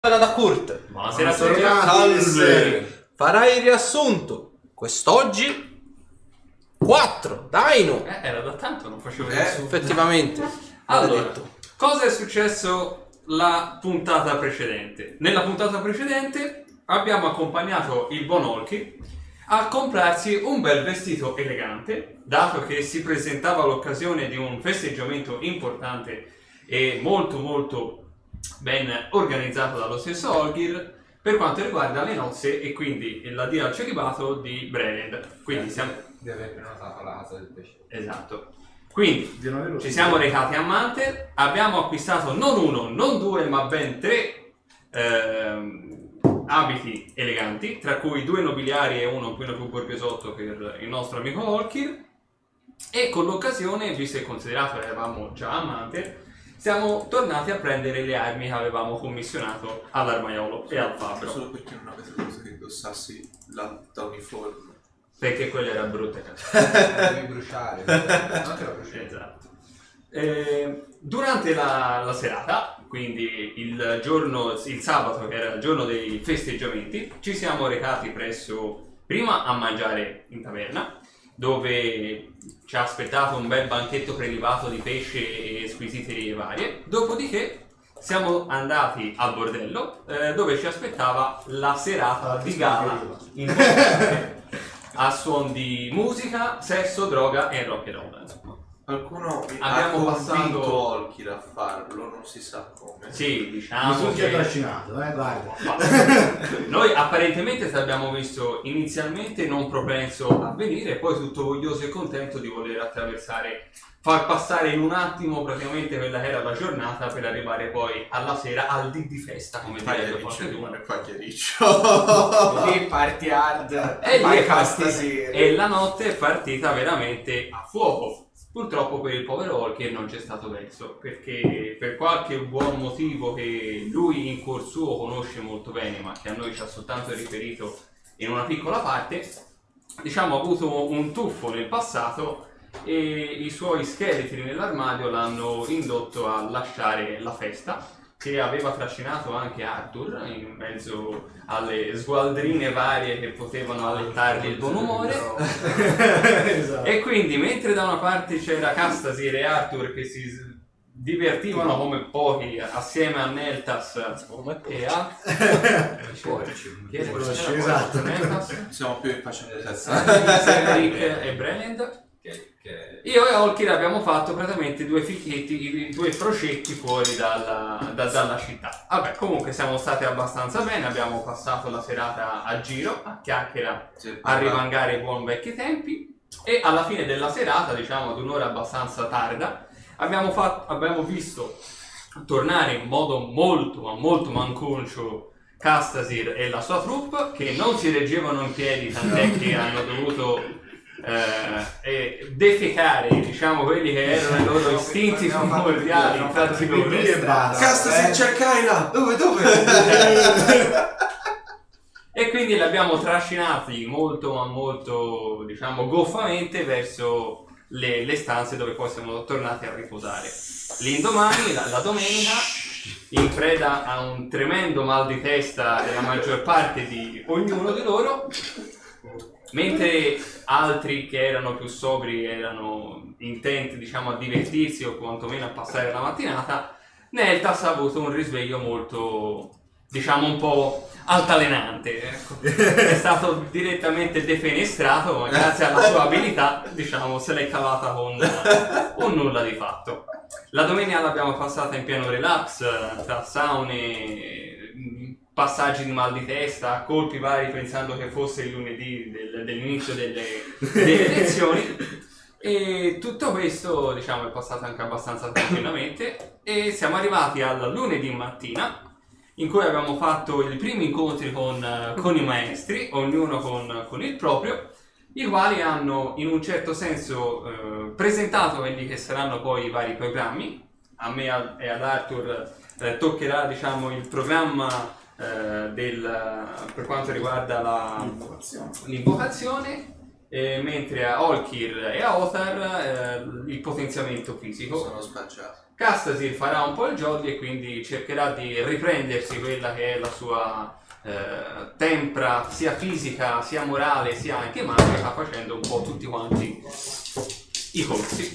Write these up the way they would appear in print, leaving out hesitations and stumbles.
Da Kurt. Buonasera a tutti. Farai il riassunto. Quest'oggi 4. Dino. Era da tanto non facevo nessuno. Effettivamente. Allora, cosa è successo la puntata precedente? Nella puntata precedente abbiamo accompagnato il buon Olki a comprarsi un bel vestito elegante, dato che si presentava l'occasione di un festeggiamento importante e molto ben organizzato dallo stesso Olgir per quanto riguarda le nozze e quindi l'addio al celibato di Brelend. Quindi siamo... di aver prenotato la casa del pesce. Esatto. Quindi ci siamo recati a Manter, abbiamo acquistato non uno, non due, ma ben 3 abiti eleganti, tra cui 2 nobiliari e uno un po' più borghesotto per il nostro amico Olkir. E con l'occasione, visto e considerato che eravamo già a Manter, siamo tornati a prendere le armi che avevamo commissionato all'armaiolo e al fabbro. Solo perché non avete preso che indossassi la uniforme. Perché quella era brutta. Devi bruciare. Non te la bruciare. Esatto. Durante la serata, quindi il sabato, che era il giorno dei festeggiamenti, ci siamo recati presso, prima a mangiare in taverna, dove ci ha aspettato un bel banchetto prelibato di pesce e squisiterie varie. Dopodiché siamo andati al bordello, dove ci aspettava la serata di gala a suon di musica, sesso, droga e rock and roll. Qualcuno abbiamo ha passato convinto Olkir a farlo, non si sa come. Sì, diciamo mi sono che... trascinato, guarda. Noi apparentemente ti abbiamo visto inizialmente non propenso a venire, poi tutto voglioso e contento di voler attraversare, far passare in un attimo praticamente quella che era la giornata per arrivare poi alla sera al dì di festa, come direbbe qualcuno. E poi chiariccio. Lì party hard. E la notte è partita veramente a fuoco. Purtroppo per il povero Olkir non c'è stato verso, perché per qualche buon motivo che lui in cuor suo conosce molto bene, ma che a noi ci ha soltanto riferito in una piccola parte, diciamo ha avuto un tuffo nel passato e i suoi scheletri nell'armadio l'hanno indotto a lasciare la festa, che aveva trascinato anche Arthur in mezzo alle sgualdrine varie che potevano allettargli il buon umore. Esatto. E quindi mentre da una parte c'era Castasir e Arthur che si divertivano come pochi assieme a Neltas e a Esatto. Neltas, Siamo più in pace nelle Cedric e Brelend. Io e Olkir abbiamo fatto praticamente 2 fichietti, 2 procetti fuori dalla città. Vabbè, comunque siamo stati abbastanza bene, abbiamo passato la serata a giro, a chiacchiera, a rivangare i buoni vecchi tempi, e alla fine della serata, diciamo ad un'ora abbastanza tarda, abbiamo visto tornare in modo molto manconcio Castasir e la sua troupe, che non si reggevano in piedi, tant'è che hanno dovuto defecare, diciamo, quelli che erano i loro istinti primordiali. Infatti Castasir, cercai là! Dove? E quindi li abbiamo trascinati molto, diciamo, goffamente verso le stanze dove poi siamo tornati a riposare. L'indomani, la domenica, in preda a un tremendo mal di testa della maggior parte di ognuno di loro, mentre altri che erano più sobri erano intenti, diciamo, a divertirsi o quantomeno a passare la mattinata, Neltas ha avuto un risveglio molto, diciamo, un po' altalenante, ecco. È stato direttamente defenestrato, ma grazie alla sua abilità, diciamo, se l'è cavata con nulla di fatto. La domenica l'abbiamo passata in pieno relax, tra saune, passaggi di mal di testa, colpi vari pensando che fosse il lunedì dell'inizio delle lezioni, e tutto questo, diciamo, è passato anche abbastanza tranquillamente, e siamo arrivati al lunedì mattina in cui abbiamo fatto i primi incontri con i maestri, ognuno con il proprio, i quali hanno in un certo senso presentato quelli che saranno poi i vari programmi. A me e ad Arthur toccherà, diciamo, il programma per quanto riguarda l'invocazione, mentre a Olkir e a Othar il potenziamento fisico. Sono spacciato. Castasir farà un po' il jolly e quindi cercherà di riprendersi quella che è la sua tempra sia fisica, sia morale, sia anche magica, facendo un po' tutti quanti i corsi.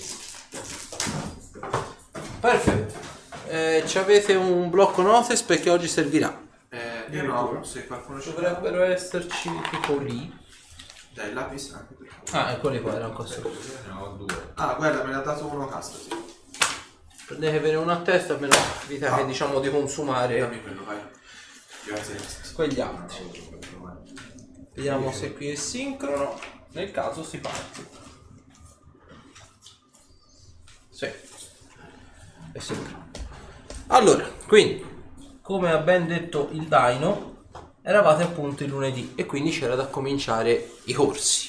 Perfetto. Ci avete un blocco notice perché oggi servirà. Io no, se qualcuno ci Dovrebbero esserci tipo lì. Dai, il lapis anche per favore. Ah, eccoli qua, erano così. Ne ho 2. Ah, guarda, me ne ha dato uno casta, sì. Prendete bene una a testa, almeno evita che diciamo di consumare Dammi quello, vai. Grazie. quegli altri. Vediamo se qui è sincrono. Nel caso si parte. Sì. È sincrono. Allora, quindi, come ha ben detto il Dino, eravate appunto il lunedì e quindi c'era da cominciare i corsi.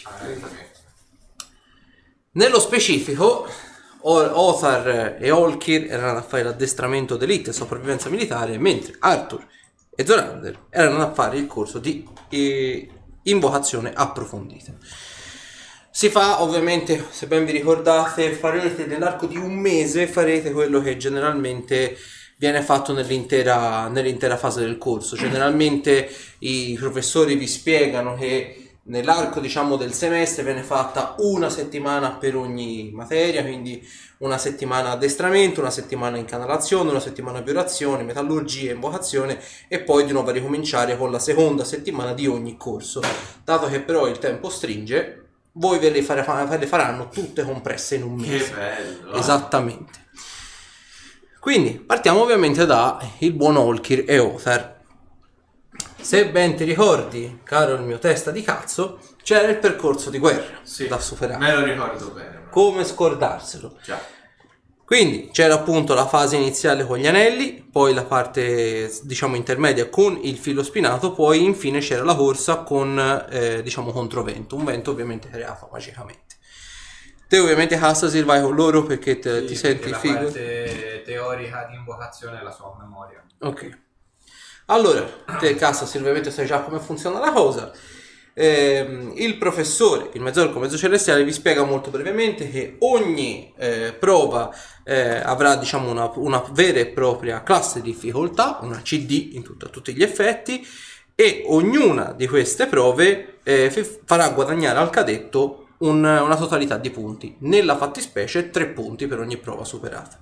Nello specifico, Othar e Olkir erano a fare l'addestramento d'elite e sopravvivenza militare, mentre Arthur e Zorander erano a fare il corso di invocazione approfondita. Si fa ovviamente, se ben vi ricordate, farete nell'arco di un mese, farete quello che generalmente viene fatto nell'intera fase del corso. Generalmente i professori vi spiegano che nell'arco, diciamo, del semestre viene fatta una settimana per ogni materia, quindi una settimana addestramento, una settimana incanalazione, una settimana violazione, metallurgia, invocazione e poi di nuovo a ricominciare con la seconda settimana di ogni corso. Dato che però il tempo stringe, voi ve le faranno tutte compresse in un mese. Che bello! Esattamente. Quindi partiamo ovviamente da il buon Olkir e Othar. Se ben ti ricordi, caro il mio testa di cazzo, c'era il percorso di guerra da superare. Me lo ricordo bene. Come scordarselo? Già. Quindi c'era appunto la fase iniziale con gli anelli, poi la parte diciamo intermedia con il filo spinato, poi infine c'era la corsa con diciamo controvento, un vento ovviamente creato magicamente. Te ovviamente Castasir vai con loro perché ti senti la figo. parte teorica di invocazione la so a memoria. Ok. Allora, te Castasir ovviamente sai già come funziona la cosa. Il professore, il mezzorco mezzo celestiale, vi spiega molto brevemente che ogni prova avrà diciamo una vera e propria classe di difficoltà, una CD a tutti gli effetti, e ognuna di queste prove farà guadagnare al cadetto una totalità di punti, nella fattispecie 3 punti per ogni prova superata.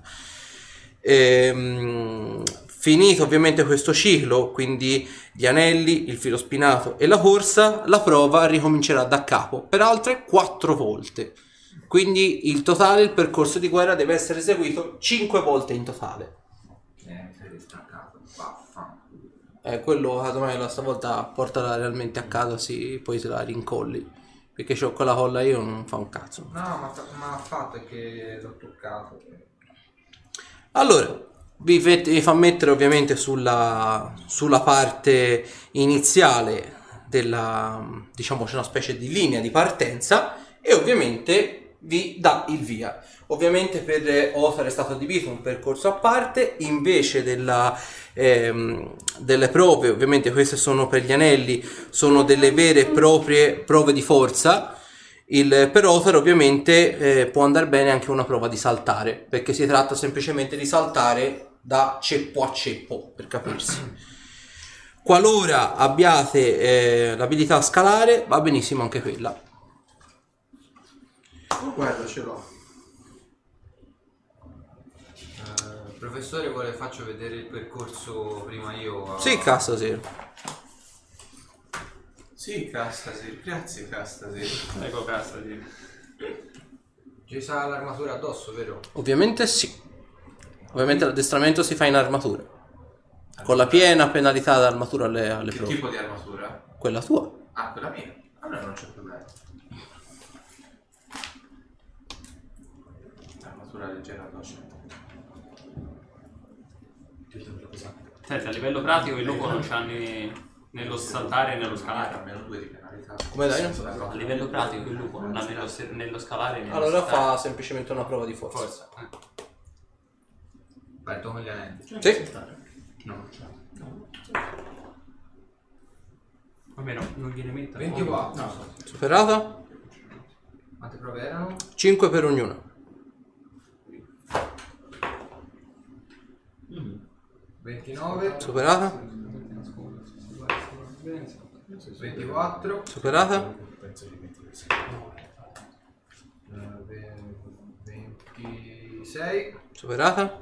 Finito ovviamente questo ciclo, quindi gli anelli, il filo spinato e la corsa, la prova ricomincerà da capo per altre 4 volte. Quindi il percorso di guerra deve essere eseguito 5 volte in totale. Mi sei distaccato. Vaffanculo. Quello domani stavolta portala realmente a casa, sì, poi se la rincolli. Perché c'ho quella colla io non fa un cazzo. No, ma ha fatto che l'ho toccato. Allora, vi fa mettere ovviamente sulla parte iniziale diciamo c'è una specie di linea di partenza e ovviamente vi dà il via. Ovviamente per Othar è stato adibito un percorso a parte, invece delle prove, ovviamente queste sono per gli anelli, sono delle vere e proprie prove di forza. Per Othar ovviamente può andare bene anche una prova di saltare, perché si tratta semplicemente di saltare da ceppo a ceppo, per capirsi. Qualora abbiate l'abilità a scalare, va benissimo anche quella. Oh, guarda, ce l'ho. Professore, vuole faccio vedere il percorso prima io? Sì, cassa, sì. Sì, Castasir, grazie Castasir. Ecco Castasir. Ci sa l'armatura addosso, vero? Ovviamente sì. Ovviamente l'addestramento si fa in armatura, con la piena penalità d'armatura alle Che prove. tipo di armatura? Quella tua. Ah, quella mia. Allora non c'è problema. Armatura leggera addosso. Senti, a livello pratico il lupo non c'ha nello saltare e nello scalare. Almeno 2 di penalità. Come dai? A livello pratico il lupo non ha nello scalare e nello Allora saltare. fa semplicemente una prova di forza. Forza. Parto con gli anelli. Sì. No. Vabbè no, non gliene metto. 24. No, Superata. prove erano? 5 per ognuno. 29, Superata. 24, Superata. 26, Superata.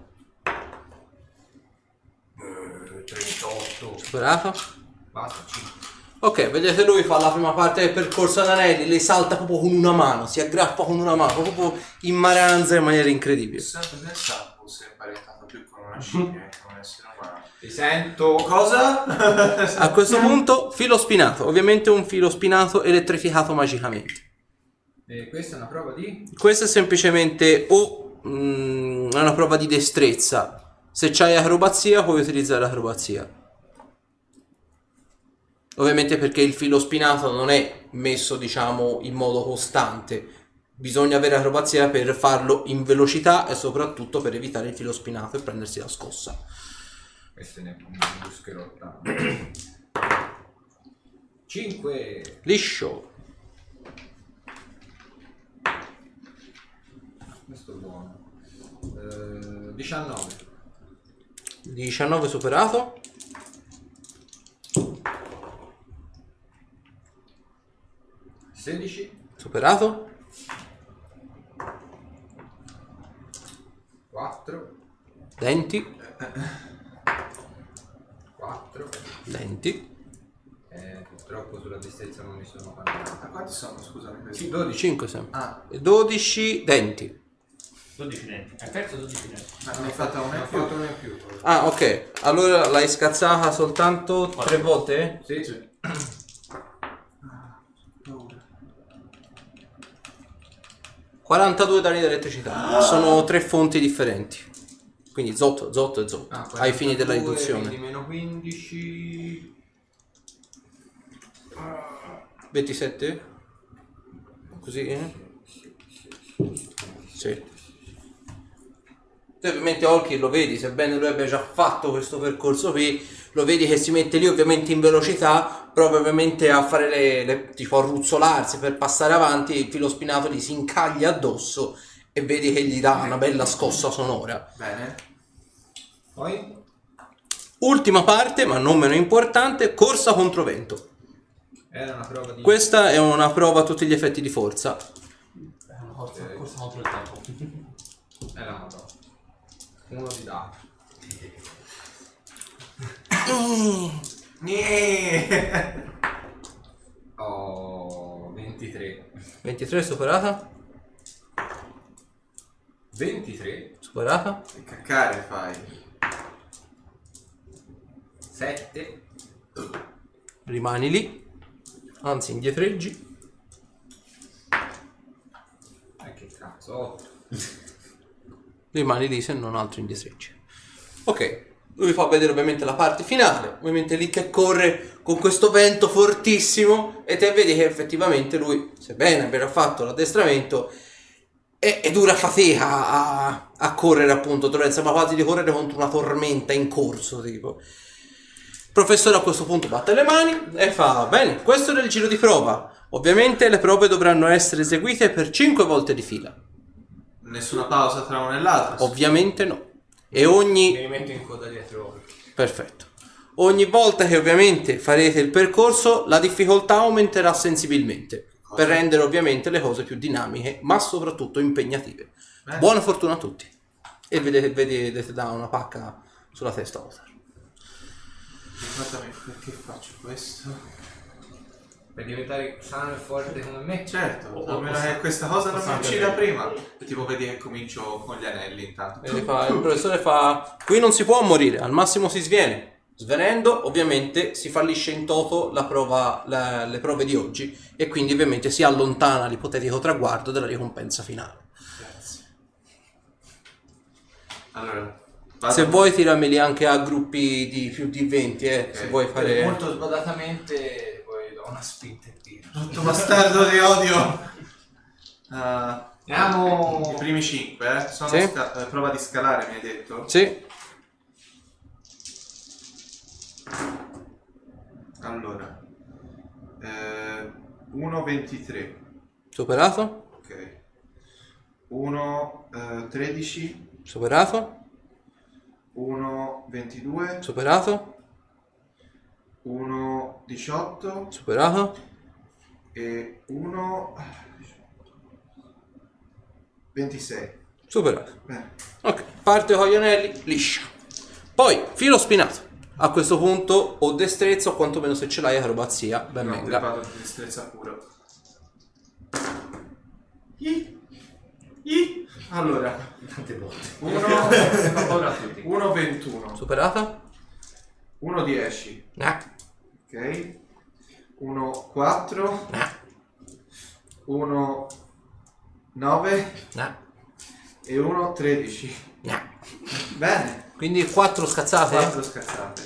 38. Superata. Basta, 5. Ok, vedete lui fa la prima parte del percorso ad anelli, le salta proprio con una mano, si aggrappa con una mano, proprio in maranza in maniera incredibile. Sempre pensato fosse imparentato più con una scimmia che con un essere umano. Ti sento. Cosa? A questo punto filo spinato, ovviamente un filo spinato elettrificato magicamente. Questa è una prova di? Questa è semplicemente una prova di destrezza. Se c'hai acrobazia puoi utilizzare l'acrobazia. Ovviamente perché il filo spinato non è messo, diciamo, in modo costante. Bisogna avere acrobazia per farlo in velocità e soprattutto per evitare il filo spinato e prendersi la scossa. Queste ne buscherò tanto. 5. Liscio. Questo è buono. 19. 19 superato. 16. Superato. 4. Denti. 4. Denti. Purtroppo sulla destrezza non mi sono parlato. Ma quanti sono, scusami? Questi? 12. 5 sempre. Ah, 12 denti. 12 denti. Hai perso 12 denti. ma ne hai fatta una Ne ho in più? fatto una in più. Ah, ok. Allora l'hai scazzata soltanto 3 volte? Sì. Sì. 42 danni di elettricità. Sono 3 fonti differenti. Quindi zotto, zotto e zotto. Ai fini della 42, riduzione. Quindi meno 15. 27? Così? Sì. Tu ovviamente Olki lo vedi, sebbene lui abbia già fatto questo percorso qui, lo vedi che si mette lì ovviamente in velocità, proprio ovviamente a fare tipo a ruzzolarsi per passare avanti, il filo spinato gli si incaglia addosso e vedi che gli dà una bella scossa sonora. Bene. Poi? Ultima parte, ma non meno importante, corsa contro vento. Era una prova di... Questa è una prova a tutti gli effetti di forza. È una corsa contro il tempo. Era una prova. Uno di dato. Oh, 23. 23 superata? 23. Superata? Che caccare fai? 7. Rimani lì, anzi indietreggi. Che cazzo, 8. Rimani lì se non altro indietreggi. Ok, lui fa vedere ovviamente la parte finale, ovviamente lì che corre con questo vento fortissimo e te vedi che effettivamente lui, sebbene abbia fatto l'addestramento, è dura fatica a correre appunto, sembra quasi di correre contro una tormenta in corso tipo. Il professore a questo punto batte le mani e fa: bene, questo è il giro di prova. Ovviamente le prove dovranno essere eseguite per 5 volte di fila. Nessuna pausa tra una e l'altra? Ovviamente no. E ogni... Mi rimetto in coda dietro. Perfetto. Ogni volta che ovviamente farete il percorso, la difficoltà aumenterà sensibilmente. Per rendere ovviamente le cose più dinamiche, ma soprattutto impegnative. Buona fortuna a tutti. E vedete da una pacca sulla testa Othar. Esattamente, perché faccio questo? Per diventare sano e forte come me. Certo, almeno che questa cosa non mi uccida prima. E tipo vedi che comincio con gli anelli intanto. Il professore fa: qui non si può morire, al massimo si sviene. Svenendo ovviamente si fallisce in toto la prova, le prove di oggi e quindi ovviamente si allontana l'ipotetico traguardo della ricompensa finale. Grazie. Allora, Se vuoi tirameli anche a gruppi di più di 20, se vuoi fare... Molto sbadatamente poi do una spinta e tiro. tutto bastardo di odio. Andiamo. I primi 5, sono Sì. prova di scalare, mi hai detto? Sì, Allora, 1,23. superato. Ok. 1 13, Superato. 1 22, Superato. 1 18 Superato. e 1 26. Superato. Bene. Ok, parte con gli anelli, liscia. Poi, filo spinato. A questo punto o destrezza o quantomeno se ce l'hai acrobazia, ben No, venga. vado di destrezza pura. Allora, Tante volte. 1 21, Superata? 1 10, No. ok, 1 4, No. 1 9 No. e 1 13. No. Bene, Quindi 4 scazzate? 4 scazzate.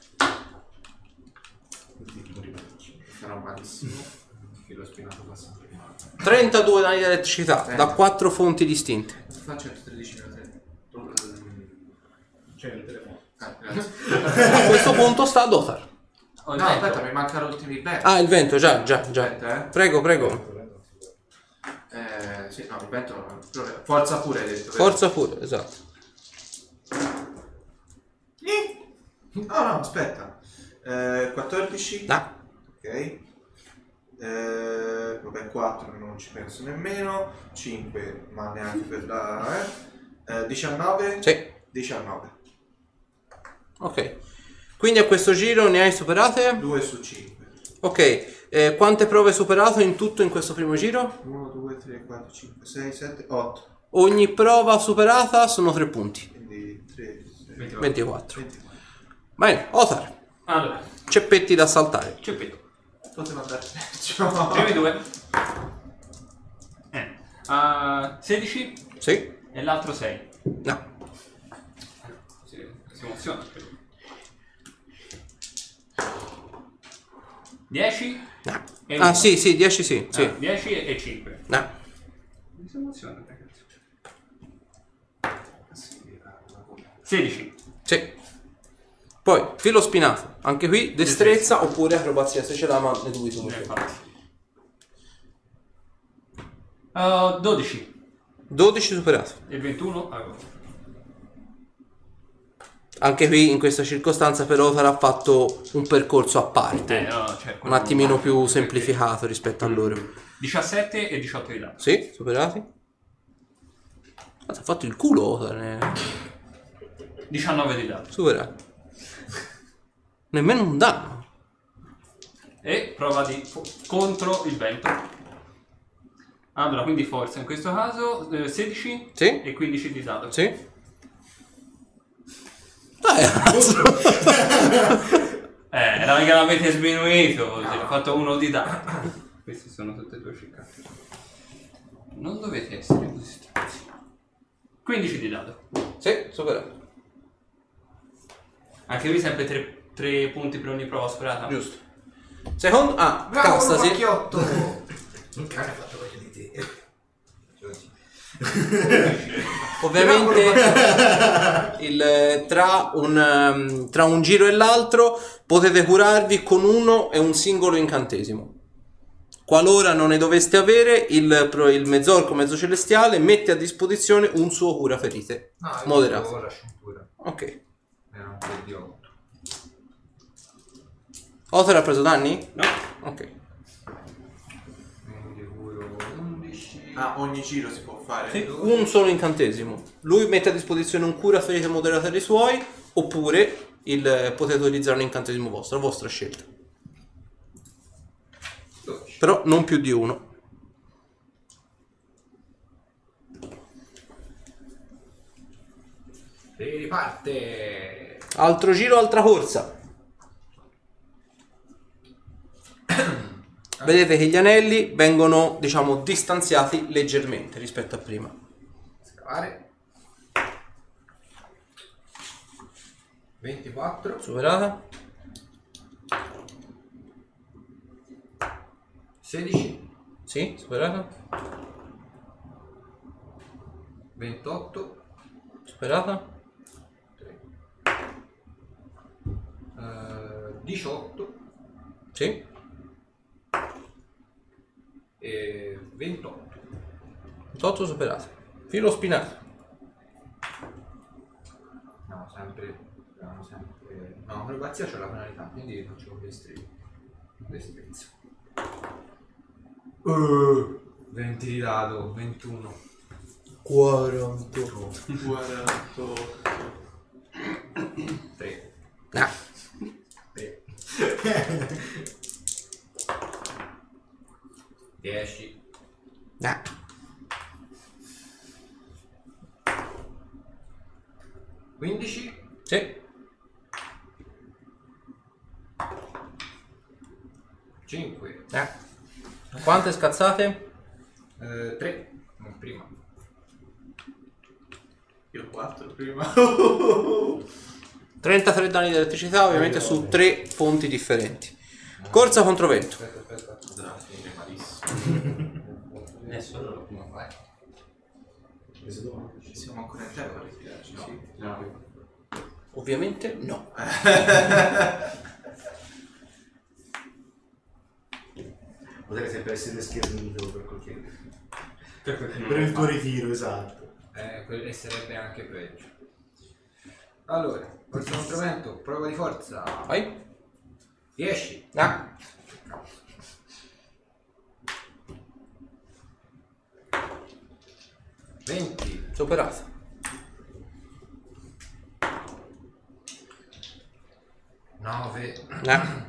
Sarà malissimo. Filo spinato passa prima. 32 danni di elettricità da 4 fonti distinte. Faccio 13 meno 3. C'è il telefono. Grazie. A questo punto sta Dothar. Oh, No, aspetta, mi manca l'ultimo vento. Ah, il vento, già. Aspetta, Prego, prego. Sì, no, il vento. Forza pure hai detto. vero? Forza pure, esatto. No, no, aspetta. 14. No. Ok. Vabbè, 4 non ci penso nemmeno. 5, ma neanche per la. 19. Sì. 19. Ok. Quindi a questo giro ne hai superate? 2 su 5. Ok. Quante prove hai superato in tutto in questo primo giro? 1, 2, 3, 4, 5, 6, 7, 8. Ogni prova superata sono 3 punti. Quindi 3, 6, 24. 24. Bene, Othar. Allora, Ceppetti da saltare. Ceppetto. Poteva andare peggio. Primi due. 16 Sì? e l'altro 6. No. Si emoziona. 10 No. e Ah, uno. sì, 10 sì. 10 e 5. No. Mi si emoziona, ragazzi. 16. Sì. Poi, filo spinato. Anche qui, destrezza oppure acrobazia. Se ce l'ha, ma ne dubito molto. Infatti. 12 12 superato. e 21. Anche qui, in questa circostanza, però, sarà fatto un percorso a parte. No, cioè, Un attimino più semplificato rispetto a loro. 17 e 18 di là. Sì, superati. Ha fatto il culo. 19 di là. Superato. Nemmeno un danno. E prova di contro il vento. Allora, quindi forza in questo caso 16 Sì. e 15 di dado. Sì. Era che l'avete sminuito, ho fatto uno di dado. Questi sono tutte e due ciccate. Non dovete essere così stronzi. 15 di dado. Sì, superato. Anche lui sempre 3 punti per ogni prova superata. Giusto. Secondo... Ah, Bravo, castasi. macchiotto! Un cane ha fatto meglio di te. Ovviamente tra un giro e l'altro potete curarvi con uno e un singolo incantesimo. Qualora non ne doveste avere, il mezzorco mezzo celestiale mette a disposizione un suo cura ferite moderato. la cintura. Ok. Era un 3 di 8. Othar ha preso danni? No? Ok. Quindi curo 11. Ah, ogni giro si può fare? Sì, un solo incantesimo. Lui mette a disposizione un cura ferite moderato dei suoi, oppure potete utilizzare un incantesimo vostro, a vostra scelta. 12. Però non più di uno. E riparte. Altro giro, altra corsa. Vedete che gli anelli vengono, diciamo, distanziati leggermente rispetto a prima. Scavare. 24. Superata. 16. Sì, superata. 28. Superata. 18 Sì. e 28. 28 superata. Filo spinato. No, sempre. No, acrobazia c'è la penalità, quindi faccio con destrezza. 20 di dado, 21. 48. 3. No. 3. 10. No. 15. Sì. 5. Quante scazzate? 3. Prima. Io 4 prima. 33 danni di elettricità, ovviamente su 3 fonti differenti. Corsa contro vento. Aspetta. Nessuno lo prima fai. Siamo ancora in tempo, mi piace, sì. No. Ovviamente no. Potrei sempre essere schernito per qualche... Per Per il tuo ritiro, esatto. E sarebbe anche peggio. Allora, forza contro vento, prova di forza. Vai. 10. No. 20. Superato. 9. No.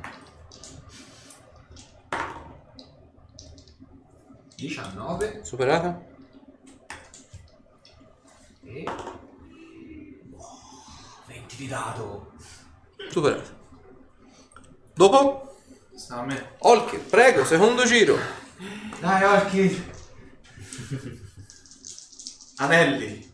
19. Superato. E 20 di dado. Superato. Dopo? Sta a me. Olkir, prego, secondo giro. Dai, Orchi. Anelli.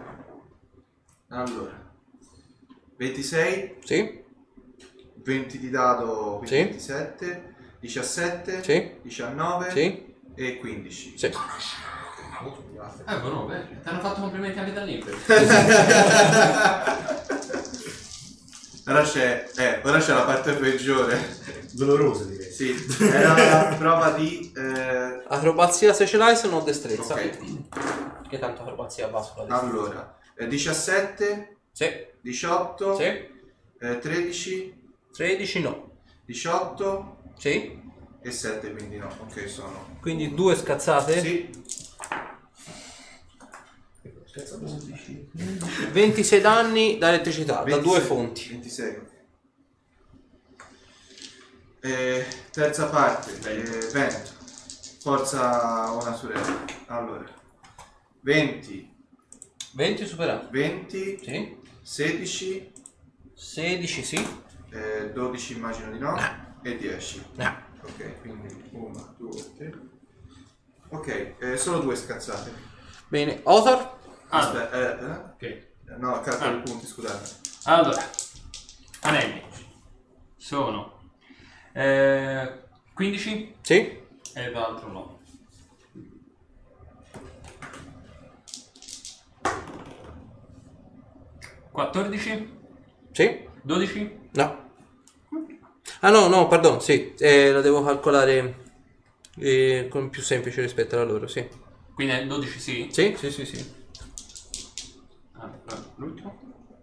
Allora. 26. Sì. 20 di dado, quindi Sì. 27. 17. Sì. 19. Sì. E 15. Sì. Buono, bene. Ti hanno fatto complimenti anche dall'Inter. Ora c'è la parte peggiore. Doloroso direi. Sì, era la prova di... Acrobazia se ce l'hai, se no destrezza. Ok. Che tanto acrobazia va sulla destrezza. Allora, 17, Sì. 18, Sì. 13, 13 no. 18 Sì. e 7, quindi no. Ok, sono... Quindi 2 scazzate. Sì, 26 danni da elettricità, da 26, 2 fonti. 26. Terza parte, vento. Forza una sorella. Allora, 20, 20 superato. 20, Sì. 16, 16 sì. 12 immagino di no, e 10. No. Ok, quindi 1, 2, 3. Ok, solo 2 scazzate. Bene, Othar. Aspetta, Ok. no, calcolo i punti, scusate. Allora, anelli sono 15 Sì. e l'altro no. ...14, Sì. 12, No. Ah no, perdono, sì. La devo calcolare con più semplice rispetto alla loro, sì. quindi è 12 sì? Sì, sì, sì, sì. L'ultimo?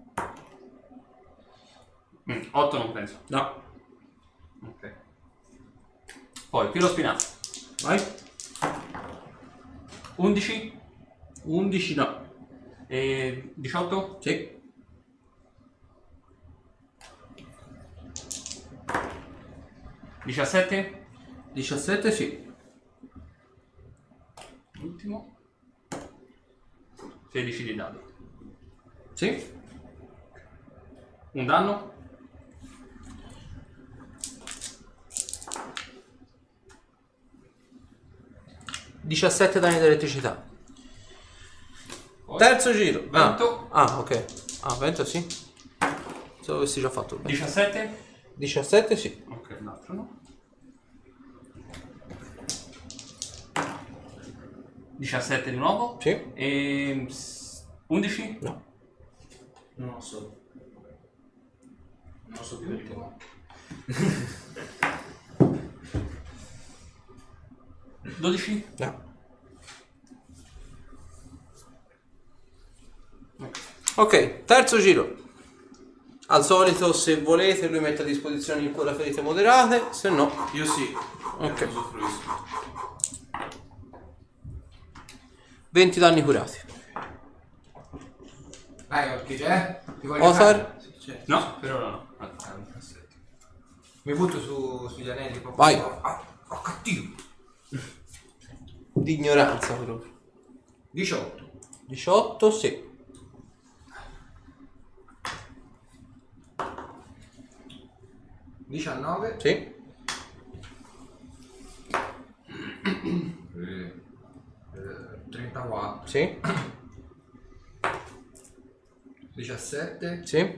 8 non penso. No. Ok. Poi, filo spinato. Vai. 11 11 no. e 18? Sì. 17? 17 sì. Ultimo. 16 di dado. Sì. Un danno? ...17 danni di elettricità. Poi, Terzo giro. Vento. Ah, ok. Ah, vento sì. Se avessi già fatto il vento. 17? 17 sì. Ok, l'altro no. 17 di nuovo. Sì. E 11? No. Non so più l'ultimo. 12? No. Ok, terzo giro. Al solito, se volete, lui mette a disposizione in cura ferite moderate, se no... Io sì. Ok. Io usufruisco. 20 danni curati. Vai, Orchid, Ti voglio Othar? fare. No, per ora no. Mi butto sugli anelli proprio. Vai. Oh, cattivo. Di ignoranza proprio. 18. 18, sì. 19. Sì. 34. Sì. 17 Sì.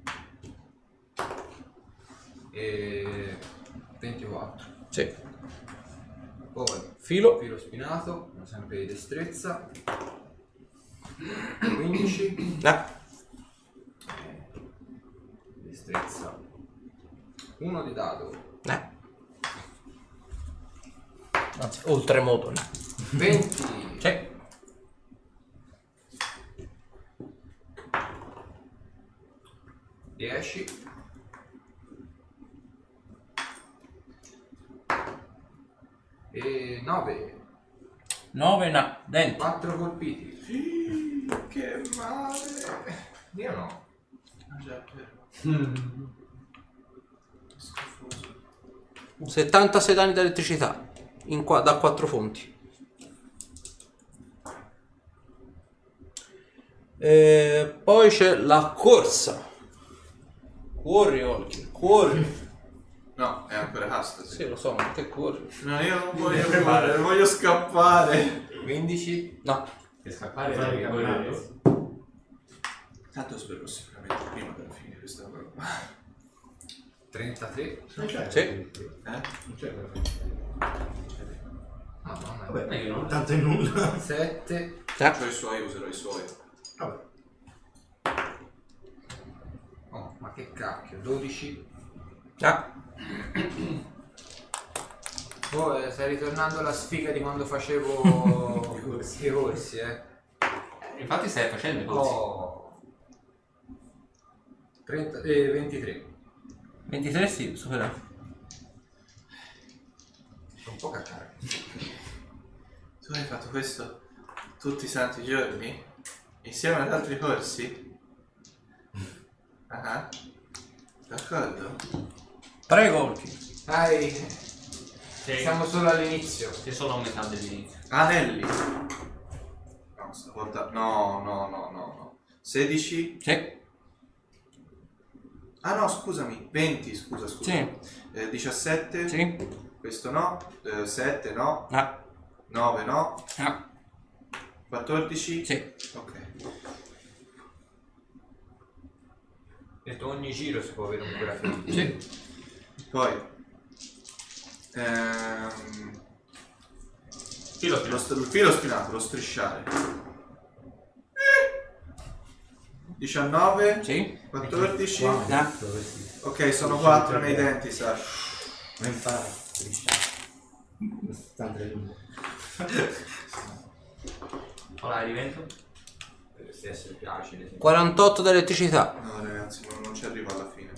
e 24. Sì. Poi Filo. filo spinato, sempre di destrezza. 15. Destrezza. 1 di dado. Anzi, oltremodo. 20. Sì. 10. E 9. 9 no. Dentro. 4 colpiti. Sì, che male. Io no. Ah, già, è vero. Schifoso. 76 danni di elettricità. Da 4 fonti. Poi c'è la corsa. Corri, Olki, corri. No, è ancora casta. Sì, lo so, ma te corri. No, io non voglio correre, voglio scappare. 15. No. Per scappare Fai devi camminato? correre. Tanto spero sicuramente prima per finire questa roba. 33. Non c'è. Sì. Non c'è. Ah, mamma mia. Vabbè, io non- tanto in nulla. 7. C'ho i suoi, userò i suoi. Vabbè. Oh, ma che cacchio. 12. Ah. Oh, stai ritornando alla sfiga di quando facevo i corsi, Infatti stai facendo i corsi. Oh. 23. 23 sì, superato. Un po' cacare. Tu hai fatto questo tutti i santi giorni? Insieme ad altri corsi? Ah, d'accordo. Prego, Olki. Dai, Sì. siamo solo all'inizio. Sei solo a metà dell'inizio. Anelli. No, stavolta. No. 16. Sì. Ah no, scusami. 20, scusa. Sì. 17. Sì. Questo no. 7 no. Ah. 9 no. Ah. 14. Sì. Ok. Detto, ogni giro si può avere un quella ferita. Sì. Poi. Filo spinato. Il filo spinato, lo strisciare. 19. Sì. 14. Ah. Ok, sono 4 nei denti, Sasha. Ma impara. Tanto in nulla. Ora divento. Dovresti essere più acile. 48 di elettricità. No ragazzi, non ci arrivo alla fine.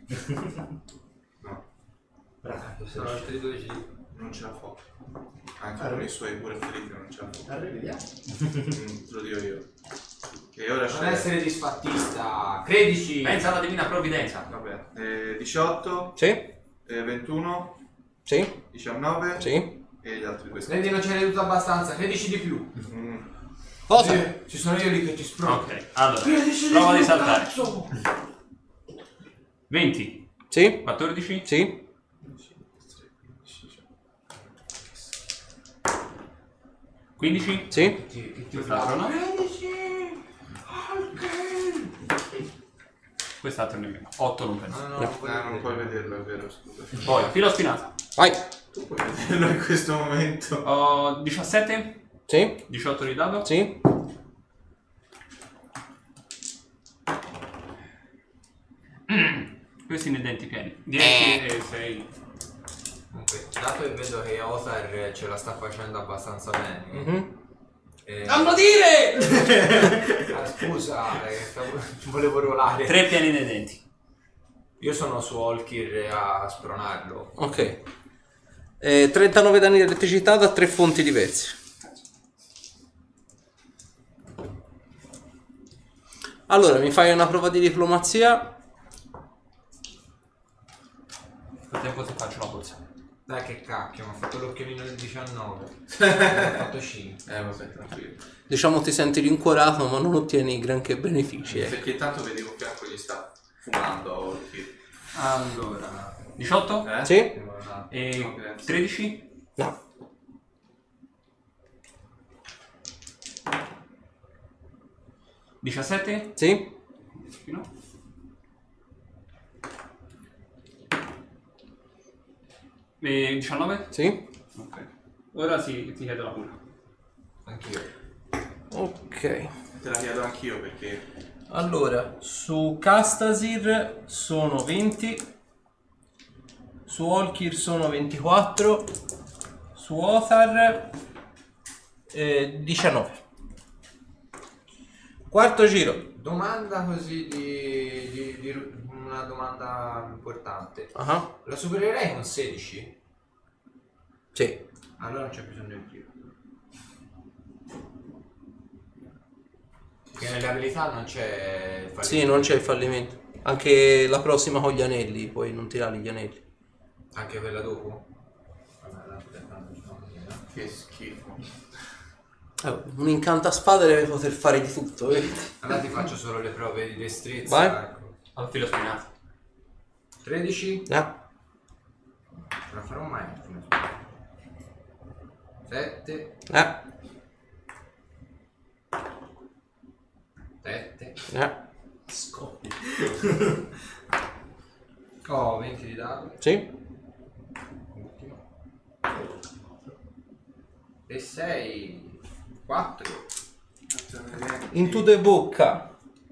No, Bravo, Sono altri 2 giri. non ce la fa. Anche con i suoi pure feriti non ce la fa. Arriviamo. Te lo dico io. E ora Non c'è essere disfattista. Credici. Pensa alla divina provvidenza. Vabbè. 18, Sì. 21, Sì. 19 Sì. e gli altri due. Vedi, non ce n'hai avuto abbastanza. Credici di più. Cosa? Ci sono io lì che ti sprongo. Ok, allora. Prova di saltare. 20. Sì. 14. Sì. 15. Sì. Quest'altro no. Quest'altro nemmeno. 8 non penso. No, Non puoi vederlo, è vero, scusa. Poi, filo spinato. Vai. Tu puoi vederlo in questo momento. Ho 17. Sì. 18 di dado. Sì. Questi nei denti pieni. 10 e 6. Comunque, dato che vedo che Othar ce la sta facendo abbastanza bene, Mhm. Non lo dire! Ah, scusa, volevo ruolare. 3 piani nei denti. Io sono su Olkir a spronarlo. Ok. 39 danni di elettricità da 3 fonti diverse. Allora, mi fai una prova di diplomazia. Nel frattempo ti faccio una polsa. Dai che cacchio, mi ha fatto l'occhiolino del 19. Mi ha fatto 5. Vabbè, tranquillo. Diciamo ti senti rincuorato, ma non ottieni granché benefici. Perché tanto vedevo che anche gli sta fumando. Allora, 18? Sì? E No, grazie. 13? No. 17? Sì? No. E 19? Sì? Ok. Ora ti chiedo la cura. Anch'io. Ok. Te la chiedo anch'io perché... Allora, su Castasir sono 20, su Olkir sono 24, su Othar 19. Quarto giro. Domanda così una domanda importante. Ah, La supererei con 16? sì. Allora non c'è bisogno di più. Perché nelle abilità non c'è il fallimento. Sì, non c'è il fallimento. Anche la prossima con gli anelli, poi non tirare gli anelli. Anche quella dopo? Vabbè, aspetta, non so così, no? Che schifo. Un incantaspada deve poter fare di tutto, vedi? Allora ti faccio solo le prove di destrezza. Vai. Ecco. Al filo spinato. 13? No. Non la farò mai. 7? 7? Scoppi. Oh, 20 di dado. Sì? Ultimo. E 6? 4? Into the bocca.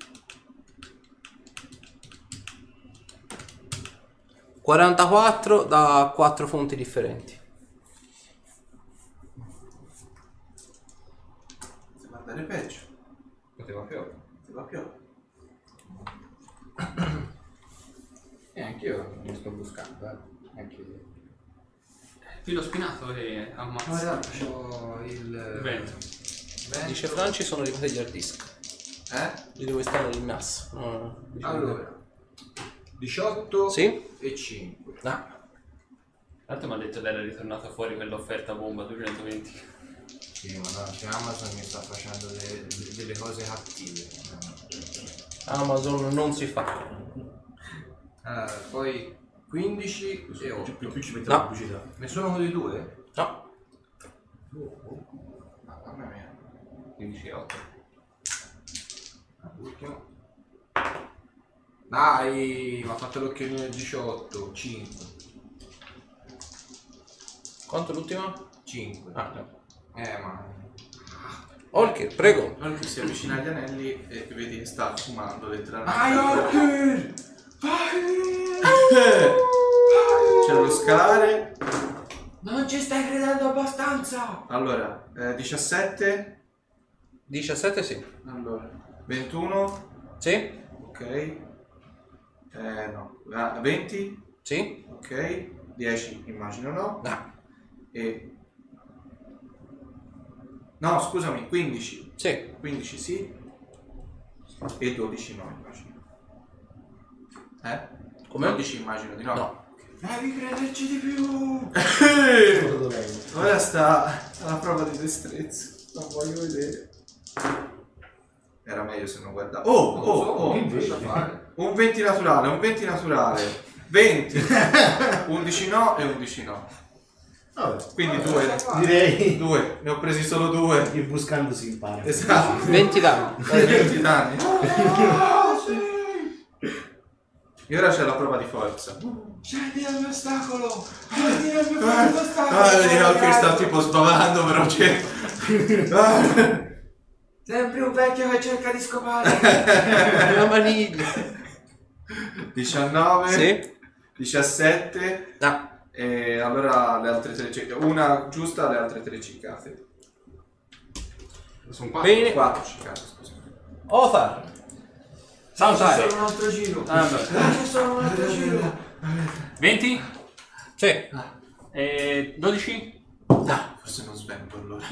44 da 4 fonti differenti. Se va andare peggio. Poteva più. Se va più. E anch'io mi sto buscando, Anche Filo spinato e ammazza. No, esatto, c'ho il Vento. Dice Franci sono arrivati gli hard disk. Di dove stanno il NAS. No, diciamo Allora 18 Sì? e 5. No. Tanto mi ha detto che era ritornata fuori quell'offerta bomba 220. Sì, ma no, c'è Amazon mi sta facendo delle cose cattive. Amazon non si fa. Poi 15 e 8. Più ci mette No. la pubblicità. Nessuno con i due? No. Mamma mia. 15 e 8. L'ultimo. Dai, mi ha fatto l'occhiolino del 18. 5. Quanto l'ultima? 5. Ah, no. Ma Olkir, prego. Allora che si avvicina agli anelli e vedi che sta fumando letteralmente. vai Olkir! C'è lo scalare. Non ci stai credendo abbastanza! Allora, 17. 17 sì. Allora, 21. Sì? Ok. No. 20. Sì? Ok. 10 immagino no. No. E... No, scusami, 15. Sì. 15 sì. E 12 no immagino. Come? 12 immagino di no. No. Devi crederci di più! Ora sta alla prova di destrezza. Non voglio vedere. Era meglio se non guardavo. Oh! Invece fare. Un 20 naturale, un 20 naturale. 20. 11 no e 11 no. Vabbè, Quindi 2. direi 2. Ne ho presi solo 2. che buscando si impara. Esatto. 20 danni. 20 danni. E ora c'è la prova di forza. Scendi dal mio ostacolo! Scendi dal mio ostacolo! Vediamo che sta tipo sbavando, però c'è. Sempre un vecchio che cerca di scopare! La maniglia. 19. Sì? 17. No. E allora le altre 3 ciccate. Una giusta, le altre 3 ciccate. Sono 4. Bene. 4 cicate, scusa. Othar. Saltare. C'è un altro giro. Allora, C'è solo un altro giro. 20? Sì. 12? No, forse non svengo allora.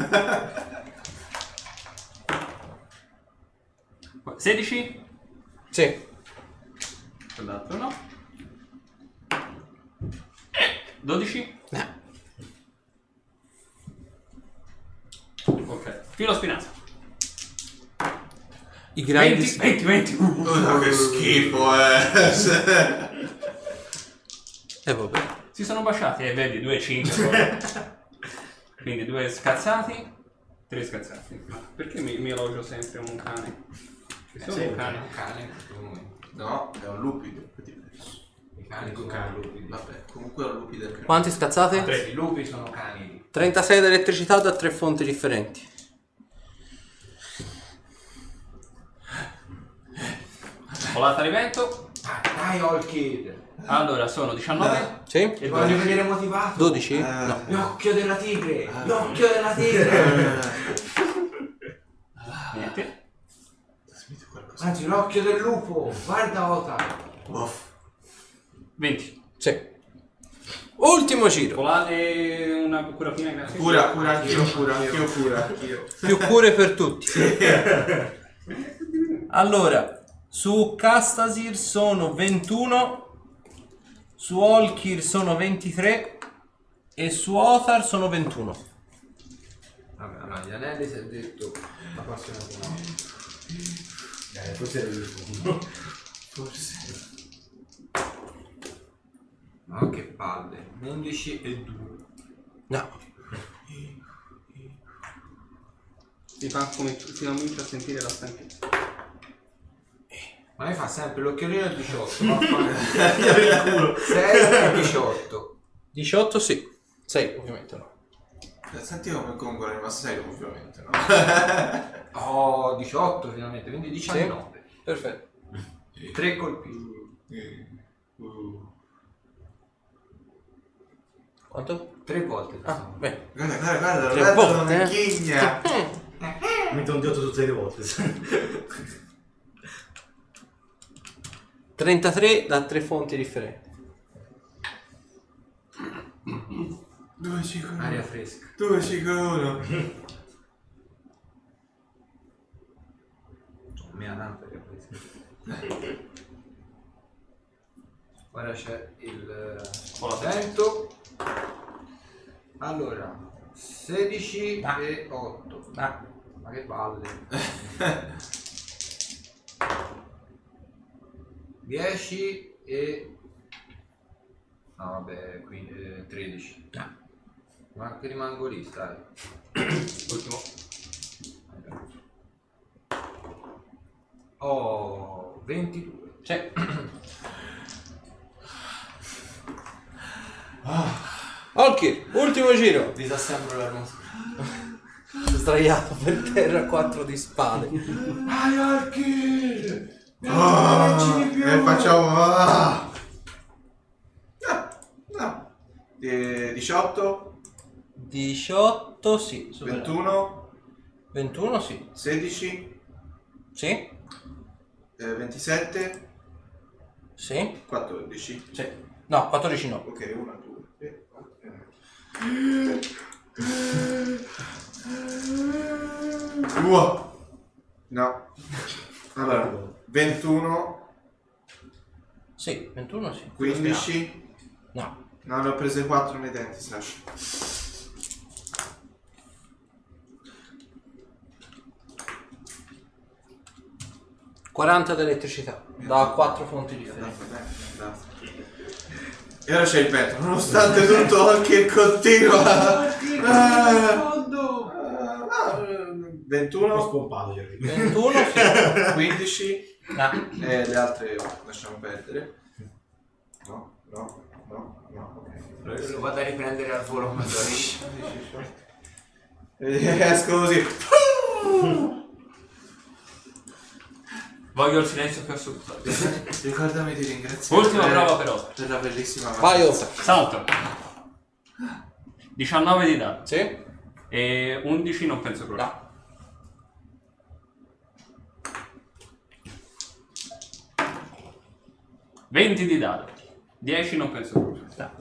16? Sì. Quell'altro no. 12? No. Ok. Filo spinato. I grandi... 20. Che schifo, vabbè. Si sono baciati, vedi, 2 e 5. Quindi 2 scazzati, 3 scazzati. Perché mi elogio sempre un cane? Ci sono un cane. Un cane. No, è un lupido, è diverso. I cani sono cani lupidi. Vabbè, comunque è un lupido. Quanti scazzate? I lupi sono cani. 36 di elettricità da 3 fonti differenti. Volata di vento. Dai, Olkid. Allora, sono 19 Sì? e Voglio 12. vedere motivato. 12? No. L'occhio della tigre. L'occhio della tigre. Niente. Anzi, l'occhio del lupo. Guarda, Ota. 20. Sì. Ultimo giro. Volate una curatina, grazie. Cura, anch'io. Più cure per tutti. Allora, su Castasir sono 21, su Olkir sono 23 e su Othar sono 21. Vabbè, no, gli anelli si è detto appassionato no. Forse era l'ultimo. Forse. Ma che palle. 11 e 2. No. Si comincia a sentire la stanchezza. Ma mi fa sempre l'occhiolino e 18. Vaffanculo. 6 e 18. 18 sì. 6 ovviamente no. Senti come comunque è rimasto 6 ovviamente, no? Oh, 18 finalmente, quindi 19. Perfetto. 3 colpiti. Quanto? 3 volte. Ah, bene. Guarda, Tre volte, una chigna. Metto un D8 tutte le volte. 33 da 3 fonti differenti. Dove ci conosco? Aria fresca. Dove ci conosco? Mia tanta aria fresca. Ora c'è il vento. Allora, 16 e 8. Ma che palle. 10 e... no vabbè, qui 13. Ma che rimango lì, stai. Ultimo. Oh, 22. C'è. Olkir, ultimo giro. Disassembro l'armatura. Sdraiato per terra, 4 di spade. Vai Olkir! E facciamo... No. 18, 18 sì. superato. 21, 21 sì. 16, Sì? 27, Sì? 14. Sì. No, 14 no. Ok, 1, 2, 3, 4. No. Allora, 21, Sì, 21 sì. 15. No. No, ne ho prese 4 nei denti, Sasha. ...40 di elettricità da 4 fonti differenti. E ora c'è il vento, nonostante tutto anche continua. 21, Ho spompato, Jerry. 21 sì. 15 No. e le altre lasciamo perdere. No, ok. Lo vado a riprendere al volo quando arrivi. Esco così. Voglio il silenzio più assoluto. Ricordami di ringraziare. Ultima prova però. Per la bellissima Vai Othar. Salto. 19 di danno. Sì? E 11 non penso proprio. No. 20 di dado. 10 non penso proprio. No.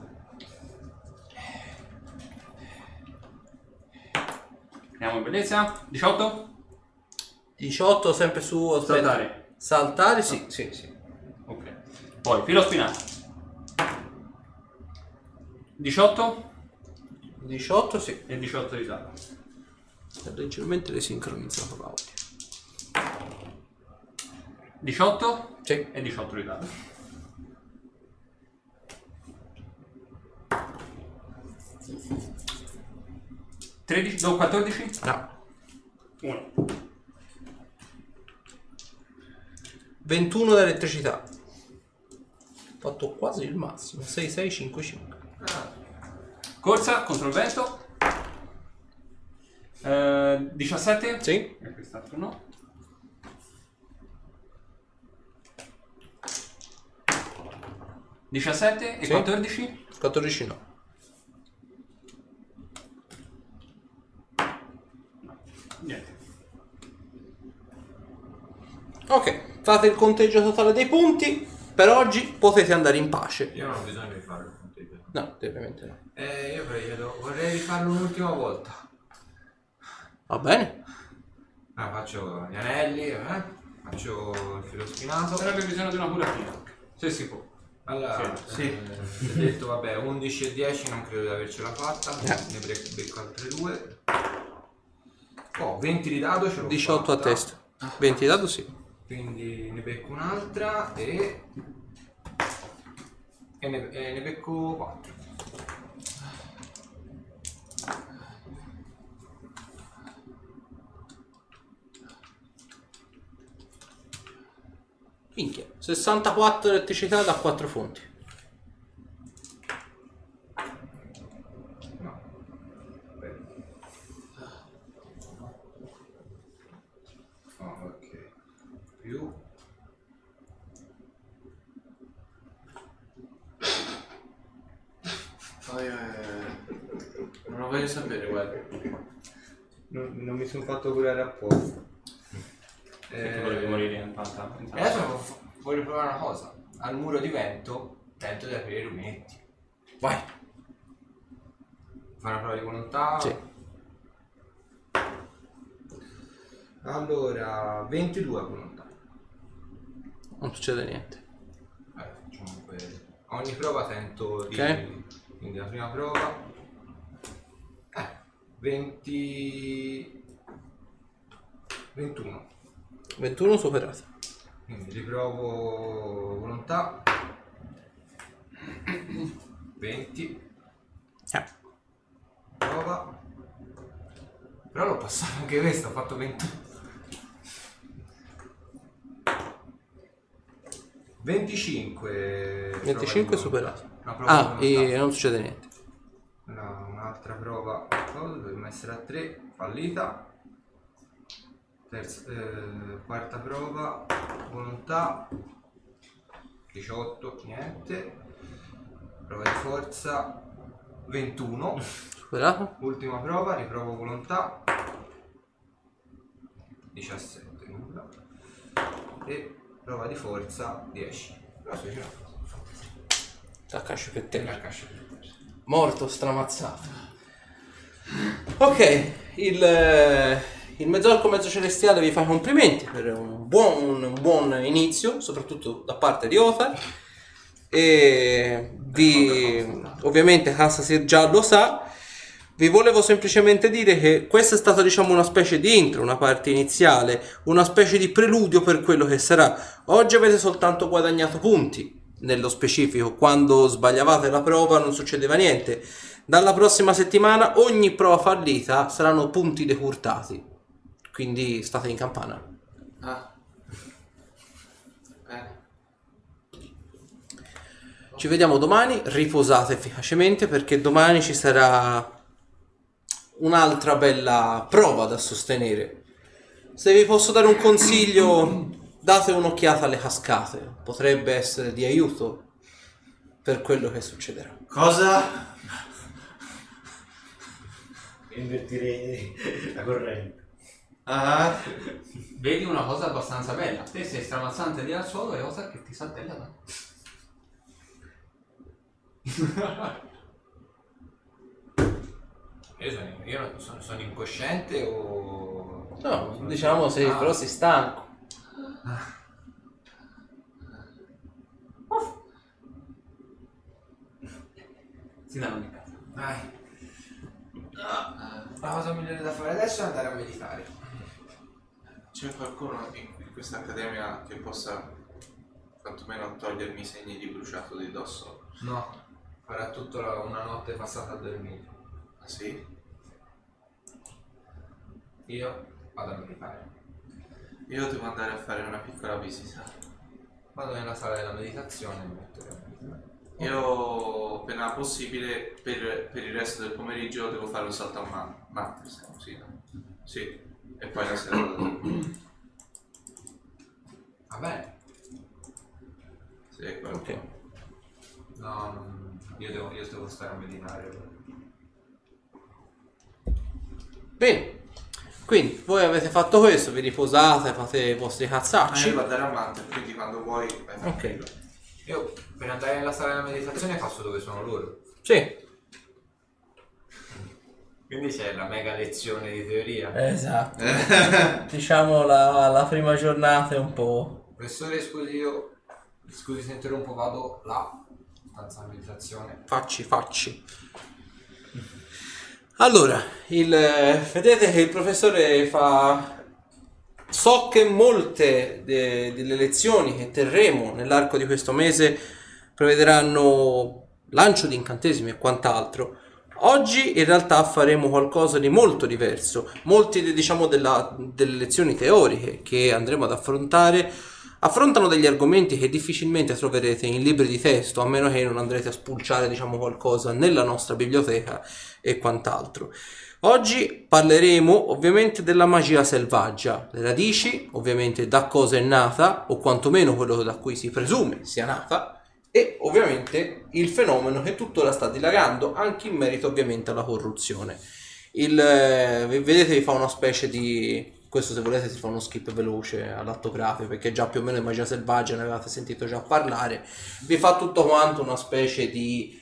Andiamo in bellezza. 18? 18 sempre su... aspetta. Saltare. Saltare, sì, sì, sì. Ok. Poi filo spinato. 18 18, sì. e 18 di dado. È leggermente desincronizzato l'audio. 18 Sì. e 18 di dado. 13, no, 14? No. 1. 21 d'elettricità. Ho fatto quasi il massimo. 6, 6, 5, 5. Corsa contro il vento. 17? Sì. E quest'altro no. (17) e Sì. 14? 14 no. Niente. Ok, fate il conteggio totale dei punti. Per oggi potete andare in pace. Io non ho bisogno di farlo il punteggio. No, ovviamente no. Io vorrei rifarlo un'ultima volta. Va bene? Faccio gli anelli, faccio il filo spinato. Sarebbe bisogno di una curatina. Se si può. Allora, Sì. ho detto vabbè, 11 e 10 non credo di avercela fatta, ne becco altre 2. 20 di dado ce l'ho 18 fatta. a testa. 20 di dado, sì. Quindi ne becco un'altra e ne becco 4. Minchia. 64 elettricità da 4 fonti. No. Ok. Più. Non lo voglio sapere, guarda. Non mi sono fatto curare apposta. Perché volevi morire in tanta. E adesso voglio provare una cosa. Al muro di vento tento di aprire i rubinetti. Vai. Fare una prova di volontà. Sì. Allora, 22 a volontà. Non succede niente. Facciamo ogni prova tento di... Ok. Quindi la prima prova... 21. 21 superato. Quindi riprovo volontà. 20. Prova. Però l'ho passato anche questo, ho fatto 21. 25. 25 superato. Una prova di volontà. E non succede niente. Un'altra prova, dobbiamo essere a 3, fallita. Quarta prova, volontà, 18, niente. Prova di forza, 21. Superato. Ultima prova, riprovo volontà, 17, nulla. E prova di forza, 10. Però se c'è T'accascio per una te. cascia. Morto, stramazzato. Ok, il mezzorco mezzo celestiale vi fa complimenti per un buon inizio, soprattutto da parte di Othar. E ovviamente Hassasir già lo sa. Vi volevo semplicemente dire che questa è stata, diciamo, una specie di intro, una parte iniziale, una specie di preludio per quello che sarà. Oggi avete soltanto guadagnato punti. Nello specifico, quando sbagliavate la prova non succedeva niente. Dalla prossima settimana ogni prova fallita saranno punti decurtati, quindi state in campana. Ci vediamo domani, riposate efficacemente perché domani ci sarà un'altra bella prova da sostenere. Se vi posso dare un consiglio, date un'occhiata alle cascate, potrebbe essere di aiuto per quello che succederà. Cosa? Invertirei la corrente. Vedi una cosa abbastanza bella. Te sei stramazzante lì al suolo e Othar che ti saltella da. Io sono incosciente o... No, diciamo se però sei stanco. Si danno di casa. Dai. La cosa migliore da fare adesso è andare a meditare. C'è qualcuno in questa accademia che possa quantomeno togliermi i segni di bruciato di dosso? No, farà tutta una notte passata a dormire. Ah sì? Io vado a meditare. Io devo andare a fare una piccola visita. Vado nella sala della meditazione e mi metto a meditare. Io appena possibile per il resto del pomeriggio devo fare un salto a mattress, così, no? Sì, e poi la sera vado a dormire. Va bene. Sì, è quello. Ok. No, io devo stare a meditare. Bene. Quindi voi avete fatto questo, vi riposate, fate i vostri cazzacci. Devo andare a mantra, quindi quando vuoi vai tranquillo. Ok. Io per andare nella sala della meditazione passo dove sono loro. Sì. Quindi c'è la mega lezione di teoria. Esatto. Diciamo la prima giornata è un po'... Professore, scusi se interrompo, vado là, stanza di meditazione. Facci. Allora, vedete che il professore fa... So che molte delle lezioni che terremo nell'arco di questo mese prevederanno lancio di incantesimi e quant'altro. Oggi in realtà faremo qualcosa di molto diverso. Molti delle lezioni teoriche che andremo ad affrontare affrontano degli argomenti che difficilmente troverete in libri di testo, a meno che non andrete a spulciare qualcosa nella nostra biblioteca e quant'altro. Oggi parleremo ovviamente della magia selvaggia, le radici, ovviamente da cosa è nata, o quantomeno quello da cui si presume sia nata, e ovviamente il fenomeno che tuttora sta dilagando, anche in merito ovviamente alla corruzione. Vedete, vi fa una specie di... Questo se volete si fa uno skip veloce all'attografio, perché già più o meno di magia selvaggia ne avevate sentito già parlare. Vi fa tutto quanto una specie di...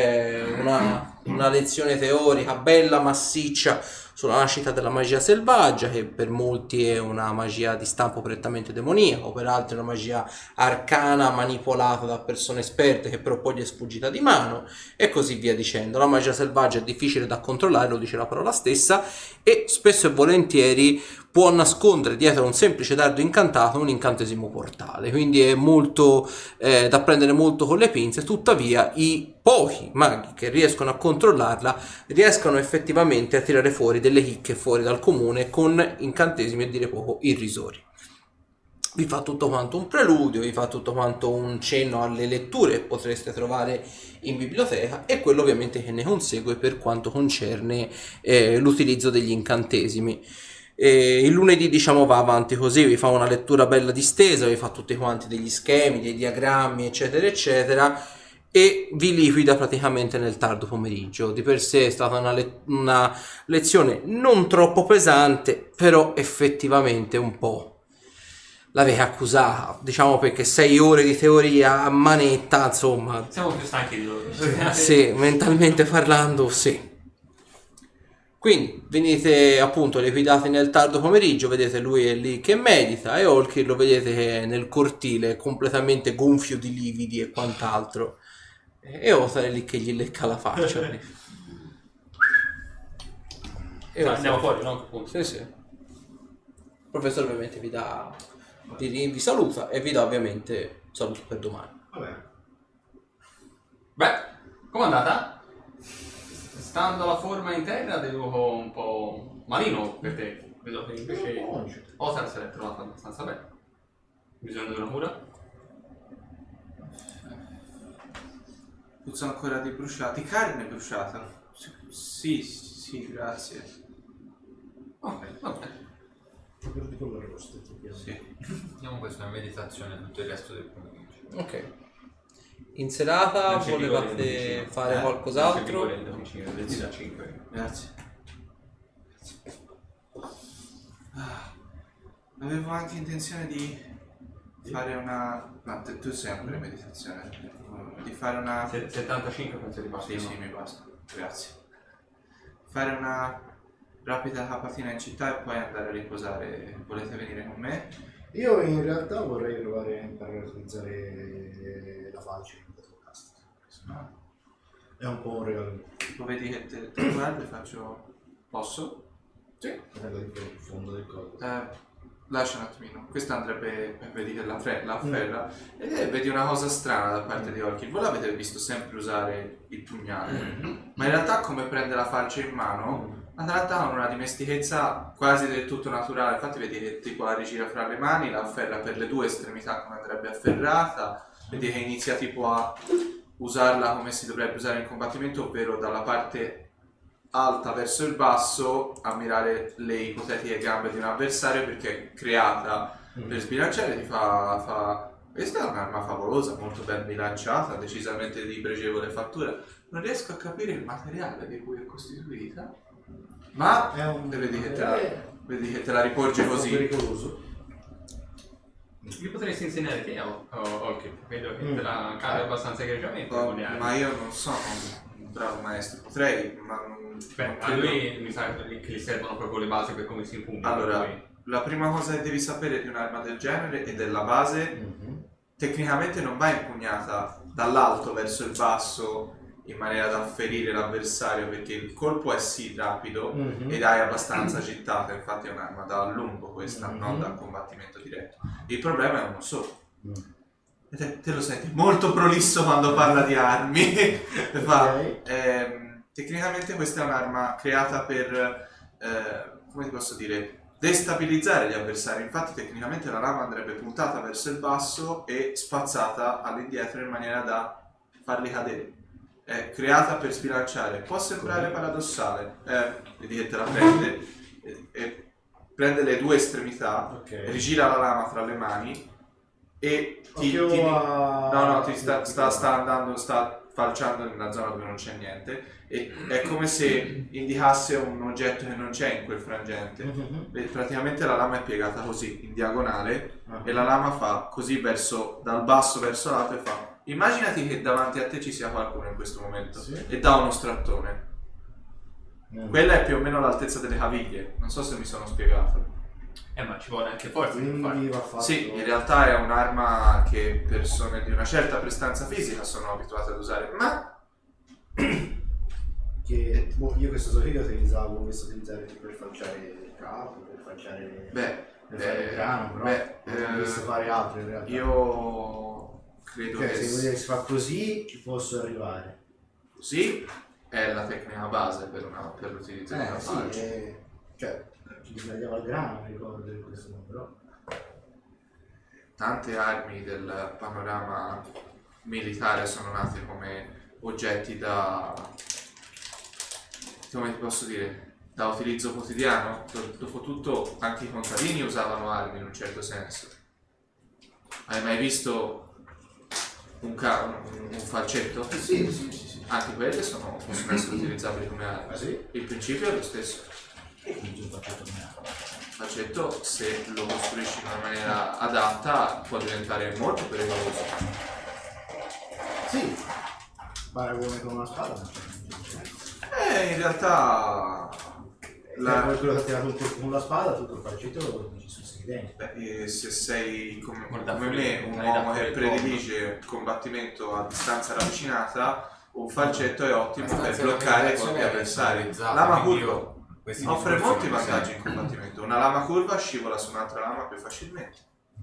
una lezione teorica bella massiccia sulla nascita della magia selvaggia, che per molti è una magia di stampo prettamente demoniaco, per altri è una magia arcana manipolata da persone esperte che però poi gli è sfuggita di mano, e così via dicendo. La magia selvaggia è difficile da controllare, lo dice la parola stessa, e spesso e volentieri può nascondere dietro un semplice dardo incantato un incantesimo portale, quindi è molto da prendere molto con le pinze. Tuttavia i pochi maghi che riescono a controllarla riescono effettivamente a tirare fuori delle chicche fuori dal comune con incantesimi a dire poco irrisori. Vi fa tutto quanto un preludio, vi fa tutto quanto un cenno alle letture che potreste trovare in biblioteca, e quello ovviamente che ne consegue per quanto concerne l'utilizzo degli incantesimi. Il lunedì va avanti così, vi fa una lettura bella distesa, vi fa tutti quanti degli schemi, dei diagrammi eccetera eccetera, e vi liquida praticamente nel tardo pomeriggio. Di per sé è stata una lezione non troppo pesante, però effettivamente un po' l'avete accusata, perché 6 ore di teoria a manetta, insomma, siamo più stanchi di loro. sì, mentalmente parlando, sì. Quindi venite appunto liquidati nel tardo pomeriggio, vedete lui è lì che medita, e Olkir lo vedete che è nel cortile completamente gonfio di lividi e quant'altro, e Othar è lì che gli lecca la faccia. Andiamo fuori, no? Appunto. Sì, sì. Il professore ovviamente vi saluta e vi dà ovviamente saluto per domani. Vabbè. Beh, com'è andata? Stando alla forma interna deduco un po' marino per te. Vedo che invece Othar se l'è trovata abbastanza bene. Bisogno di una cura? Puzzano ancora di bruciati. Carne bruciata. Sì, grazie. Ok, va bene. Per di pollo arrosto. Sì. Andiamo questa è meditazione tutto il resto del pomeriggio. Ok. In serata Non c'è volevate vigore, fare qualcos'altro? Da 5. Grazie. Avevo anche intenzione di fare una... No, tu sempre meditazione. Di fare una... 75 penso di basta. Sì, mi basta. Grazie. Fare una rapida capatina in città e poi andare a riposare. Volete venire con me? Io in realtà vorrei provare a imparare a utilizzare la falce in questo cast. No? È un po' un regalo. Lo vedi che te guardo e faccio... Posso? Sì. Guarda il fondo del coso. Lascia un attimino. Questa andrebbe... Vedi che la afferra. E vedi una cosa strana da parte di Orchid. Voi l'avete visto sempre usare il pugnale. Ma in realtà come prende la falce in mano... In realtà ha una dimestichezza quasi del tutto naturale, infatti vedi che tipo la rigira fra le mani, la afferra per le due estremità come andrebbe afferrata, vedi che inizia tipo a usarla come si dovrebbe usare in combattimento, ovvero dalla parte alta verso il basso a mirare le ipotetiche gambe di un avversario perché è creata per sbilanciare, ti fa... Questa è un'arma favolosa, molto ben bilanciata, decisamente di pregevole fattura. Non riesco a capire il materiale di cui è costituita. Ma vedi che te la riporge così. È pericoloso. Mi potresti insegnare te ok, vedo che te la cavi abbastanza egregiamente. Ma io non sono un bravo maestro, potrei, ma non a lui mi sa che gli servono proprio le basi per come si impugna. Allora, la prima cosa che devi sapere di un'arma del genere è della base, tecnicamente non va impugnata dall'alto verso il basso in maniera da ferire l'avversario, perché il colpo è sì rapido ed hai abbastanza gittata, infatti è un'arma da lungo questa, non da combattimento diretto. Il problema è uno solo. Te lo senti molto prolisso quando parla di armi. Tecnicamente questa è un'arma creata per, come ti posso dire, destabilizzare gli avversari. Infatti tecnicamente la lama andrebbe puntata verso il basso e spazzata all'indietro in maniera da farli cadere. È creata per sbilanciare, può sembrare paradossale, vedi che te la prende e prende le due estremità, rigira la lama fra le mani e sta falciando in una zona dove non c'è niente e è come se indicasse un oggetto che non c'è in quel frangente. Praticamente la lama è piegata così, in diagonale, e la lama fa così dal basso verso l'alto e fa... Immaginati che davanti a te ci sia qualcuno in questo momento e dà uno strattone. Quella è più o meno l'altezza delle caviglie, non so se mi sono spiegato. Ma ci vuole anche forza per farlo. Sì, in realtà è un'arma che persone di una certa prestanza fisica sono abituate ad usare, ma... io questo so che io utilizzavo questo utilizzare per falciare il capo, per falciare... per fare il grano, però non visto fare altro in realtà. Io... credo che se si fa così ci posso arrivare. Così è la tecnica base per l'utilizzo di una falce. Ci sbagliava il grano, mi ricordo in questo modo, però. Tante armi del panorama militare sono nate come oggetti da... come ti posso dire? Da utilizzo quotidiano. Dopotutto anche i contadini usavano armi in un certo senso. Hai mai visto un falcetto? Sì. Anche quelle possono essere utilizzabili come armi. Il principio è lo stesso. Il faccetto, se lo costruisci in una maniera adatta, può diventare molto pericoloso. Sì, paragone con una spada. In realtà... quello che ha tirato con la spada, tutto il faccetto ci sono stati dentro. Se sei come me, un uomo che predilige il combattimento a distanza ravvicinata, un falcetto è ottimo per bloccare i propri avversari. Lama curva offre molti vantaggi in combattimento. Una lama curva scivola su un'altra lama più facilmente.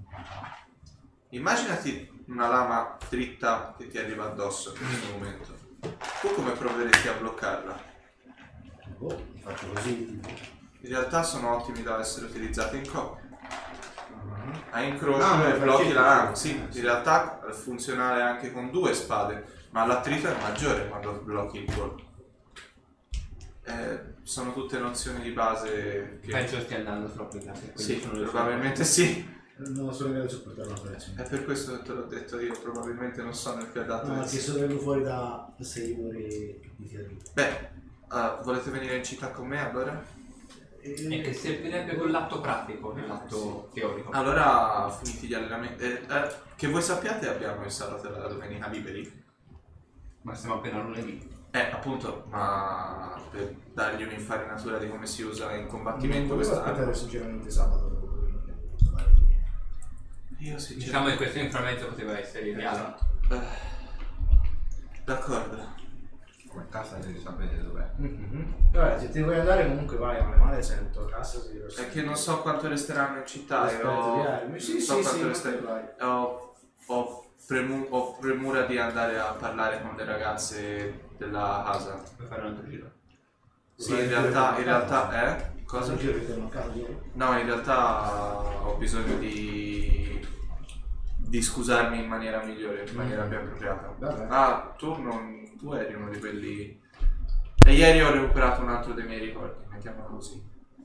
Immaginati una lama dritta che ti arriva addosso in questo momento. Tu come proveresti a bloccarla? Faccio così. In realtà sono ottimi da essere utilizzati in coppia. A incrocio e blocchi la lama. Sì, in realtà è funzionale anche con due spade, ma l'attrito è maggiore quando blocchi il colpo. Sono tutte nozioni di base che... Penso stia andando troppo in classe. Sì, probabilmente sì. Non sono in grado di sopportare l'operazione. È per questo che te l'ho detto io, probabilmente non sono il più adatto. No, che sono venuto fuori da 6 ore di fiato. Beh, volete venire in città con me allora? E che servirebbe con l'atto pratico, nell'atto teorico. Allora, finiti gli allenamenti, che voi sappiate abbiamo il sabato e la domenica liberi? Ma siamo appena lunedì. Appunto, ma per dargli un'infarinatura di come si usa in combattimento Questo questa aspettare sinceramente sabato. Io sì. Diciamo che questo inframezzo poteva essere ideale. D'accordo. Come casa se sapete dov'è. Vabbè, se ti vuoi andare comunque vai, male sento cassa si È che non so quanto resteranno in città. Ho premura di andare a parlare con le ragazze della casa. Puoi fare un altro giro. Sì, in realtà cosa? Un giro che ti è mancato ieri? No, in realtà ho bisogno di scusarmi in maniera migliore, in maniera più appropriata. Vabbè. Tu eri uno di quelli. E ieri ho recuperato un altro dei miei ricordi, mettiamola così.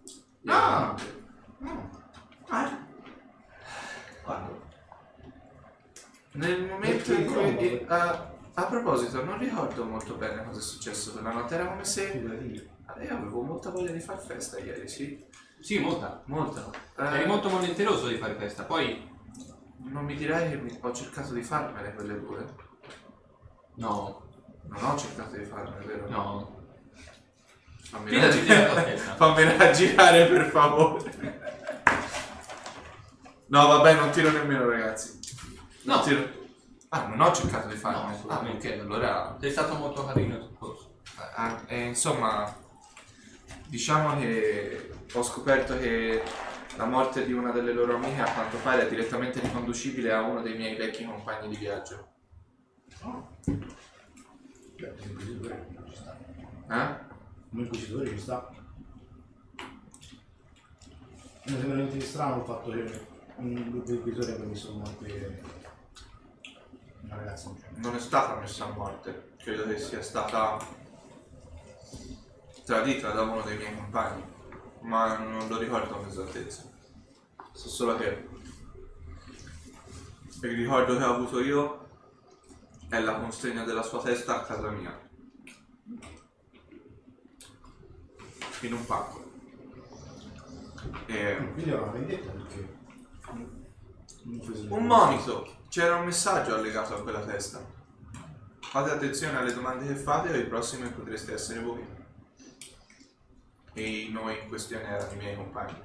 Quando? Nel momento in cui. A proposito, non ricordo molto bene cosa è successo quella notte, era come se. Io avevo molta voglia di far festa ieri, sì? Sì, molta. Eri molto volenteroso di fare festa, poi. Non mi direi che ho cercato di farmele quelle due. No. Non ho cercato di farmele, vero? No. Fammi raggirare per favore. No, vabbè, non tiro nemmeno, ragazzi. Non tiro. Non ho cercato di farmele. Ok, allora. Sei stato molto carino sul corso. Insomma, diciamo che ho scoperto che la morte di una delle loro amiche a quanto pare è direttamente riconducibile a uno dei miei vecchi compagni di viaggio. Beh, l'inquisitore ci sta. Un inquisitore ci sta. Mi sembra veramente strano il fatto che un gruppo di inquisitori abbia messo a morte una ragazza. Non è stata messa a morte, credo che sia stata tradita da uno dei miei compagni, ma non lo ricordo con esattezza. So solo che il ricordo che ho avuto io è la consegna della sua testa a casa mia, in un pacco. Quindi era una vendetta perché un monito, c'era un messaggio allegato a quella testa. Fate attenzione alle domande che fate o i prossimi potreste essere voi. E noi in questione erano i miei compagni.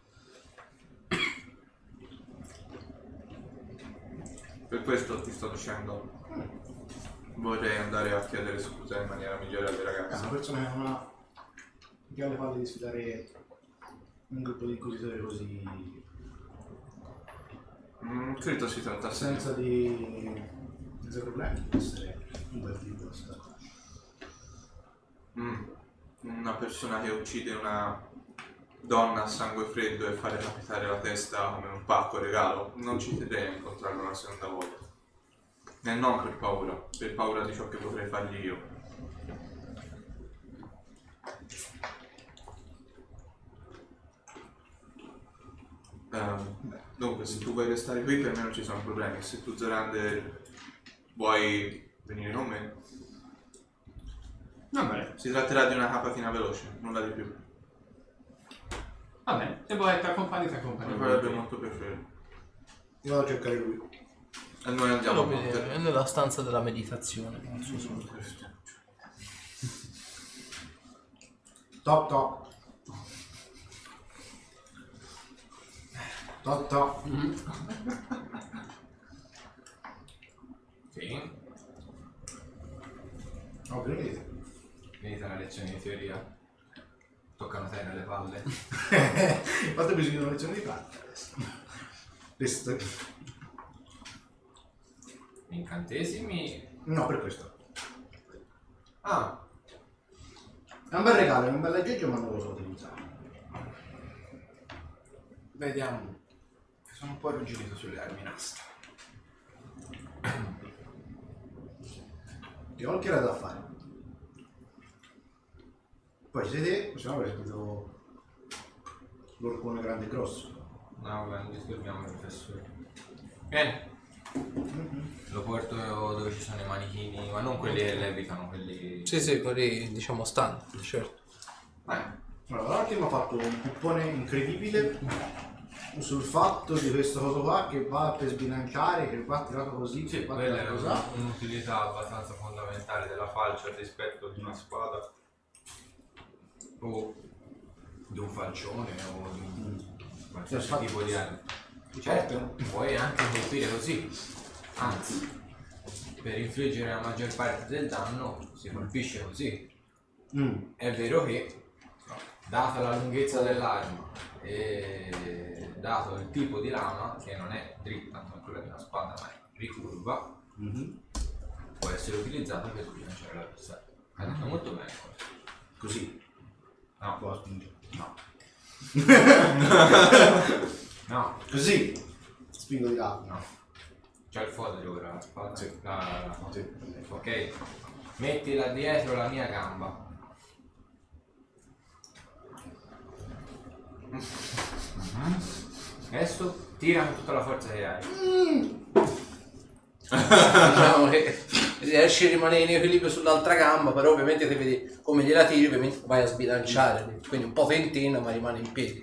Per questo ti sto dicendo, vorrei andare a chiedere scusa in maniera migliore alle ragazze. Una persona che non ha le palle di sfidare un gruppo di inquisitori così credo si trattasse senza problemi, può essere un bel tipo. Una persona che uccide una donna a sangue freddo e fa recapitare la testa come un pacco regalo, non ci terrei a incontrarlo una seconda volta. E non per paura di ciò che potrei fargli io. Dunque, se tu vuoi restare qui per me non ci sono problemi. Se tu, Zorander, vuoi venire con me, va bene. Si tratterà di una capatina veloce, nulla di più. Va bene, se vuoi ti accompagni. Mi farebbe molto piacere. Io vado a cercare lui. E noi andiamo a monte. È nella stanza della meditazione. Top top. Top top. Sì. Oh, venite. Venite alla lezione di teoria. Toccano te nelle palle. Fate bisogno di una lezione di pratica adesso. Questo. Incantesimi. No, per questo. Ah. È un bel regalo, è un bel aggeggio, ma non lo so utilizzare. Vediamo. Sono un po' arrugginito sulle armi nasta. Che ho il che era da fare. Poi ci siete, possiamo aver sentito l'orcone grande e grosso. No, vabbè, non disturbiamo il professore. Vieni. Lo porto dove ci sono i manichini, ma non quelli che levitano, quelli. Sì, quelli diciamo standard, certo. Vai. Allora, l'attimo ha fatto un pippone incredibile sul fatto di questo coso qua che va per sbilanciare, che va tirato così, Sì, che va quella tirato è così. un'utilità abbastanza fondamentale della falce rispetto di una spada o di un falcione o di un qualsiasi tipo di arma. Certo, puoi anche colpire così, anzi, per infliggere la maggior parte del danno si colpisce così. È vero che, data la lunghezza dell'arma e dato il tipo di lama, che non è dritta come quella di una spada ma è ricurva, può essere utilizzato per sbilanciare l'avversario. Ha detto molto bene questo. Così. No. Può spingere. No. No. Così. Spingo di là. No. C'è il fodero ora, la spada. Sì. Sì. Ok. Mettila dietro la mia gamba. Adesso tira con tutta la forza che hai. Diciamo che riesci a rimanere in equilibrio sull'altra gamba, però ovviamente se vedi come gliela tiri, ovviamente vai a sbilanciare, quindi un po' tentina ma rimane in piedi.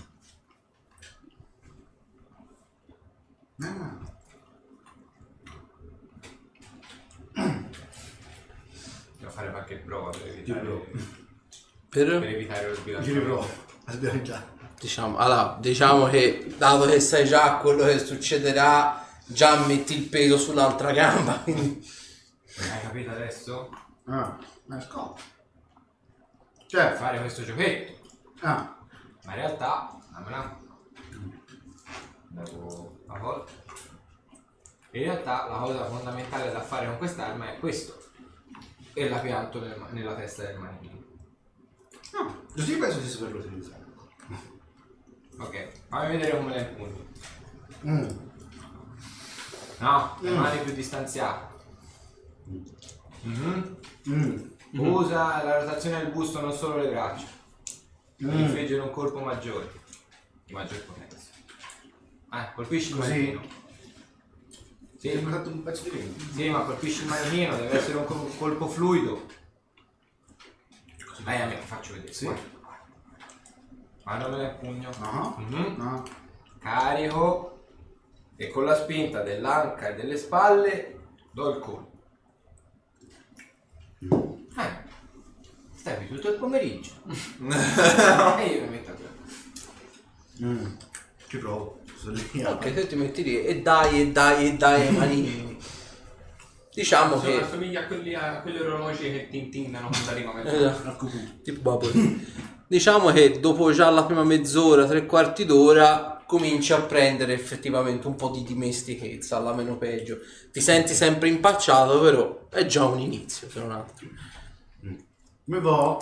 Devo fare qualche prova per evitare, Per evitare lo Ci sbilanciamento. riprovo a sbilanciare. diciamo che dato che sai già quello che succederà, già metti il peso sull'altra gamba, quindi Hai capito adesso? Ma scopri. Cioè, Fare questo giochetto. Ma in realtà, dopo una volta. In realtà la cosa fondamentale da fare con quest'arma è questo. E la pianto nella testa del manichino. così penso sia saperlo utilizzare. Ok, fammi vedere come le impugni. No, le mani più distanziate. Usa la rotazione del busto, non solo le braccia. Per infliggere un colpo maggiore. Di maggior potenza. Colpisci il Così? manichino. Sì, Sì, mi ha fatto un pezzo di legno. sì, ma colpisci il manichino, deve essere un colpo fluido. Dai, a me ti faccio vedere. Sì. Mandamela il pugno. No. Carico e con la spinta dell'anca e delle spalle do il colpo. Stai qui tutto il pomeriggio. E io mi metto a giocare. Ci provo. Sono lì. ok, se ti metti lì e dai ai manini. Diciamo che assomiglia a quegli orologi che tintinnano quando arriva tipo Baboli. Diciamo che dopo già la prima mezz'ora, 3/4 d'ora, cominci a prendere effettivamente un po' di dimestichezza, alla meno peggio. Ti senti sempre impacciato, però è già un inizio, se non altro. Mi va.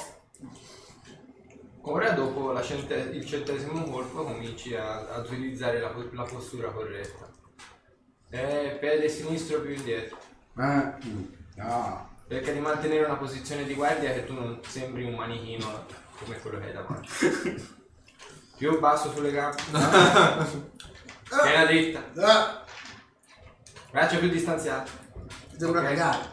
Ora dopo il 100° colpo cominci a utilizzare la postura corretta. Piede sinistro più indietro. Cerca di mantenere una posizione di guardia che tu non sembri un manichino come quello che hai davanti. Più basso sulle gambe. Schiena dritta. Braccia più distanziate. Sembra Ok. cagare.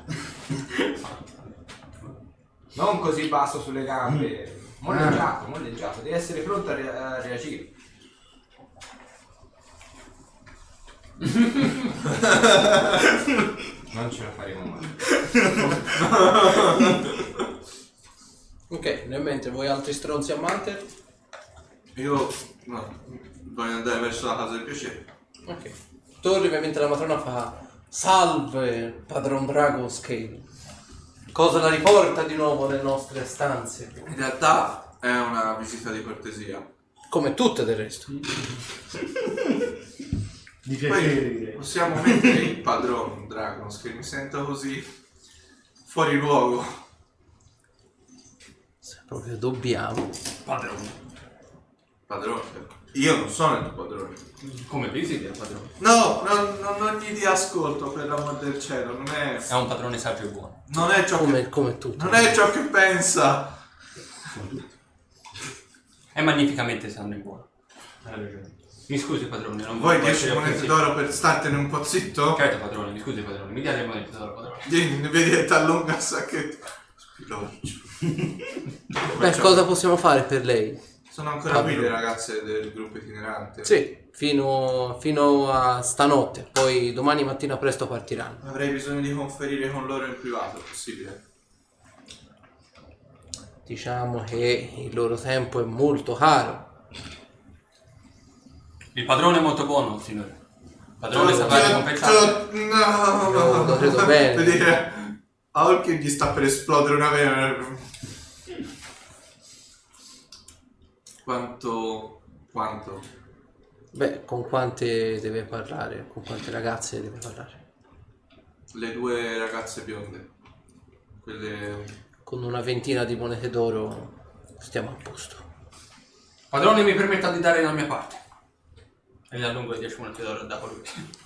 Non così basso sulle gambe. Molleggiato. Devi essere pronto a reagire. Non ce la faremo mai. Ok, nel mentre voi altri stronzi a Manter? Io voglio andare verso la casa del piacere. Ok. Torni ovviamente la matrona fa: salve, padron Dragon Scale. Cosa la riporta di nuovo nelle nostre stanze? In realtà è una visita di cortesia. Come tutte del resto. Di piacere. Poi possiamo mettere il padron Dragons, che mi sento così fuori luogo. Se proprio dobbiamo. Padrone, io non sono il tuo padrone. Come visiti il padrone? No, non gli dia ascolto, per l'amor del cielo, non è un padrone saggio e buono. non è ciò che Come tutte. non è ciò che pensa. È magnificamente sano e buono. Hai ragione. Mi scusi padrone, non Vuoi voglio 10 essere monete offensivo. d'oro per startene un po' zitto? Certo padrone, mi scusi padrone, mi dia le monete d'oro padrone. Vieni, vedi che t'allunga il sacchetto. Spilorcio. Beh, cosa possiamo fare per lei? Sono ancora qui le ragazze del gruppo itinerante? Sì, fino a stanotte, poi domani mattina presto partiranno. Avrei bisogno di conferire con loro in privato, è possibile? Diciamo che il loro tempo è molto caro. Il padrone è molto buono, signore. Il padrone sa fare compensare. No, Lo credo bene. Vedete, a Hulk gli sta per esplodere una vena. Quanto? Beh, con quante deve parlare? Con quante ragazze deve parlare? Le 2 ragazze bionde. Quelle... Con una ventina di monete d'oro stiamo a posto. Padrone, mi permetta di dare la mia parte. E gli allungo 10 monete d'oro da lui.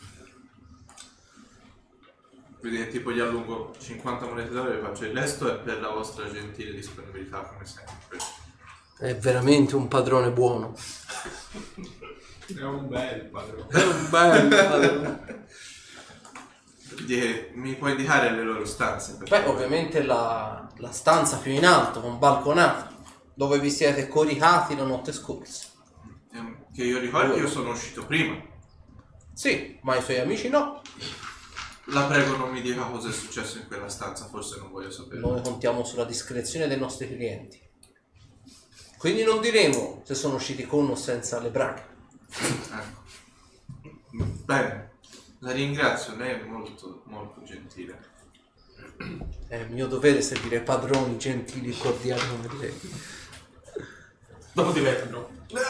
Quindi tipo gli allungo 50 monete d'oro e faccio il resto è per la vostra gentile disponibilità come sempre. È veramente un padrone buono. È un bel padrone. È un bel padrone. Mi puoi indicare le loro stanze? Beh, ovviamente la stanza più in alto, con balconata, dove vi siete coricati la notte scorsa. Che io ricordo, io sono uscito prima. Sì, ma i suoi amici no. La prego non mi dica cosa è successo in quella stanza, forse non voglio sapere. Noi contiamo sulla discrezione dei nostri clienti. Quindi non diremo se sono usciti con o senza le braghe. Ecco. Bene, la ringrazio, lei è molto, molto gentile. È mio dovere servire padroni gentili e cordiali come lei. Dopo di lei, padrone.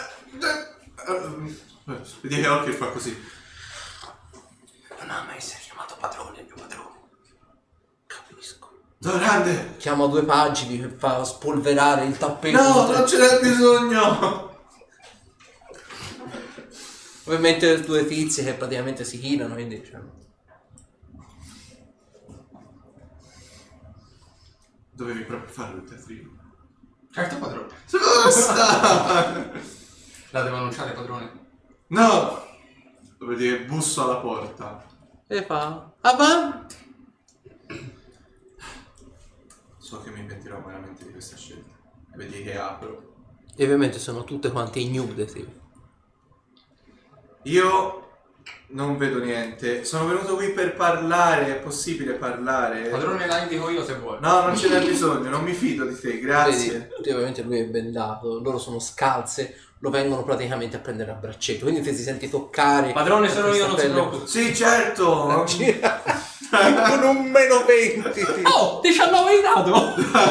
Vedi che Hulk fa così. Non ha mai essere chiamato padrone, il mio padrone. Capisco. Grande! Chiama 2 pagini per far spolverare il tappeto. No, non ce n'è bisogno! Ovviamente 2 tizi che praticamente si chinano, quindi Dovevi proprio farlo il teatrino. Certo, padrone. Basta! La devo annunciare, padrone. No! Dove dire busso alla porta. e fa avanti. So che mi pentirò veramente di questa scelta. E vedi che apro. E ovviamente sono tutte quante ignude, sì. Io non vedo niente. Sono venuto qui per parlare. È possibile parlare? Padrone, la indico io se vuoi. No, non ce n'è bisogno. Non mi fido di te, grazie. Vedi, ovviamente lui è bendato, loro sono scalze, lo vengono praticamente a prendere a braccetto, quindi te si senti toccare. Padrone, sono io, non si pelle. preoccupi. Sì, certo. Con un meno 20. Oh, 19 in grado.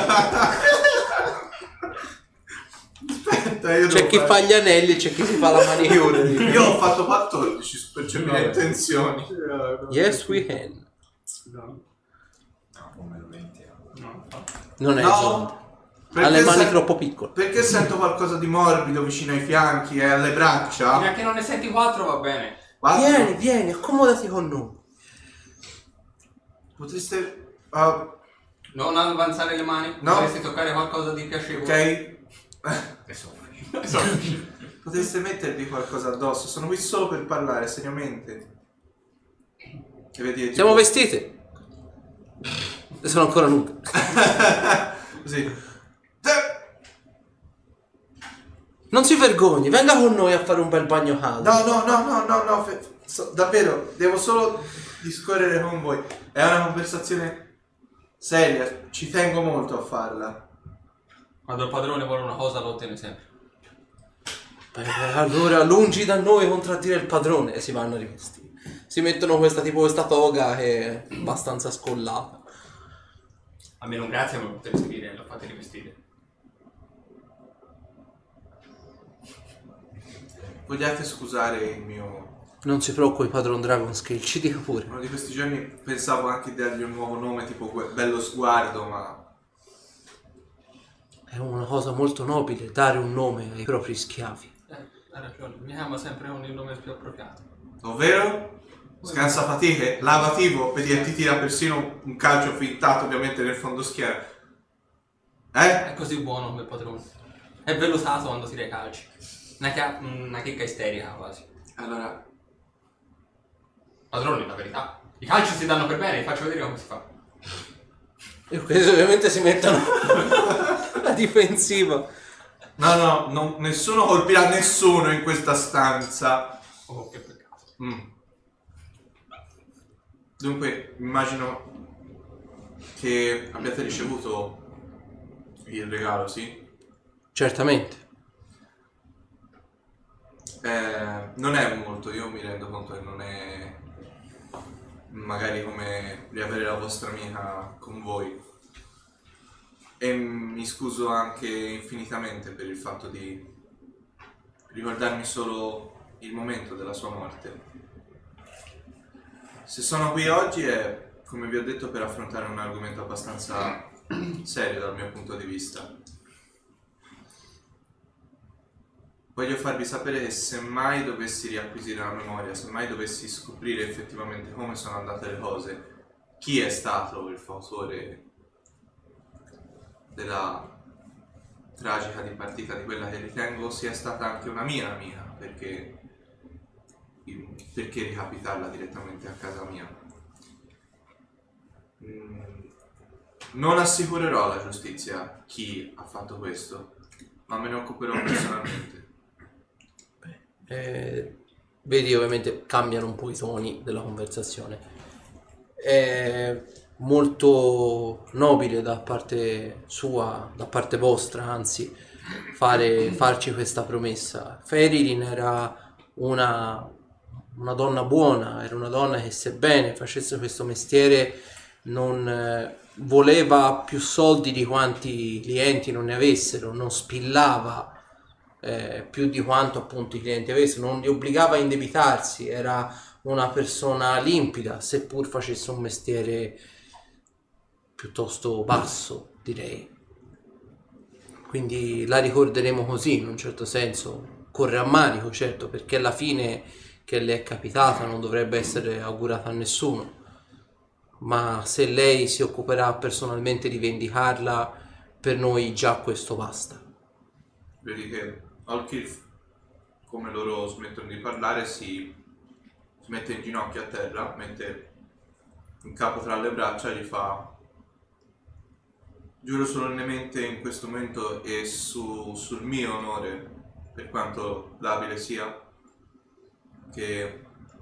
Aspetta, io C'è devo chi fare- fa gli anelli e c'è chi si fa la manicure. Io ho fatto 14 per cercare le intenzioni. Yes, we can. No, come lo 20 Non è No. esatto. Ha le mani troppo piccole. Perché sento qualcosa di morbido vicino ai fianchi e alle braccia? Neanche non ne senti 4 va bene. Guarda, Vieni, accomodati con noi. potreste... Non avanzare le mani. No. Dovresti toccare qualcosa di piacevole. ok? Potreste mettervi qualcosa addosso. Sono qui solo per parlare, seriamente. E vedi, Siamo vestite. E sono ancora nude. Così. Non si vergogni, venga con noi a fare un bel bagno caldo. No, davvero, devo solo discorrere con voi. È una conversazione seria, ci tengo molto a farla. Quando il padrone vuole una cosa lo ottiene sempre. Beh, allora lungi da noi contraddire il padrone. E si vanno a rivestire. Si mettono questa toga che è abbastanza scollata. Almeno un grazie me lo potresti dire, lo fate rivestire. Vogliate scusare il mio... Non si preoccupi, padron Dragonscale, ci dica pure. Uno di questi giorni pensavo anche di dargli un nuovo nome, tipo Bello Sguardo, ma... È una cosa molto nobile dare un nome ai propri schiavi. Hai ragione, mi chiama sempre con il nome più appropriato. Ovvero? Scansa fatiche, lavativo, vedi e ti tira persino un calcio fintato ovviamente nel fondo schiena. È così buono come padrone. È velutato quando tira i calci. Una chicca isterica quasi. Allora, Padrone, la verità. I calci si danno per bene, vi faccio vedere come si fa. E questi ovviamente si mettono difensiva. No, nessuno colpirà nessuno in questa stanza. Oh, che peccato. Dunque, immagino che abbiate ricevuto il regalo, sì? Certamente. Non è molto, io mi rendo conto che non è magari come riavere la vostra amica con voi. E mi scuso anche infinitamente per il fatto di ricordarmi solo il momento della sua morte. Se sono qui oggi è, come vi ho detto, per affrontare un argomento abbastanza serio dal mio punto di vista. Voglio farvi sapere che se mai dovessi riacquisire la memoria, se mai dovessi scoprire effettivamente come sono andate le cose, chi è stato il fautore della tragica dipartita di quella che ritengo sia stata anche una mia amica, perché ricapitarla direttamente a casa mia? Non assicurerò alla giustizia chi ha fatto questo, ma me ne occuperò personalmente. Vedi, ovviamente cambiano un po' i toni della conversazione. È molto nobile da parte sua, da parte vostra, anzi, farci questa promessa. Ferilin era una donna buona, era una donna che, sebbene facesse questo mestiere, non voleva più soldi di quanti clienti non ne avessero, non spillava più di quanto appunto i clienti avessero, non li obbligava a indebitarsi, era una persona limpida, seppur facesse un mestiere piuttosto basso, direi. Quindi la ricorderemo così, in un certo senso, con rammarico, certo, perché alla fine che le è capitata non dovrebbe essere augurata a nessuno, ma se lei si occuperà personalmente di vendicarla, per noi già questo basta. Vedi che Olkir, come loro smettono di parlare, si mette in ginocchio a terra, mette il capo tra le braccia e gli fa: giuro solennemente in questo momento e sul mio onore, per quanto labile sia, che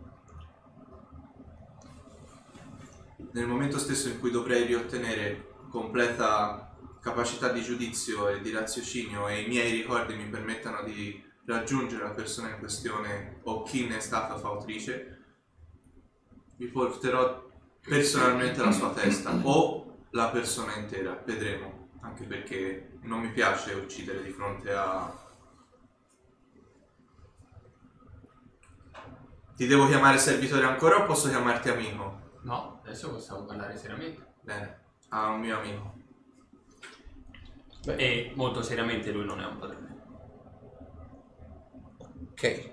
nel momento stesso in cui dovrei riottenere completa capacità di giudizio e di raziocinio e i miei ricordi mi permettano di raggiungere la persona in questione o chi ne è stata fautrice, vi porterò personalmente la sua testa o la persona intera, vedremo, anche perché non mi piace uccidere di fronte a... Ti devo chiamare servitore ancora o posso chiamarti amico? No, adesso possiamo parlare seriamente. Bene, a un mio amico. Beh. E molto seriamente lui non è un padrone. Ok,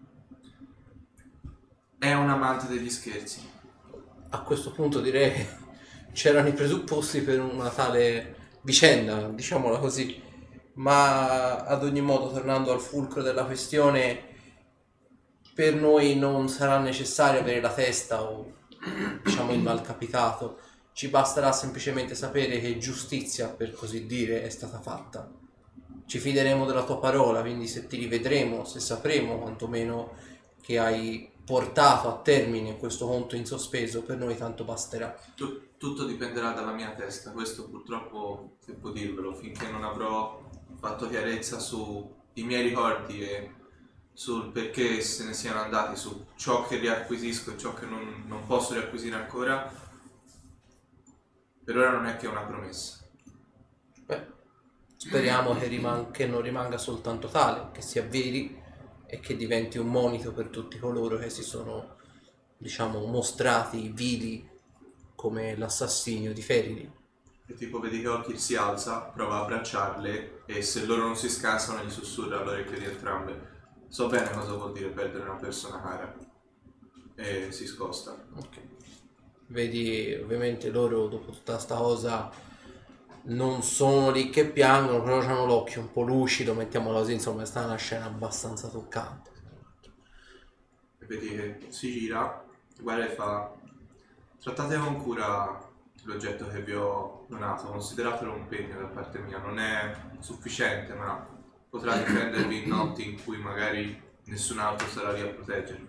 È un amante degli scherzi. a questo punto direi che c'erano i presupposti per una tale vicenda, diciamola così, ma ad ogni modo, tornando al fulcro della questione, per noi non sarà necessario avere la testa o, diciamo, il malcapitato. Ci basterà semplicemente sapere che giustizia, per così dire, è stata fatta. Ci fideremo della tua parola, quindi se ti rivedremo, se sapremo quantomeno che hai portato a termine questo conto in sospeso, per noi tanto basterà. Tutto dipenderà dalla mia testa, questo purtroppo devo dirvelo, finché non avrò fatto chiarezza sui miei ricordi e sul perché se ne siano andati, su ciò che riacquisisco e ciò che non posso riacquisire ancora. Per ora non è che una promessa. Beh, speriamo che non rimanga soltanto tale, che si avveri e che diventi un monito per tutti coloro che si sono, diciamo, mostrati vili come l'assassinio di Ferilin. E tipo vedi che Olkir si alza, prova a abbracciarle e se loro non si scansano gli sussurra all'orecchio di entrambe: so bene cosa vuol dire perdere una persona cara. E si scosta. Ok. Vedi, ovviamente loro dopo tutta sta cosa non sono lì che piangono, però hanno l'occhio un po' lucido, mettiamola così, insomma è stata una scena abbastanza toccante. E vedi che si gira, guarda e fa: trattate con cura l'oggetto che vi ho donato, consideratelo un pegno da parte mia, non è sufficiente, ma potrà difendervi in notti in cui magari nessun altro sarà lì a proteggervi.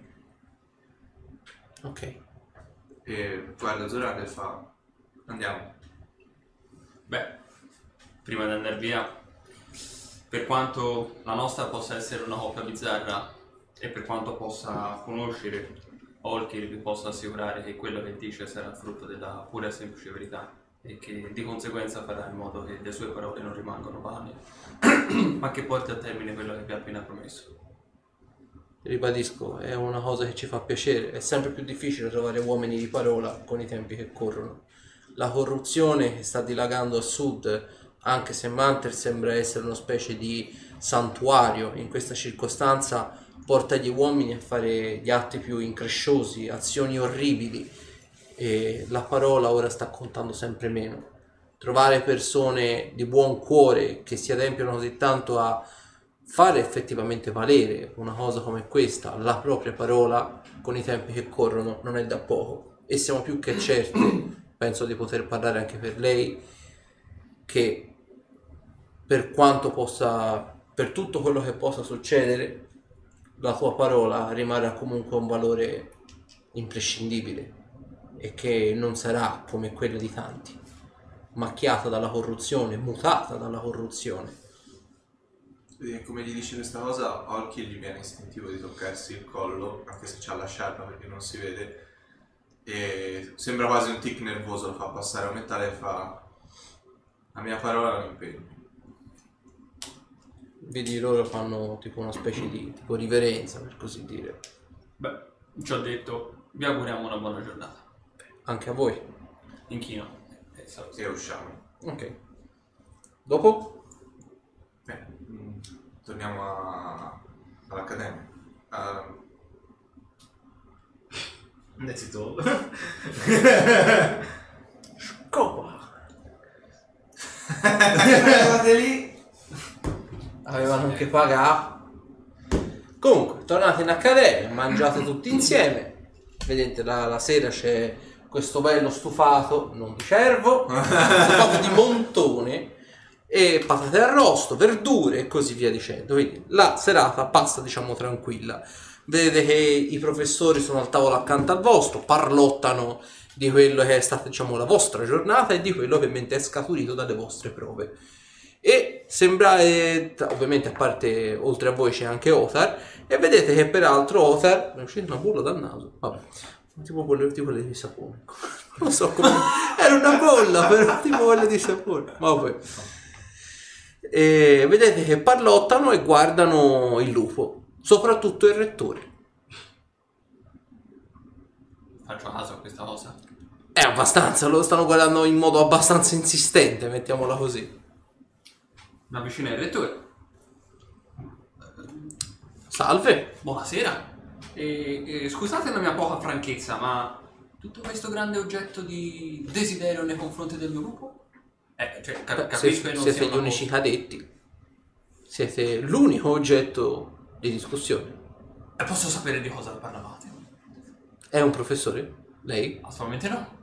Ok. E guarda Zoran e fa: andiamo. Beh, prima di andare via, per quanto la nostra possa essere una coppia bizzarra e per quanto possa conoscere Olkir, vi posso assicurare che quello che dice sarà frutto della pura e semplice verità e che di conseguenza farà in modo che le sue parole non rimangano vane, ma che porti a termine quello che vi ha appena promesso. Ribadisco, è una cosa che ci fa piacere. È sempre più difficile trovare uomini di parola con i tempi che corrono. La corruzione che sta dilagando a sud, anche se Manter sembra essere una specie di santuario in questa circostanza, porta gli uomini a fare gli atti più incresciosi, azioni orribili, e la parola ora sta contando sempre meno. Trovare persone di buon cuore che si adempiano così tanto a fare effettivamente valere una cosa come questa, la propria parola, con i tempi che corrono, non è da poco. E siamo più che certi, penso di poter parlare anche per lei, che per quanto possa, per tutto quello che possa succedere, la tua parola rimarrà comunque un valore imprescindibile e che non sarà come quella di tanti, macchiata dalla corruzione, mutata dalla corruzione. E come gli dice questa cosa, a Olkir gli viene istintivo di toccarsi il collo, anche se c'ha la sciarpa perché non si vede, e sembra quasi un tic nervoso, lo fa passare a metà e fa: la mia parola non impegno. Vedi, loro fanno tipo una specie di tipo riverenza, per così dire. Beh, ci ho detto, vi auguriamo una buona giornata. Anche a voi. Inchino. E usciamo. Ok. Dopo? Beh, torniamo all'accademia. That's it all. Scopa! Guardate lì. Avevano anche pagato. Comunque, tornate in accademia, mangiate tutti insieme. Vedete, la sera c'è questo bello stufato, non di cervo, stufato di montone, e patate arrosto, verdure e così via dicendo. Quindi la serata passa, diciamo, tranquilla. Vedete che i professori sono al tavolo accanto al vostro, parlottano di quello che è stata, diciamo, la vostra giornata e di quello che ovviamente è scaturito dalle vostre prove. E sembra, ovviamente, a parte, oltre a voi c'è anche Othar, e vedete che peraltro Othar, è uscita una bolla dal naso, vabbè, tipo quelle di sapone, non so come, era una bolla però tipo quelle di sapone, vabbè. E vedete che parlottano e guardano il lupo, soprattutto il rettore. Faccio caso a questa cosa. È abbastanza, lo stanno guardando in modo abbastanza insistente, mettiamola così. Mi avvicino al rettore. Salve. Buonasera. Scusate la mia poca franchezza, ma tutto questo grande oggetto di desiderio nei confronti del mio lupo? Capisco che non siete sia gli unici cadetti. Siete l'unico oggetto di discussione. E posso sapere di cosa parlavate? È un professore? Lei? Assolutamente no.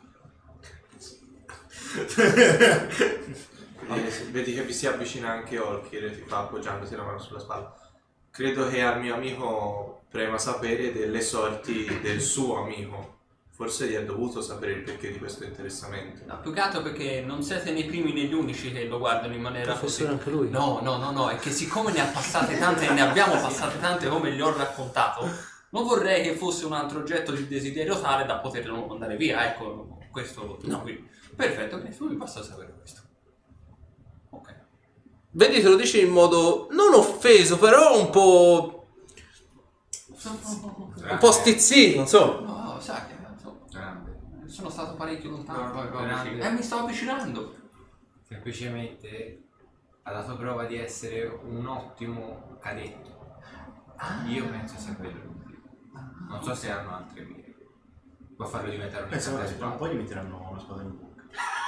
Vedi che vi si avvicina anche Olkir e ti fa appoggiandosi la mano sulla spalla. Credo che al mio amico prema sapere delle sorti del suo amico. Forse gli è dovuto sapere il perché di questo interessamento. No, più che altro perché non siete né i primi né gli unici che lo guardano in maniera Professore, così. anche lui? No, è che siccome ne ha passate tante e ne abbiamo passate tante come gli ho raccontato, non vorrei che fosse un altro oggetto di desiderio tale da poterlo mandare via, ecco, questo No. qui. Perfetto, quindi tu mi basta sapere questo. Ok. Vedi, te lo dice in modo non offeso, però un po' stizzito, insomma. No, sai che Grande. sono stato parecchio lontano. No, poi grande. mi sto avvicinando. Semplicemente ha dato prova di essere un ottimo cadetto. Io penso sia quello il motivo. Non so se hanno altre vie. Può farlo diventare un Penso che tra un po' cadetto. gli metteranno una spada in bocca.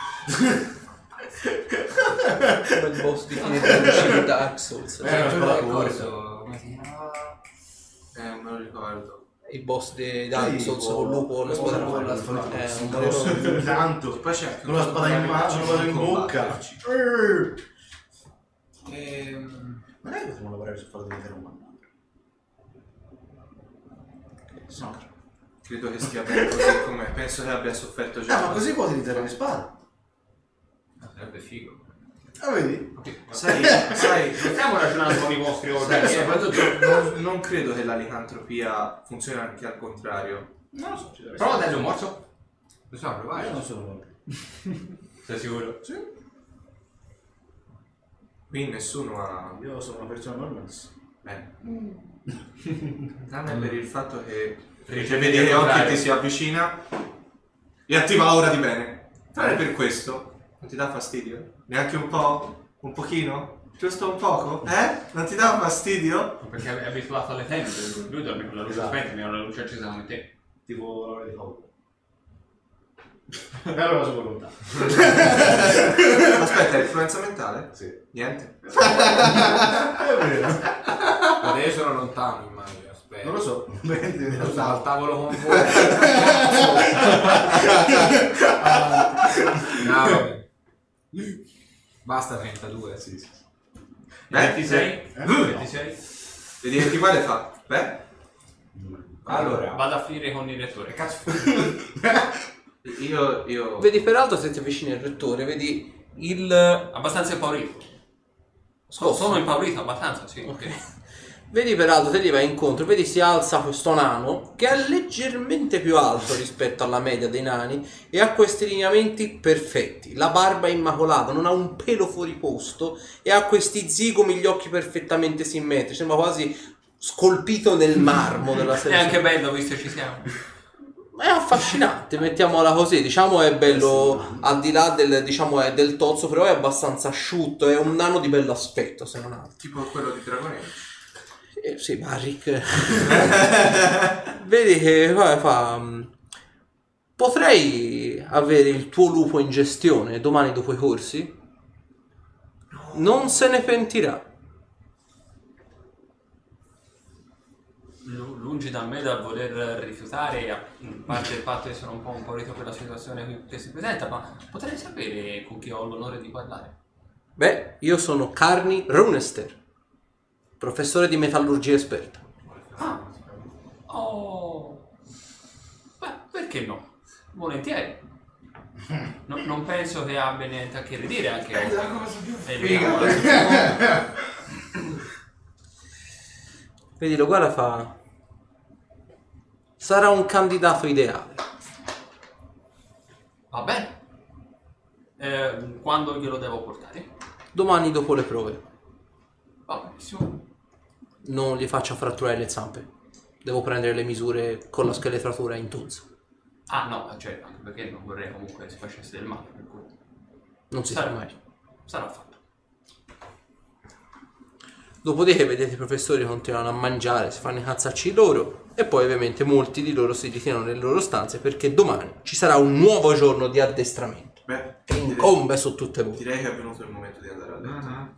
Come il boss di fine di Dark Souls. Una spada corta. Come si chiama? Non me lo ricordo. il boss di Dark Souls con il lupo, la spada in mano. Tanto. Poi c'è Con la spada in mano, la in bocca. Non è che potremmo lavorare su farlo diventare un magnate. No. Credo che stia bene così com'è. Penso che abbia sofferto già. Ma così può utilizzare le spade. Sarebbe figo. Ah, vedi? Sai, Stiamo ragionando con i vostri ordini. soprattutto non credo che la licantropia funzioni anche al contrario. Non lo so. Prova a dargli un morso. Possiamo provare? Io non sono. Sei sicuro? Sì. Qui nessuno ha... Io sono una persona normale. Bene. Tranne per il fatto che Riceve vedi di che occhi contrario. ti si avvicina e attiva ora di bene. Tranne per questo. Non ti dà fastidio? Neanche un po'? Un pochino? Giusto un poco? Non ti dà fastidio? Perché è abituato alle tende. Lui dorme con la luce spenta, mi ha la luce accesa come te. Tipo l'ora di paura. E allora sono volontà. Aspetta, è influenza mentale? Sì. Niente. È vero. Adesso sono lontano, immagino. Aspetta. Non lo so. Prendi Sto al tavolo con voi. No, vabbè. Basta 32, sì. 26? 26? Vedi che quale fa? Beh, Allora, Vado a finire con il rettore. cazzo. io... Vedi peraltro se ti avvicini al rettore, vedi il... Abbastanza impaurito. Sono impaurito abbastanza, sì. Ok. Vedi peraltro, te gli vai incontro, vedi si alza questo nano che è leggermente più alto rispetto alla media dei nani e ha questi lineamenti perfetti, la barba è immacolata, non ha un pelo fuori posto e ha questi zigomi, gli occhi perfettamente simmetrici, sembra quasi scolpito nel marmo della È serie. anche bello visto ci siamo. È affascinante, mettiamola così, diciamo è bello al di là del, diciamo, è del tozzo, però è abbastanza asciutto, è un nano di bell'aspetto se non altro. Tipo quello di Dragon Age. Sì, Barrick. Vedi che fa. Potrei avere il tuo lupo in gestione domani dopo i corsi? Non se ne pentirà. Lungi da me dal voler rifiutare, a parte il fatto che sono un po' impaurito per la situazione che si presenta, ma potrei sapere con chi ho l'onore di parlare. Beh, io sono Carni Runester, professore di metallurgia esperta. Ah, oh, beh, perché no? Volentieri. Non penso che abbia niente a che ridire anche oggi. Vedi, lo guarda fa. Sarà un candidato ideale. Va bene. Quando glielo devo portare? Domani dopo le prove. Va benissimo. Non gli faccia fratturare le zampe. Devo prendere le misure con la scheletratura in tonza. Ah no, cioè, anche perché non vorrei comunque si facesse del male, per cui Non si sa mai. sarà fatto. Dopodiché vedete i professori continuano a mangiare, si fanno i cazzacci loro e poi ovviamente molti di loro si ritirano nelle loro stanze perché domani ci sarà un nuovo giorno di addestramento. Beh, Che incombe su tutte voi. direi che è venuto il momento di andare a letto.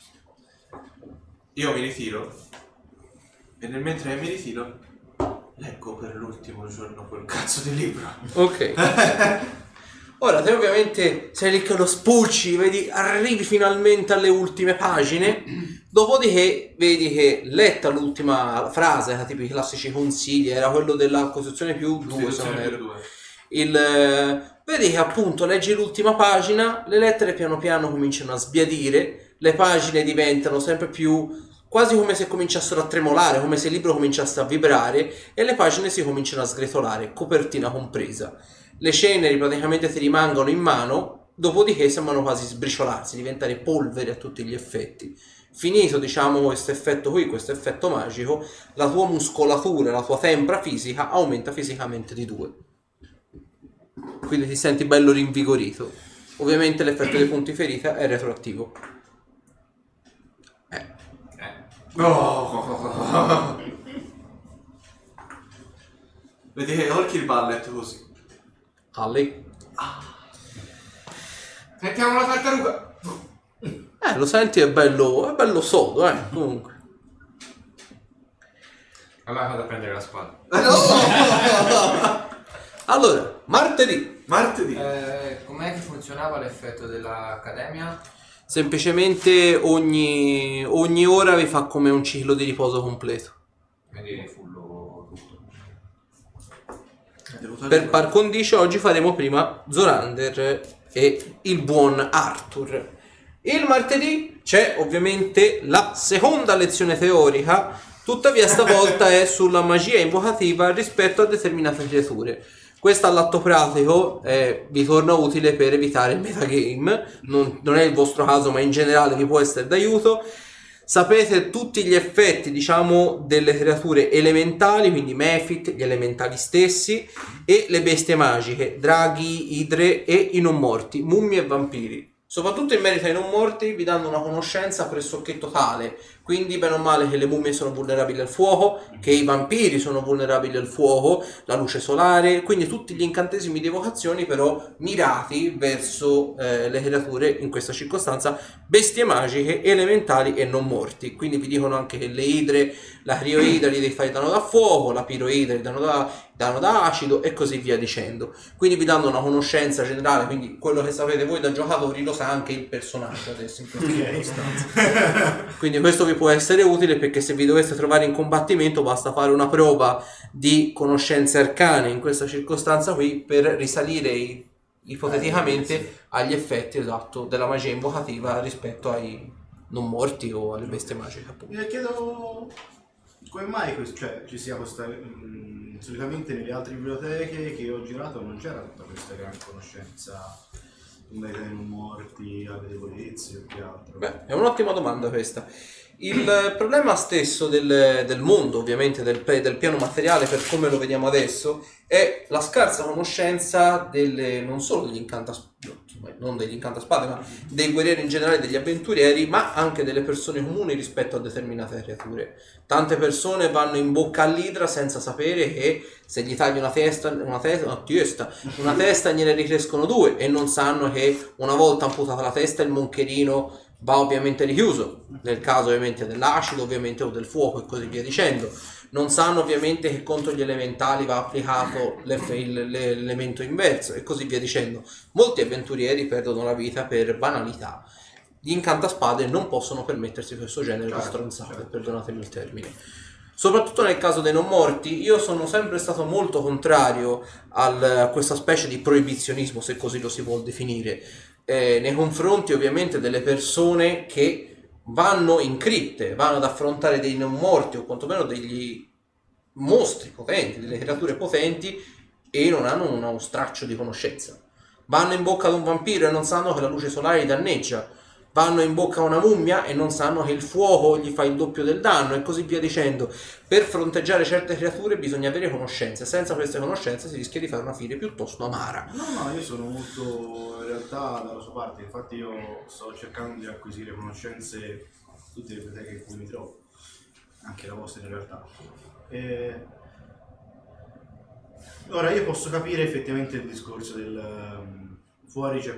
Io mi ritiro e nel mentre mi ritiro leggo per l'ultimo giorno quel cazzo di libro. Ok. Ora te ovviamente sei lì che lo spulci, vedi, arrivi finalmente alle ultime pagine, dopodiché vedi che letta l'ultima frase, era tipo i classici consigli, era quello della Costituzione più 2 se non erro. Vedi che appunto leggi l'ultima pagina, le lettere piano piano cominciano a sbiadire, le pagine diventano sempre più quasi come se cominciassero a tremolare, come se il libro cominciasse a vibrare e le pagine si cominciano a sgretolare, copertina compresa. Le ceneri praticamente ti rimangono in mano, dopodiché sembrano quasi sbriciolarsi, diventare polvere a tutti gli effetti. Finito, diciamo, questo effetto qui, questo effetto magico, la tua muscolatura, la tua tempra fisica aumenta fisicamente di 2. Quindi ti senti bello rinvigorito. Ovviamente l'effetto dei punti ferita è retroattivo. Oh. Vedi che Orchid va a letto così. Ali. Sentiamo la tartaruga. Lo senti, è bello sodo, comunque. Allora vado a prendere la spada. Allora, martedì. Com'è che funzionava l'effetto dell'accademia? Semplicemente ogni ora vi fa come un ciclo di riposo completo. Quindi fullo tutto. Per par condicio oggi faremo prima Zorander e il buon Arthur. Il martedì c'è ovviamente la seconda lezione teorica, tuttavia stavolta è sulla magia invocativa rispetto a determinate creature. Questa all'atto pratico vi torna utile per evitare il metagame, non è il vostro caso ma in generale vi può essere d'aiuto. Sapete tutti gli effetti, diciamo, delle creature elementali, quindi Mephit, gli elementali stessi, e le bestie magiche, draghi, idre e i non morti, mummie e vampiri. Soprattutto in merito ai non morti vi danno una conoscenza pressoché totale, quindi bene o male che le mummie sono vulnerabili al fuoco, che i vampiri sono vulnerabili al fuoco, la luce solare, quindi tutti gli incantesimi di evocazioni però mirati verso le creature, in questa circostanza bestie magiche, elementali e non morti. Quindi vi dicono anche che le idre, la crioidra gli devi fare danno da fuoco, la piroidra gli danno da acido e così via dicendo. Quindi vi danno una conoscenza generale, quindi quello che sapete voi da giocatori lo sa anche il personaggio adesso in questa circostanza. Quindi questo vi può essere utile, perché se vi doveste trovare in combattimento basta fare una prova di conoscenze arcane in questa circostanza qui per risalire ipoteticamente agli effetti esatto della magia invocativa rispetto ai non morti o alle bestie magiche, appunto. Mi chiedo come mai ci sia questa solitamente nelle altre biblioteche che ho girato non c'era tutta questa gran conoscenza in merito ai non morti, alle debolezze o che altro. Beh, è un'ottima domanda questa. Il problema stesso del mondo, ovviamente del piano materiale per come lo vediamo adesso, è la scarsa conoscenza non solo degli non degli incantaspade, ma dei guerrieri in generale, degli avventurieri, ma anche delle persone comuni rispetto a determinate creature. Tante persone vanno in bocca all'idra senza sapere che se gli tagli una testa gliene ricrescono due, e non sanno che una volta amputata la testa il moncherino va ovviamente richiuso, nel caso ovviamente dell'acido ovviamente o del fuoco e così via dicendo. Non sanno ovviamente che contro gli elementali va applicato l'elemento inverso e così via dicendo. Molti avventurieri perdono la vita per banalità. Gli incantaspade non possono permettersi questo genere di stronzate, perdonatemi il termine. Soprattutto nel caso dei non morti, io sono sempre stato molto contrario a questa specie di proibizionismo, se così lo si vuol definire, nei confronti ovviamente delle persone che vanno in cripte, vanno ad affrontare dei non morti o quantomeno degli mostri potenti, delle creature potenti, e non hanno uno straccio di conoscenza. Vanno in bocca ad un vampiro e non sanno che la luce solare li danneggia, vanno in bocca a una mummia e non sanno che il fuoco gli fa il doppio del danno e così via dicendo. Per fronteggiare certe creature bisogna avere conoscenze, senza queste conoscenze si rischia di fare una fine piuttosto amara. No, io sono molto in realtà dalla sua parte, infatti io sto cercando di acquisire conoscenze in tutte le biblioteche in cui mi trovo, anche la vostra in realtà. Ora io posso capire effettivamente il discorso del fuori c'è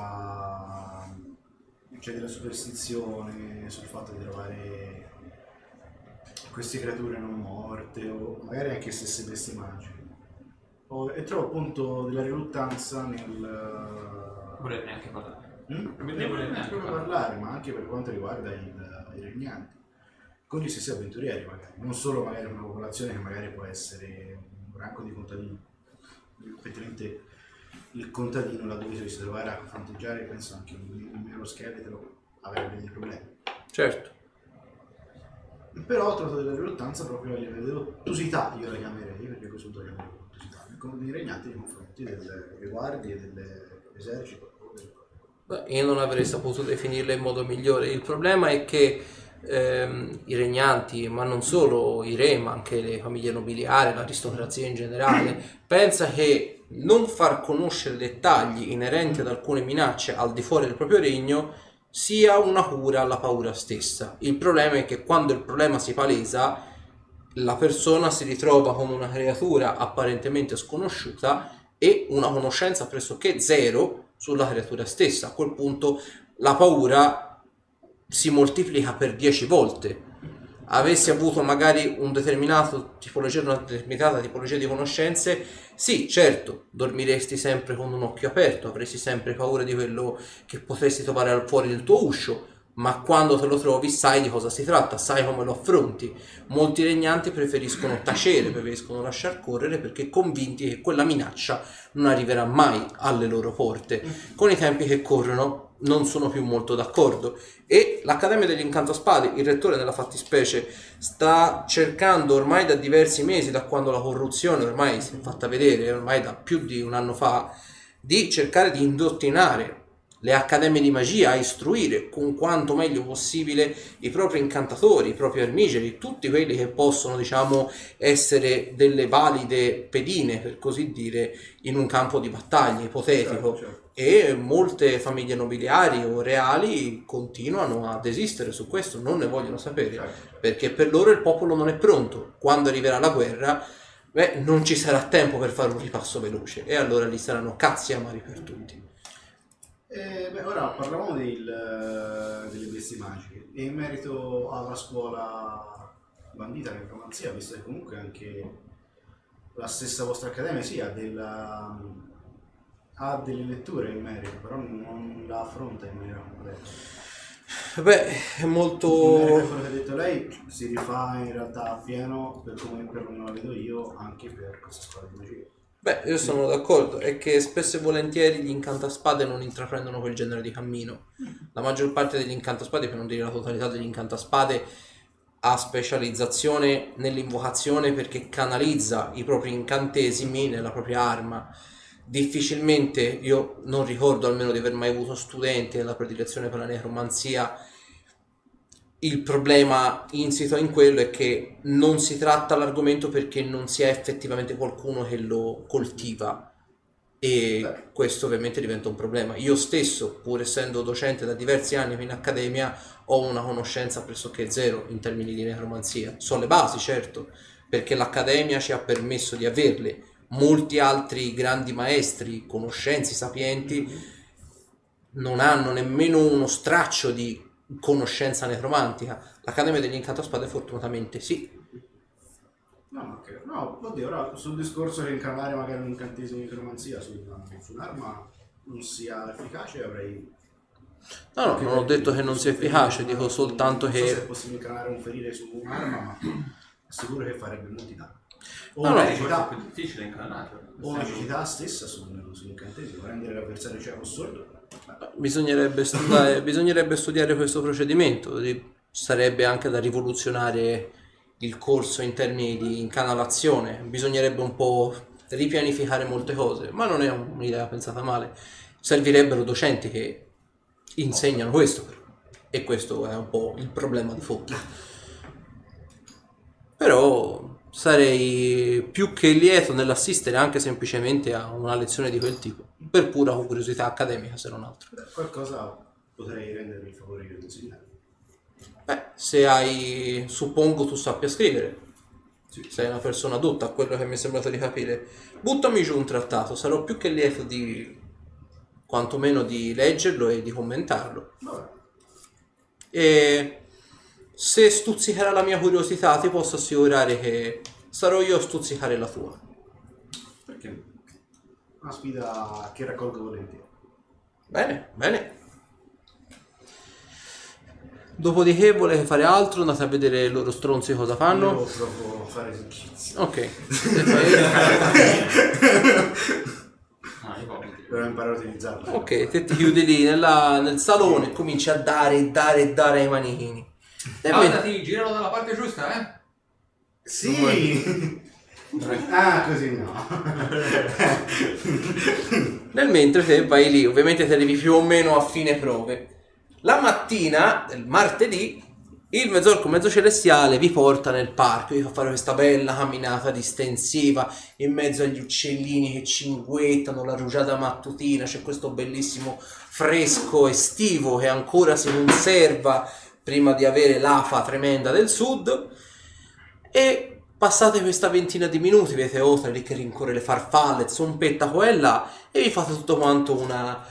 della superstizione sul fatto di trovare queste creature non morte o magari anche stesse bestie magiche, e trovo appunto della riluttanza nel voler neanche parlare. Non neanche parlare, ma anche per quanto riguarda i regnanti con gli stessi avventurieri, magari non solo magari una popolazione che magari può essere un rango di contadini. Effettivamente il contadino laddove si dovesse trovare a fronteggiare, penso anche un mero scheletro avrebbe dei problemi. Certo. Però ho trovato della riluttanza proprio a livello dell'ottusità, io la chiamerei, perché a questo punto la chiamerei ottusità, dei regnanti nei confronti delle guardie, dell'esercito. Io non avrei saputo definirla in modo migliore. Il problema è che i regnanti, ma non solo i re, ma anche le famiglie nobiliari, l'aristocrazia in generale, pensa che non far conoscere dettagli inerenti ad alcune minacce al di fuori del proprio regno sia una cura alla paura stessa. Il problema è che quando il problema si palesa, la persona si ritrova con una creatura apparentemente sconosciuta e una conoscenza pressoché zero sulla creatura stessa. A quel punto la paura si moltiplica per 10 volte. avessi avuto magari una determinata tipologia di conoscenze, sì, certo, dormiresti sempre con un occhio aperto, avresti sempre paura di quello che potresti trovare al fuori del tuo uscio, ma quando te lo trovi sai di cosa si tratta, sai come lo affronti. Molti regnanti preferiscono tacere, preferiscono lasciar correre perché convinti che quella minaccia non arriverà mai alle loro porte. Con i tempi che corrono non sono più molto d'accordo e l'Accademia degli Incantaspade, il rettore nella fattispecie, sta cercando ormai da diversi mesi, da quando la corruzione ormai si è fatta vedere, ormai da più di un anno fa, di cercare di indottrinare le accademie di magia, a istruire con quanto meglio possibile i propri incantatori, i propri armigeri, tutti quelli che possono, diciamo, essere delle valide pedine, per così dire, in un campo di battaglia ipotetico. Certo. E molte famiglie nobiliari o reali continuano a desistere su questo, non ne vogliono sapere, perché per loro il popolo non è pronto. Quando arriverà la guerra, non ci sarà tempo per fare un ripasso veloce e allora lì saranno cazzi amari per tutti. Ora parlavamo delle bestie magiche e in merito alla scuola bandita necromanzia, visto che comunque anche la stessa vostra accademia ha delle letture in merito, però non la affronta in maniera completa. È molto... In merito a quello che ha detto lei si rifà in realtà appieno, per come perlomeno la vedo io, anche per questa scuola di magia. Io sono d'accordo, è che spesso e volentieri gli incantaspade non intraprendono quel genere di cammino. La maggior parte degli incantaspade, per non dire la totalità degli incantaspade, ha specializzazione nell'invocazione perché canalizza i propri incantesimi nella propria arma. Difficilmente, io non ricordo almeno di aver mai avuto studenti nella predilezione per la necromanzia. Il problema insito in quello è che non si tratta l'argomento perché non si è effettivamente qualcuno che lo coltiva e questo ovviamente diventa un problema. Io stesso, pur essendo docente da diversi anni in accademia, ho una conoscenza pressoché zero in termini di necromanzia. So le basi, certo, perché l'accademia ci ha permesso di averle. Molti altri grandi maestri, conoscenzi, sapienti, non hanno nemmeno uno straccio di conoscenza necromantica. L'Accademia degli Incantaspade fortunatamente sì. No, oddio, ora sul discorso che incanare magari un incantesimo di necromanzia su un'arma non sia efficace avrei... No, non ho detto che non sia efficace, dico soltanto non so se è che... possibile incanare un ferire su un'arma, ma è sicuro che farebbe molti danni. O No, una no, cecità, È più difficile incanarlo. o una cecità stessa sull'incantesimo, rendere l'avversario cieco o sordo. Bisognerebbe studiare questo procedimento. Sarebbe anche da rivoluzionare il corso in termini di incanalazione. Bisognerebbe un po' ripianificare molte cose, ma non è un'idea pensata male. Servirebbero docenti che insegnano questo, e questo è un po' il problema di fondo. Però sarei più che lieto nell'assistere anche semplicemente a una lezione di quel tipo, per pura curiosità accademica, se non altro. Qualcosa potrei rendermi il favore di insegnare. Se hai, suppongo tu sappia scrivere, sei una persona dotta, a quello che mi è sembrato di capire, buttami giù un trattato, sarò più che lieto di quantomeno di leggerlo e di commentarlo. Vabbè. E se stuzzicherà la mia curiosità ti posso assicurare che sarò io a stuzzicare la tua. Perché no? Una sfida che raccolgo volentieri. Bene, bene. Dopodiché volete fare altro? Andate a vedere loro stronzi cosa fanno? Io provo a fare esercizi. Ok. Devo imparare a utilizzarlo. Ok, te ti chiudi lì nel salone e cominci a dare ai manichini. Guardati, giralo dalla parte giusta, eh? Sì! Ah, così no. Nel mentre te vai lì, ovviamente te devi più o meno a fine prove. La mattina del martedì il mezzorco mezzo celestiale vi porta nel parco, vi fa fare questa bella camminata distensiva in mezzo agli uccellini che cinguettano, la rugiada mattutina, c'è questo bellissimo fresco estivo che ancora si conserva prima di avere l'afa tremenda del sud, e passate questa ventina di minuti, vedete Otra lì che rincorre le farfalle, zompetta qua e là, e vi fate tutto quanto una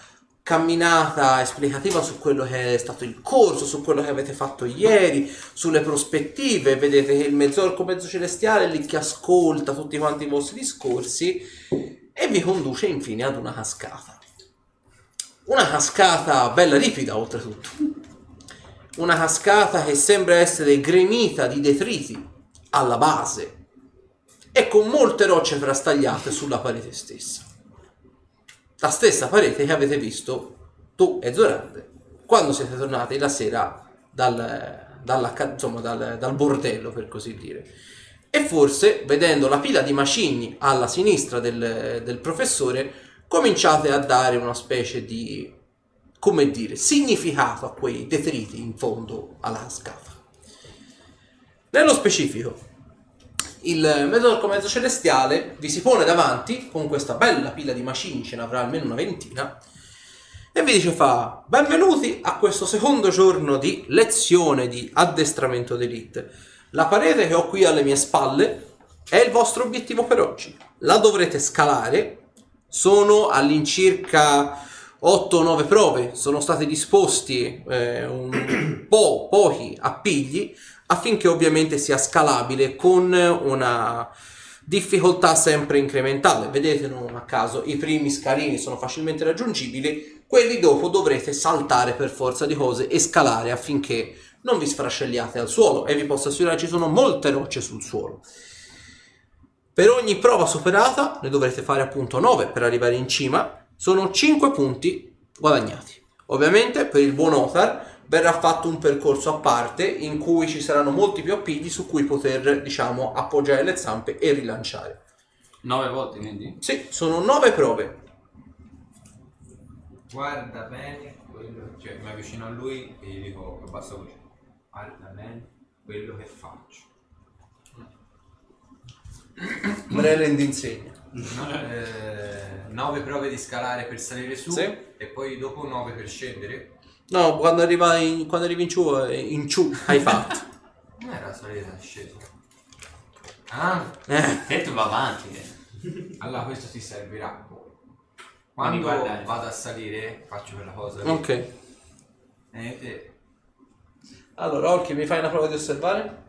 camminata esplicativa su quello che è stato il corso, su quello che avete fatto ieri, sulle prospettive. Vedete che il mezzorco mezzo celestiale è lì che ascolta tutti quanti i vostri discorsi e vi conduce infine ad una cascata. Una cascata bella ripida oltretutto. Una cascata che sembra essere gremita di detriti alla base e con molte rocce frastagliate sulla parete stessa. La stessa parete che avete visto tu e Zorander quando siete tornati la sera dal bordello, per così dire. E forse, vedendo la pila di macigni alla sinistra del professore, cominciate a dare una specie di, come dire, significato a quei detriti in fondo alla cascata. Nello specifico, il mezzorco mezzo celestiale vi si pone davanti con questa bella pila di macigni, ce ne avrà almeno una ventina, e vi dice: benvenuti a questo secondo giorno di lezione di addestramento d'elite. La parete che ho qui alle mie spalle è il vostro obiettivo per oggi. La dovrete scalare. Sono all'incirca 8-9 prove, sono stati disposti pochi appigli affinché ovviamente sia scalabile con una difficoltà sempre incrementale. Vedete, non a caso i primi scalini sono facilmente raggiungibili, quelli dopo dovrete saltare per forza di cose e scalare affinché non vi sfrascelliate al suolo, e vi posso assicurare ci sono molte rocce sul suolo. Per ogni prova superata, ne dovrete fare appunto 9 per arrivare in cima, sono 5 punti guadagnati. Ovviamente per il buon Othar verrà fatto un percorso a parte in cui ci saranno molti più appigli su cui poter, diciamo, appoggiare le zampe e rilanciare. 9 volte, quindi? Sì, sono 9 prove. Guarda bene quello, cioè mi avvicino a lui e gli dico a bassa voce: guarda bene quello che faccio. Merelend insegna. 9 prove di scalare per salire su, sì, e poi dopo 9 per scendere. No, quando arrivi in ciù hai fatto. Non era salita, è sceso. Ah, Detto va avanti. allora questo ti servirà poi. Quindi Quando guarda, vado a salire faccio quella cosa lì. Ok. E Allora, Olki, mi fai una prova di osservare?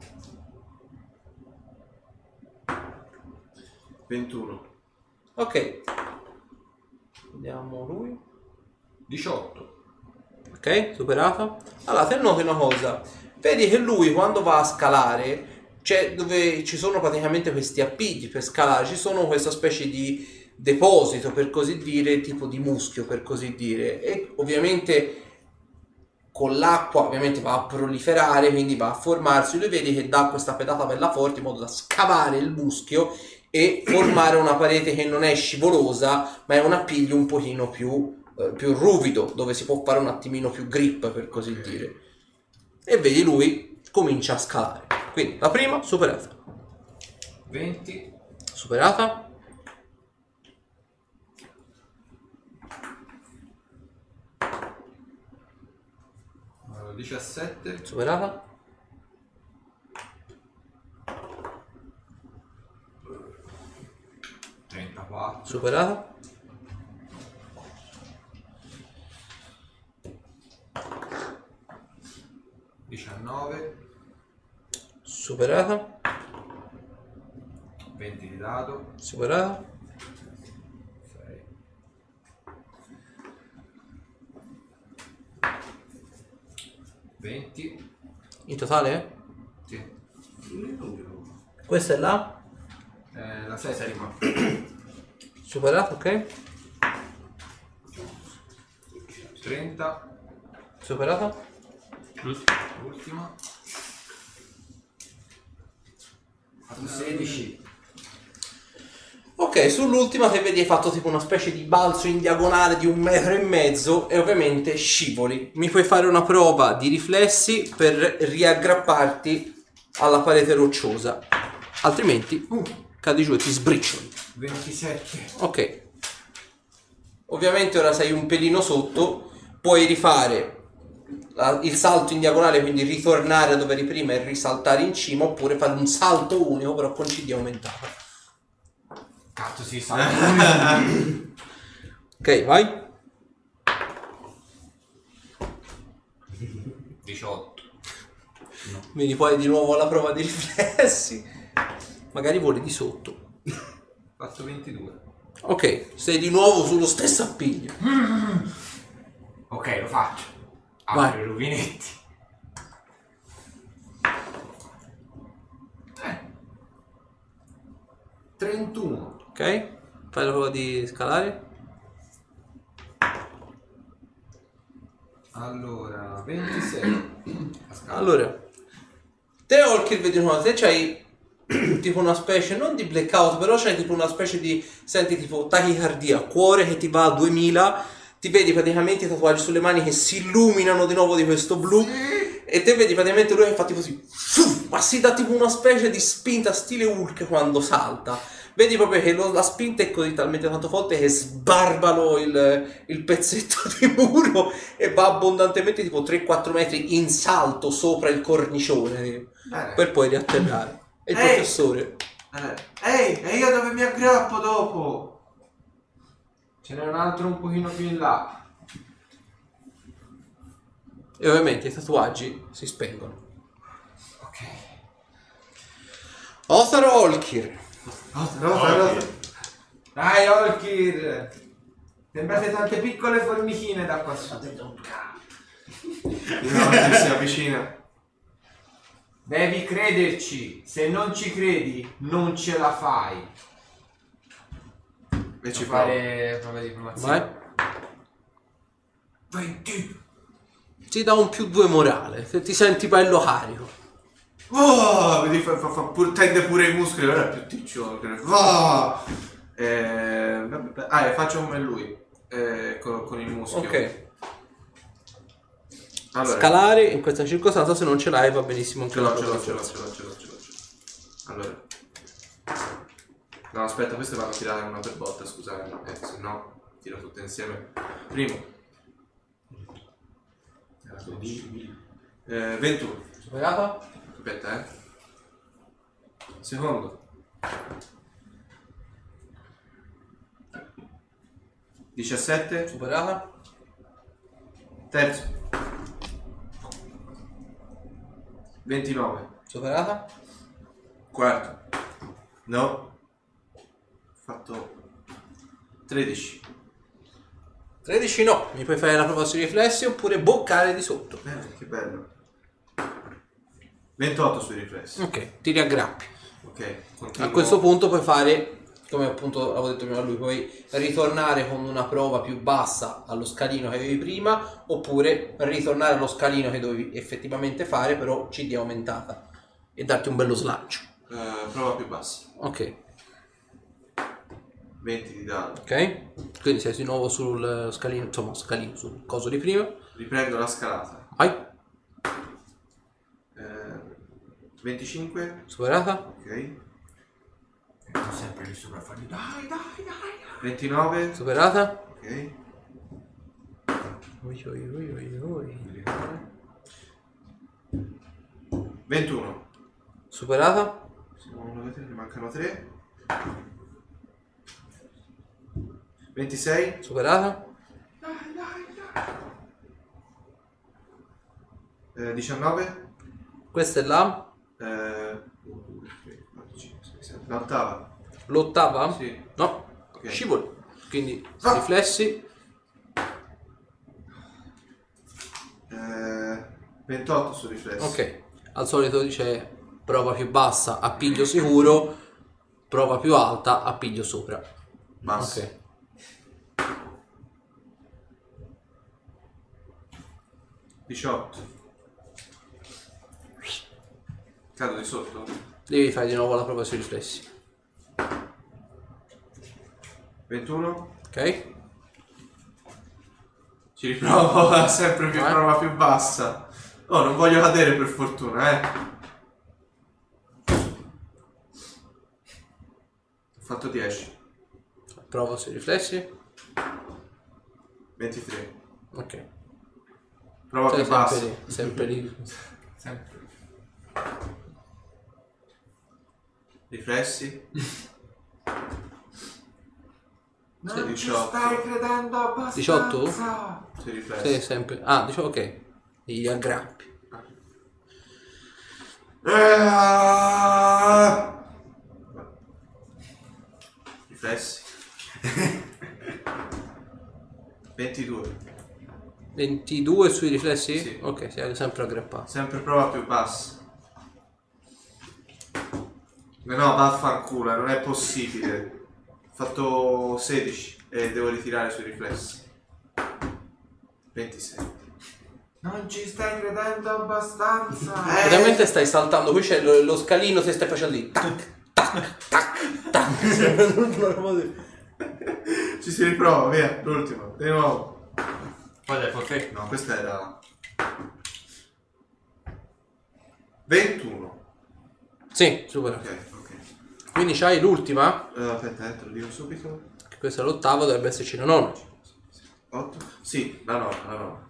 21. Ok. Vediamo lui. 18. Ok, superato. Allora, te noti una cosa. Vedi che lui quando va a scalare, c'è dove ci sono praticamente questi appigli per scalare, ci sono questa specie di deposito, per così dire, tipo di muschio, per così dire, e ovviamente con l'acqua ovviamente va a proliferare, quindi va a formarsi. Lui vedi che dà questa pedata bella forte in modo da scavare il muschio e formare una parete che non è scivolosa, ma è un appiglio un pochino più ruvido, dove si può fare un attimino più grip, per così dire. E vedi lui comincia a scalare. Quindi la prima superata. 20. Superata. 17. Superata. 34. Superata. 19. Superata. 20 di dado. Superata. 6. 20. In totale? Sì. Questa è la La settima. superata, ok. 30. Superata. L'ultima. 16. Ok, sull'ultima te vedi hai fatto tipo una specie di balzo in diagonale di 1,5 metri e ovviamente scivoli. Mi puoi fare una prova di riflessi per riaggrapparti alla parete rocciosa, altrimenti cadi giù e ti sbricioli. 27. Ok. Ovviamente ora sei un pelino sotto, puoi rifare il salto in diagonale, quindi ritornare dove eri prima e risaltare in cima, oppure fare un salto unico però con CD aumentato. Cazzo, si sa. Ok, vai. 18. Quindi poi di nuovo la prova di riflessi. Magari voli di sotto. Fatto 22. Ok, sei di nuovo sullo stesso appiglio. Ok, lo faccio. Vai. Apro i rubinetti. 31. Ok, fai la prova di scalare. Allora, 26. Allora, te Olkir vedi una cosa, te c'hai tipo una specie, non di blackout, però c'hai tipo una specie di, senti tipo tachicardia, cuore che ti va a 2000, ti vedi praticamente i tatuaggi sulle mani che si illuminano di nuovo di questo blu e te vedi praticamente lui che fa tipo così, ma si dà tipo una specie di spinta stile Hulk quando salta. Vedi proprio che la spinta è così talmente tanto forte che sbarbano il pezzetto di muro e va abbondantemente tipo 3-4 metri in salto sopra il cornicione per poi riatterrare. E il professore. Ehi, e io dove mi aggrappo dopo? Ce n'è un altro un pochino più in là. E ovviamente i tatuaggi si spengono. Ok. Othar Olkir. Dai, Olkir! Sembrate tante piccole formichine da qua su. Che si avvicina. Devi crederci. Se non ci credi, non ce la fai. E ci fare prove di diplomazia. Vai. 20. Ti dà un +2 morale, se ti senti bello carico. Oh, vedi, tende pure i muscoli, ora è più ticcio. Oh! Faccio come lui, con il muschio. Ok. Allora, Scalare in questa circostanza, se non ce l'hai va benissimo anche ce la l'ho. forza. Allora. No, aspetta, queste vanno tirate una per volta, scusate, se no tiro tutte insieme. Primo. 21. Superata? Aspetta, Secondo. 17. Superata? Terzo. 29. Superata? Quarto. No. Ho fatto 13. 13 no, mi puoi fare la prova sui riflessi oppure boccare di sotto. Che bello. 28 sui riflessi. Ok, ti riaggrappi. Ok. Continuo. A questo punto puoi fare, come appunto avevo detto prima a lui, puoi ritornare con una prova più bassa allo scalino che avevi prima, oppure ritornare allo scalino che dovevi effettivamente fare, però CD aumentata, e darti un bello slancio. Prova più bassa. Ok. 20 di danno. Ok, quindi sei di nuovo sul scalino, insomma scalino, sul coso di prima. Riprendo la scalata. Vai, 25. superata. Ok. Sono sempre lì sopra a fargli dai. 29. Superata. Ok. Oi, oi, oi, oi, oi. 21. Superata. Siamo 1, 2, 3, ne mancano 3. 26. Superata. 19. Questa è la L'ottava. l'ottava? Sì. No, Ok. scivoli. Quindi Ah. riflessi. 28 su riflesso. Ok, al solito dice prova più bassa, appiglio sicuro, prova più alta, appiglio sopra. Basso. Ok. Cado di sotto. Devi fare di nuovo la prova sui riflessi. 21. Ok? Ci riprovo, sempre più Vai. prova più bassa. Oh, non voglio cadere per fortuna, Ho fatto 10. Prova sui riflessi. 23. Ok. Prova Sei più bassa. sempre lì. Sempre. Riflessi. Non Sei ci 18. stai credendo abbastanza. 18? Sui riflessi. Sei sempre. Ah, dicevo ok. Gli aggrappi. Riflessi. 22. 22 sui riflessi? Sì. Ok, siamo sempre aggrappati. Sempre prova più bassa. No, vaffanculo, non è possibile. Ho fatto 16 e devo ritirare sui riflessi. 26. Non ci stai credendo abbastanza. Veramente stai saltando, qui c'è lo scalino se stai facendo lì. Tac, tac, tac, tac. Ci si riprova, via, l'ultimo, di nuovo. Qual è forfè? No, questa era 21. Sì, supera. Ok. Quindi c'hai l'ultima, Aspetta, te lo dico subito. che questa è l'ottava, dovrebbe esserci la nona. 8? Sì, la 9.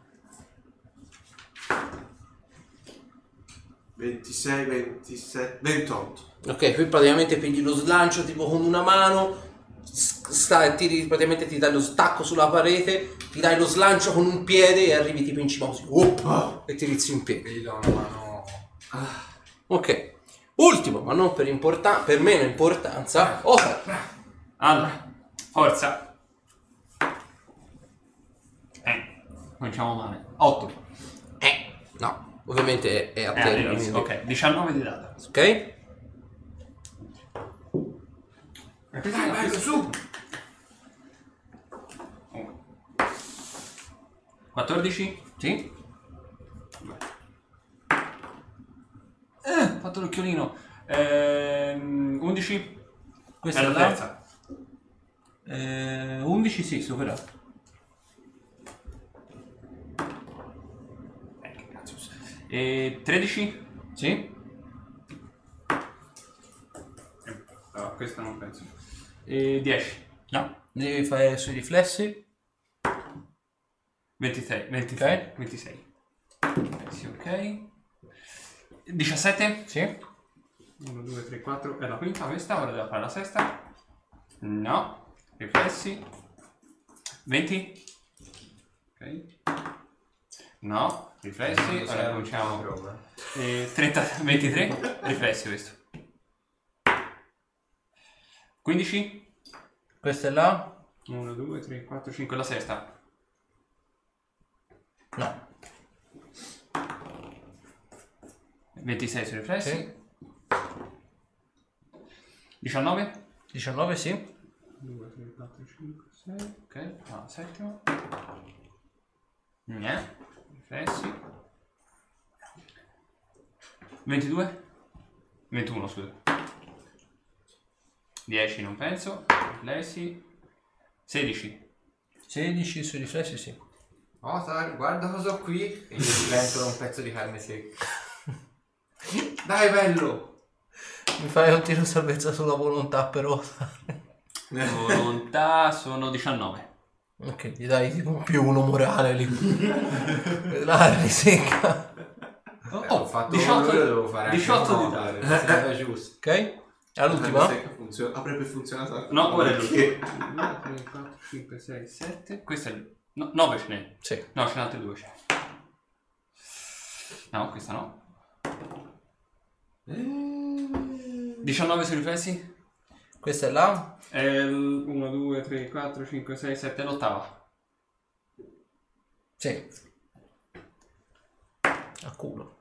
26, 27, 28. Ok, qui praticamente pigli lo slancio tipo con una mano, tiri, praticamente ti dai lo stacco sulla parete, ti dai lo slancio con un piede e arrivi tipo in cima così, e ti rizzi in piedi. Gli do una mano. Ok, ultimo, ma non per meno importanza, Othar. Allora, forza. Cominciamo male. 8. No, ovviamente è a te. All'inizio. quindi- Ok, 19 di data. Ok? Dai, su! 14? Sì? Ho fatto l'occhiolino. 11? Questa È è la la terza. 11 sì, superato. Che cazzo. 13? Sì? No, questa non penso. 10? No. Devi fare sui riflessi. 26. Ok. 26. Sì, ok. 17? Sì? 1, 2, 3, 4. È la quinta questa, ora devo fare la sesta. No. Riflessi. 20? Ok. No. Riflessi. Ora cominciamo. 23? Riflessi questo. 15? Questa è la? 1, 2, 3, 4, 5. La sesta. No. 26 sui riflessi. Sì. 19? 19 sì. 2, 3, 4, 5, 6. Ok. No, settimo. Niente. Riflessi. 22? 21, scusa. 10 non penso. Riflessi. 16. 16 sui riflessi sì. Othar, guarda cosa ho qui. E io divento un pezzo di carne secca. Dai, bello! Mi fai un tiro salvezza sulla volontà per Othar. Volontà sono 19. Ok, gli dai tipo un +1 morale lì. La risecca. Ho fatto 18 quello, io devo fare anche 18 di una dare. nota, sarebbe giusto. Ok? È l'ultima? Avrebbe funzionato anche. No, ora è giusto. 1, Perché? 2, 3, 4, 5, 6, 7. Questo è il... No, 9 ce n'è. Sì. No, ce n'è altre 2 c'è. No, questa no. 19 sui riflessi? Questa è la? 1, 2, 3, 4, 5, 6, 7, l'ottava. Sì. A culo.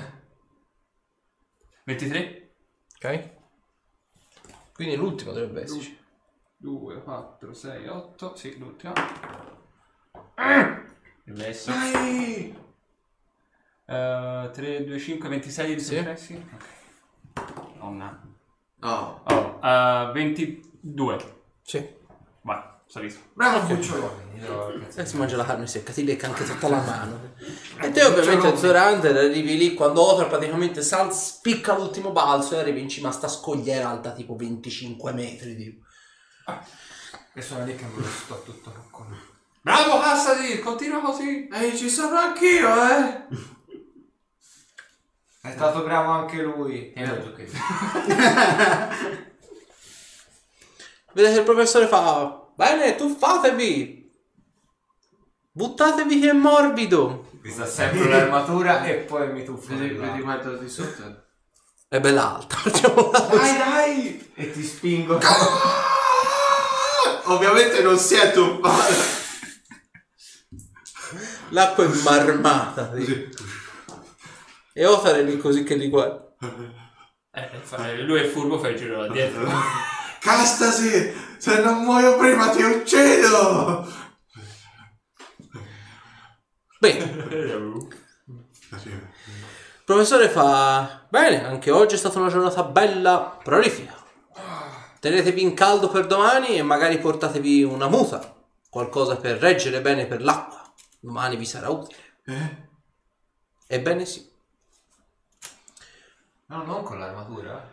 23? Ok? Quindi l'ultimo dovrebbe esserci. 2, 4, 6, 8. Sì, l'ultima. Messo. 3, 2, 5, 26 di Sì. riflessi? Ok. Nonna. Oh. Oh, 22. Sì. Vai, salito. Bravo, cucciolone. E si mangia la carne secca, ti lecca anche sotto la mano. E te ovviamente Zorander arrivi lì quando Othar praticamente spicca l'ultimo balzo e arrivi in cima a sta scogliera alta tipo 25 metri. Tipo. E sono lì che me lo sto tutto con... Bravo Hassadir, continua così. Ci sono anch'io, È stato bravo anche lui. E lo giochi. Vedete che il professore fa: bene, tuffatevi! Buttatevi che è morbido! Mi sta sempre l'armatura e poi mi tuffo. Vedi guarda di sotto. È bella alta, facciamo Dai! E ti spingo. Ovviamente non si è tuppato. L'acqua è marmata. E Othar è lì così che li guarda. Lui è furbo, fa il giro da dietro. Castasi, se non muoio prima ti uccido. Bene, il professore fa: bene, anche oggi è stata una giornata bella, prolifica. Tenetevi in caldo per domani e magari portatevi una muta, qualcosa per reggere bene per l'acqua. Domani vi sarà utile. Ebbene sì. No, non con l'armatura.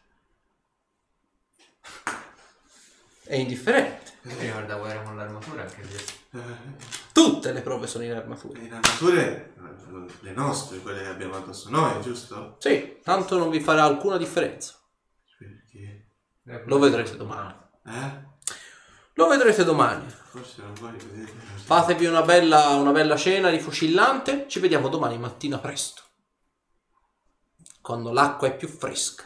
È indifferente. Mi ricordavo era con l'armatura anche lì. Tutte le prove sono in armatura. Le armature, le nostre, quelle che abbiamo addosso noi, giusto? Sì, tanto non vi farà alcuna differenza. Perché? Lo vedrete domani. Lo vedrete domani. Forse non voglio vedere. Fatevi una bella cena rifocillante. Ci vediamo domani mattina presto, quando l'acqua è più fresca.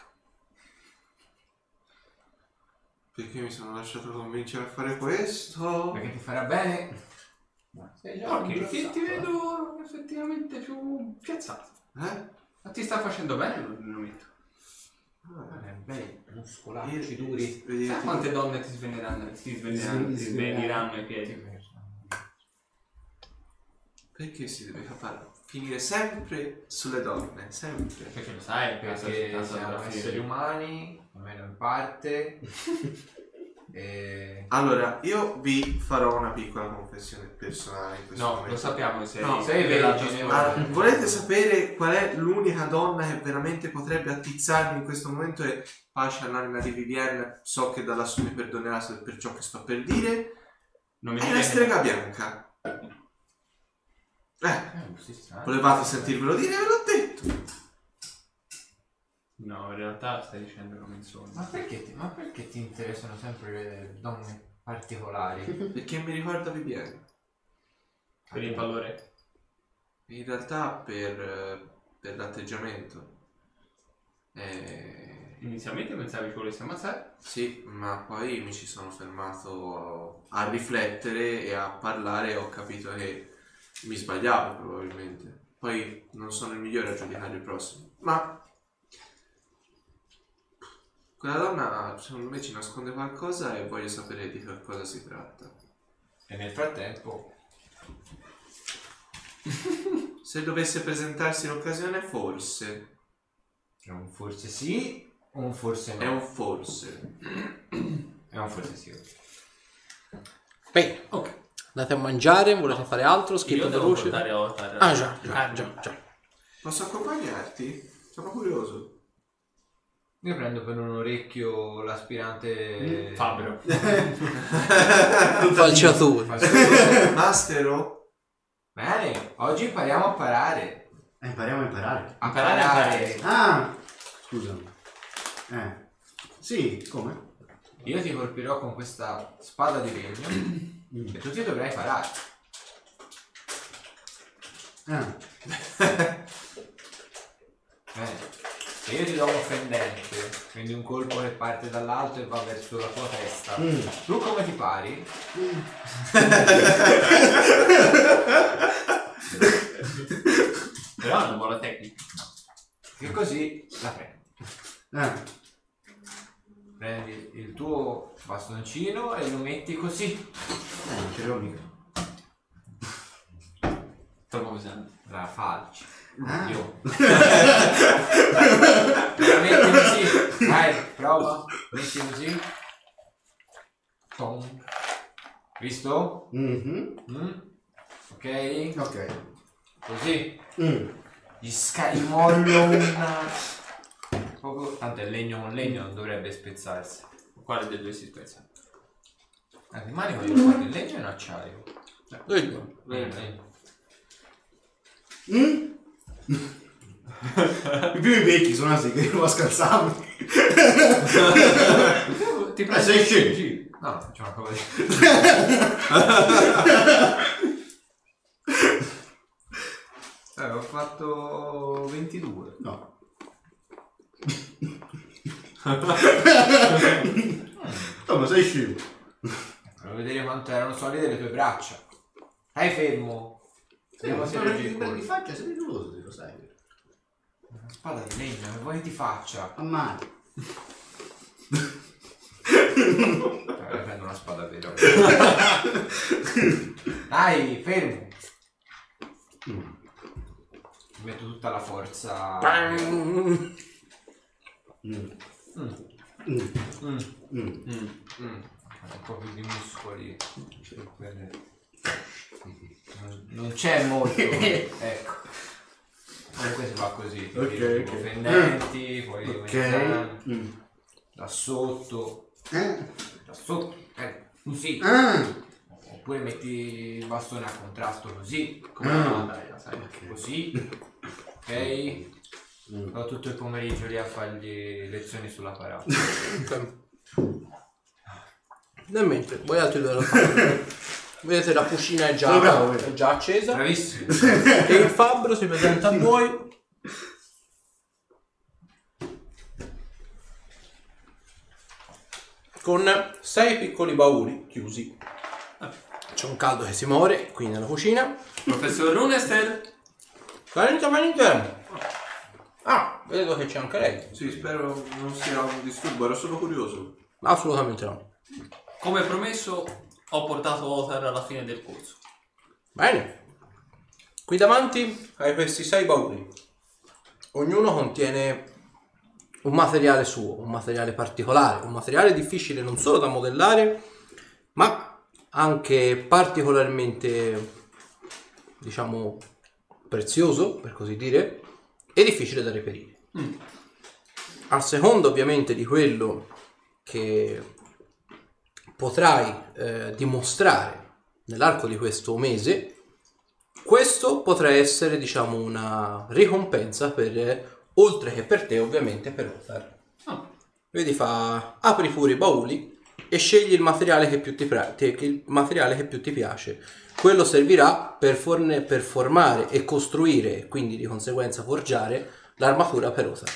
Perché mi sono lasciato convincere a fare questo? Perché ti farà bene? Sei già ti vedo effettivamente più piazzato. Ma ti sta facendo bene il metto. Belli, muscolacci, duri. Sai quante donne ti sveniranno ai piedi? Perché si deve finire sempre sulle donne? Sempre. Perché lo sai, Perché siamo esseri umani, almeno in parte. Allora, io vi farò una piccola confessione personale in questo momento. Lo sappiamo, sei vergine. Volete sapere qual è l'unica donna che veramente potrebbe attizzarmi in questo momento? E pace all'anima di Vivienne, so che da lassù mi perdonerà per ciò che sto per dire. È la strega bianca. Volevate sentirvelo dire? Ve l'ho detto. No, in realtà stai dicendo come insomma. Ma perché ti interessano sempre le donne particolari? Perché mi ricorda Vivienne. Per il valore? In realtà per l'atteggiamento. Inizialmente pensavi ci volessi ammazzare? Sì, ma poi mi ci sono fermato a riflettere e a parlare e ho capito che mi sbagliavo probabilmente. Poi non sono il migliore a giudicare il prossimo, ma quella donna secondo me ci nasconde qualcosa e voglio sapere di che cosa si tratta. E nel frattempo, se dovesse presentarsi l'occasione, forse. è un forse sì o un forse no? È un forse. È un forse sì. Bene, ok. Andate a mangiare, volete fare altro? Schippo veloce. Ah già. Posso accompagnarti? Sono curioso. Io prendo per un orecchio l'aspirante Fabbro. Falciatura. Mastero? Bene, oggi impariamo a parare. Impariamo a imparare. A parare. Ah, scusami. Sì, come? Io ti colpirò con questa spada di legno e tu ti dovrai parare. Bene. Se io ti do un fendente, quindi un colpo che parte dall'alto e va verso la tua testa, tu come ti pari? Però è una buona tecnica. Che così la prendi. Prendi il tuo bastoncino e lo metti così. Non ce l'ho mica. Troppo pesante. La falci. Ah. Io. La metti così. Vai, prova. Metti così. Tom. Visto? Ok. Ok. Così. Gli scarimollo una... Proprio, tanto è legno con legno, non dovrebbe spezzarsi. Quale dei due si spezza? Rimane con il legno e un acciaio. Legno. I primi vecchi sono così che devo scalzarmi. Ti prendi sei scemo. No, facciamo una cosa di... ho fatto 22. No. Oh, ma sei scemo. Voglio vedere quanto erano solide le tue braccia. Stai fermo. Vediamo se reggi il Di colpo. faccia sei pericoloso, lo sai. Una spada di legno, che vuoi che ti faccia? Ammazza. Prendo una spada vera. Dai, fermo. Metto tutta la forza. Un po' più di muscoli. Non c'è molto. Ecco. Comunque si fa così. Ok. Fendenti, poi Ok. da sotto. Da sotto. Così. Oppure metti il bastone a contrasto così. Come no, dai, la sai. Così. Ok. Sto tutto il pomeriggio lì a fargli lezioni sulla parata. Nel mentre voi altri dove lo fate? Vedete la cucina è Sono bravo, è già accesa Bravissimo. e il fabbro si presenta a voi con 6 piccoli bauli chiusi. C'è un caldo che si muore qui nella cucina. Professor Runester? Venite. Ah, vedo che c'è anche lei. Sì, spero non sia un disturbo, ero solo curioso. Assolutamente no. Come promesso, ho portato Othar alla fine del corso. Bene. Qui davanti hai questi 6 bauli. Ognuno contiene un materiale suo, un materiale particolare, un materiale difficile non solo da modellare, ma anche particolarmente, diciamo, prezioso, per così dire, e difficile da reperire. A seconda ovviamente di quello che potrai dimostrare nell'arco di questo mese, questo potrà essere, diciamo, una ricompensa per, oltre che per te, ovviamente per Othar. Vedi, apri pure i bauli e scegli il materiale che più ti piace. Quello servirà per formare e costruire, e quindi di conseguenza forgiare, l'armatura per Othar.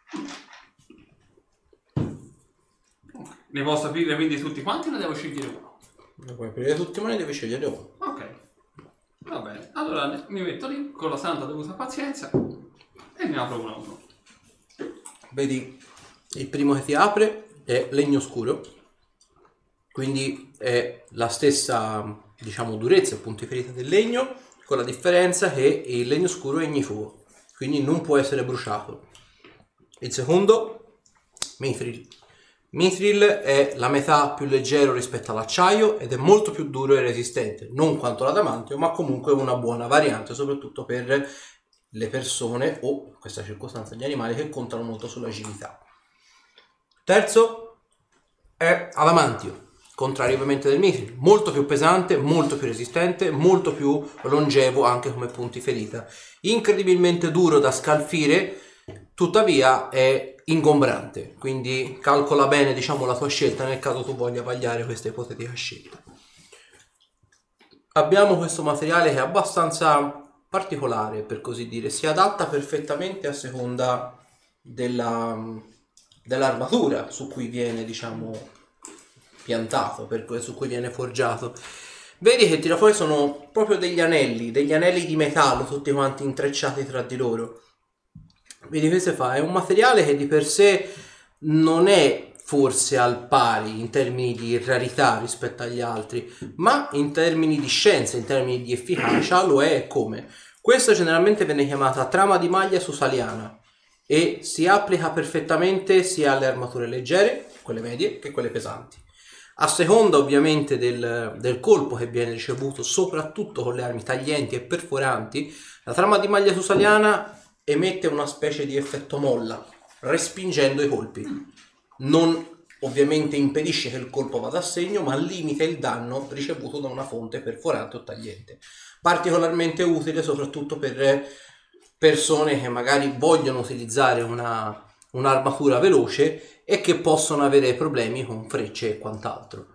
Ne posso aprire quindi tutti quanti o ne devo scegliere uno? Ne puoi aprire tutti, ma ne devi scegliere uno. Ok, va bene. Allora mi metto lì con la santa dovuta pazienza e ne apro uno a uno. Vedi, il primo che ti apre è legno scuro, quindi è la stessa, diciamo, durezza e punti ferita del legno, con la differenza che il legno scuro è ignifugo, quindi non può essere bruciato. Il secondo, Mithril. Mithril è la metà più leggero rispetto all'acciaio ed è molto più duro e resistente, non quanto l'adamantio, ma comunque una buona variante, soprattutto per le persone o, in questa circostanza, gli animali che contano molto sull'agilità. Terzo è adamantio, contrario ovviamente del Mithril, molto più pesante, molto più resistente, molto più longevo anche come punti ferita, incredibilmente duro da scalfire, tuttavia è ingombrante, quindi calcola bene, diciamo, la tua scelta nel caso tu voglia vagliare questa ipotetica scelta. Abbiamo questo materiale che è abbastanza particolare, per così dire, si adatta perfettamente a seconda dell'armatura su cui viene, diciamo, piantato, su cui viene forgiato. Vedi che tira fuori sono proprio degli anelli di metallo tutti quanti intrecciati tra di loro. Vedi che si fa, è un materiale che di per sé non è forse al pari in termini di rarità rispetto agli altri, ma in termini di scienza, in termini di efficacia lo è come. Questa generalmente viene chiamata trama di maglia susaliana e si applica perfettamente sia alle armature leggere, quelle medie, che quelle pesanti. A seconda ovviamente del colpo che viene ricevuto, soprattutto con le armi taglienti e perforanti, la trama di maglia susaliana emette una specie di effetto molla, respingendo i colpi. Non ovviamente impedisce che il colpo vada a segno, ma limita il danno ricevuto da una fonte perforante o tagliente. Particolarmente utile soprattutto per persone che magari vogliono utilizzare un'armatura veloce e che possono avere problemi con frecce e quant'altro.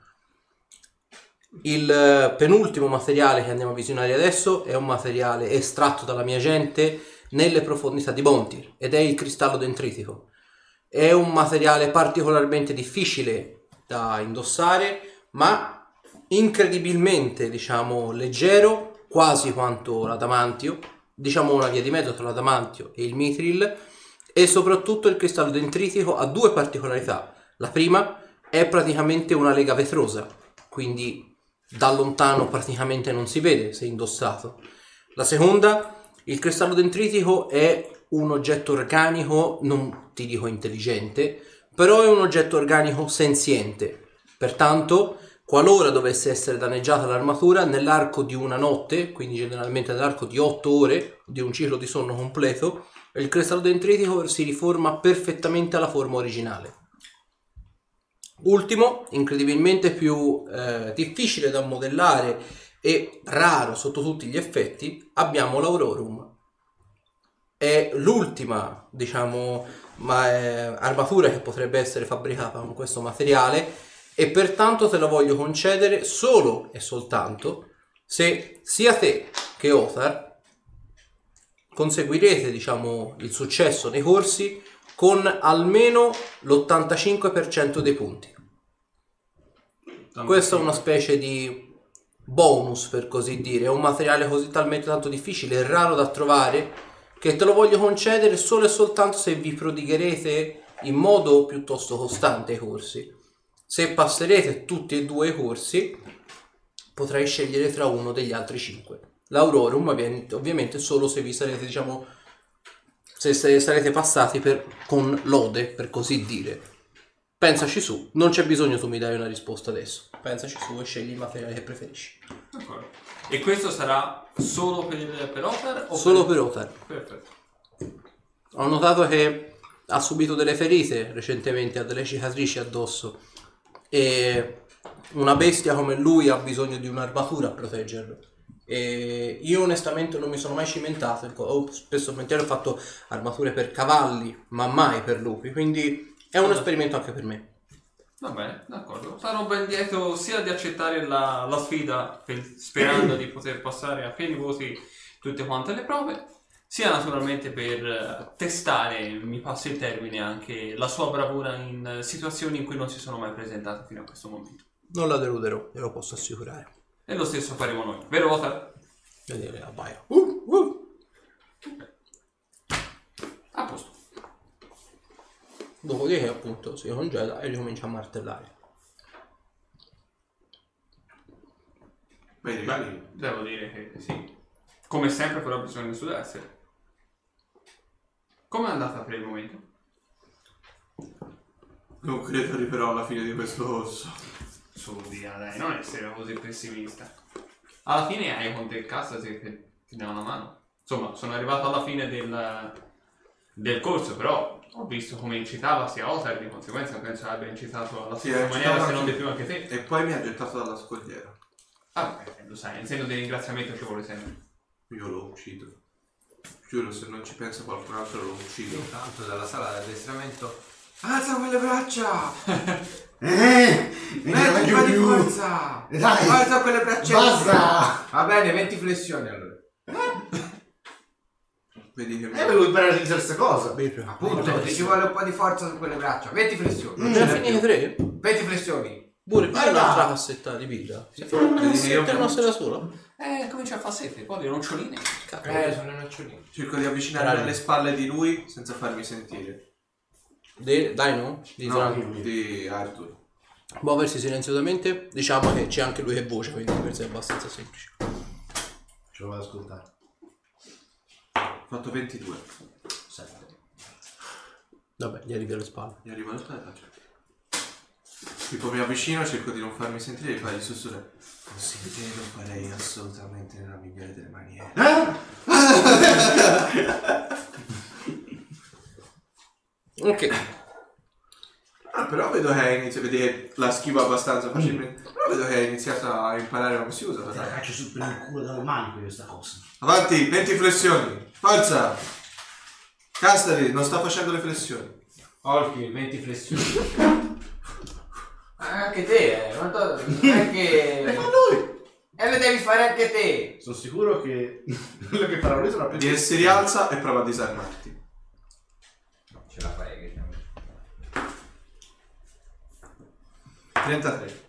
Il penultimo materiale che andiamo a visionare adesso è un materiale estratto dalla mia gente nelle profondità di Bontir ed è il cristallo dendritico. è un materiale particolarmente difficile da indossare, ma incredibilmente, diciamo, leggero, quasi quanto l'adamantio, diciamo una via di mezzo tra l'adamantio e il mithril, e soprattutto il cristallo dendritico ha due particolarità. La prima è praticamente una lega vetrosa, quindi da lontano praticamente non si vede se indossato. La seconda, il cristallo dendritico è un oggetto organico, non ti dico intelligente, però è un oggetto organico senziente. Pertanto, qualora dovesse essere danneggiata l'armatura, nell'arco di una notte, quindi generalmente nell'arco di 8 ore, di un ciclo di sonno completo, il cristallo dendritico si riforma perfettamente alla forma originale. Ultimo, incredibilmente più difficile da modellare e raro sotto tutti gli effetti, abbiamo l'Aurorum. È l'ultima, diciamo, armatura che potrebbe essere fabbricata con questo materiale, e pertanto te la voglio concedere solo e soltanto se sia te che Othar conseguirete, diciamo, il successo nei corsi con almeno l'85% dei punti. Questa è una specie di bonus, per così dire. È un materiale così talmente tanto difficile e raro da trovare che te lo voglio concedere solo e soltanto se vi prodigherete in modo piuttosto costante i corsi. Se passerete tutti e due i corsi, potrai scegliere tra uno degli altri 5. L'Aurorum ovviamente solo se vi sarete, diciamo, se sarete passati con lode, per così dire. Pensaci su, non c'è bisogno tu mi dai una risposta adesso. Pensaci su e scegli il materiale che preferisci. D'accordo. E questo sarà solo per Othar? Solo per Othar. Perfetto. Ho notato che ha subito delle ferite recentemente, ha delle cicatrici addosso, e una bestia come lui ha bisogno di un'armatura a proteggerlo. E io onestamente non mi sono mai cimentato, spesso e volentieri ho fatto armature per cavalli, ma mai per lupi, quindi è un esperimento anche per me. Va bene, d'accordo. Sarò ben lieto sia di accettare la sfida, sperando di poter passare a pieni voti tutte quante le prove, sia naturalmente per testare, mi passi il termine, anche la sua bravura in situazioni in cui non si sono mai presentate fino a questo momento. Non la deluderò, glielo posso assicurare. E lo stesso faremo noi, vero Othar? Vedere abbaio. A posto. Dopodiché appunto si congela e ricomincia a martellare. Vedi, Beh, devo dire che sì. Come sempre però bisogna studiarsi. Come è andata per il momento? non credo arriverò alla fine di questo corso. Su via, dai, non essere così pessimista. Alla fine hai con te il cassa che ti dà una mano. Insomma, sono arrivato alla fine del corso, però ho visto come incitava sia Othar, di conseguenza penso abbia incitato alla stessa maniera, se non di più anche te. E poi mi ha gettato dalla scogliera. Ah, lo sai, in segno di ringraziamento ci vuole sempre. Io lo uccido. Giuro, se non ci pensa qualcun altro lo uccido. Intanto dalla sala di addestramento. Alza quelle braccia! Metti Metti un po' di forza! Dai! Alza quelle braccia! Basta! Va bene, 20 flessioni allora. Vedi che mi... Avevo imparato a dire questa cosa. Appunto, ci vuole un po' di forza su quelle braccia. 20 flessioni. Non ce ne finite 3? 20 flessioni. Pure Guarda! un'altra cassetta di birra. Si fa una cassetta e una sera sola. Comincia a fare sete, poi le noccioline. Sono i noccioline. Cerco di avvicinarmi alle spalle di lui senza farmi sentire. Dai no? Di Arthur. Muoversi silenziosamente. Diciamo che c'è anche lui che voce, quindi per sé è abbastanza semplice. Ce lo vado ad ascoltare. Ho fatto 22. 7. Vabbè, gli arrivi alle spalle. Mi arrivo alle spalle e faccio. Tipo mi avvicino, cerco di non farmi sentire e fargli sussurrare. Così te lo farei assolutamente nella migliore delle maniere. Ok. Però vedo che hai iniziato, vedi che la schiva abbastanza facilmente. Però vedo che hai iniziato a imparare come si usa. Te la caccio su per il culo dalle mani questa cosa. Avanti, 20 flessioni. Forza! Castari, non sta facendo le flessioni. Olki, 20 flessioni. Anche te, non è che... Le fa lui! E le devi fare anche te. Sono sicuro che quello che farà lui sarà più... Si rialza e prova a disarmarti. Ce la fai che 33.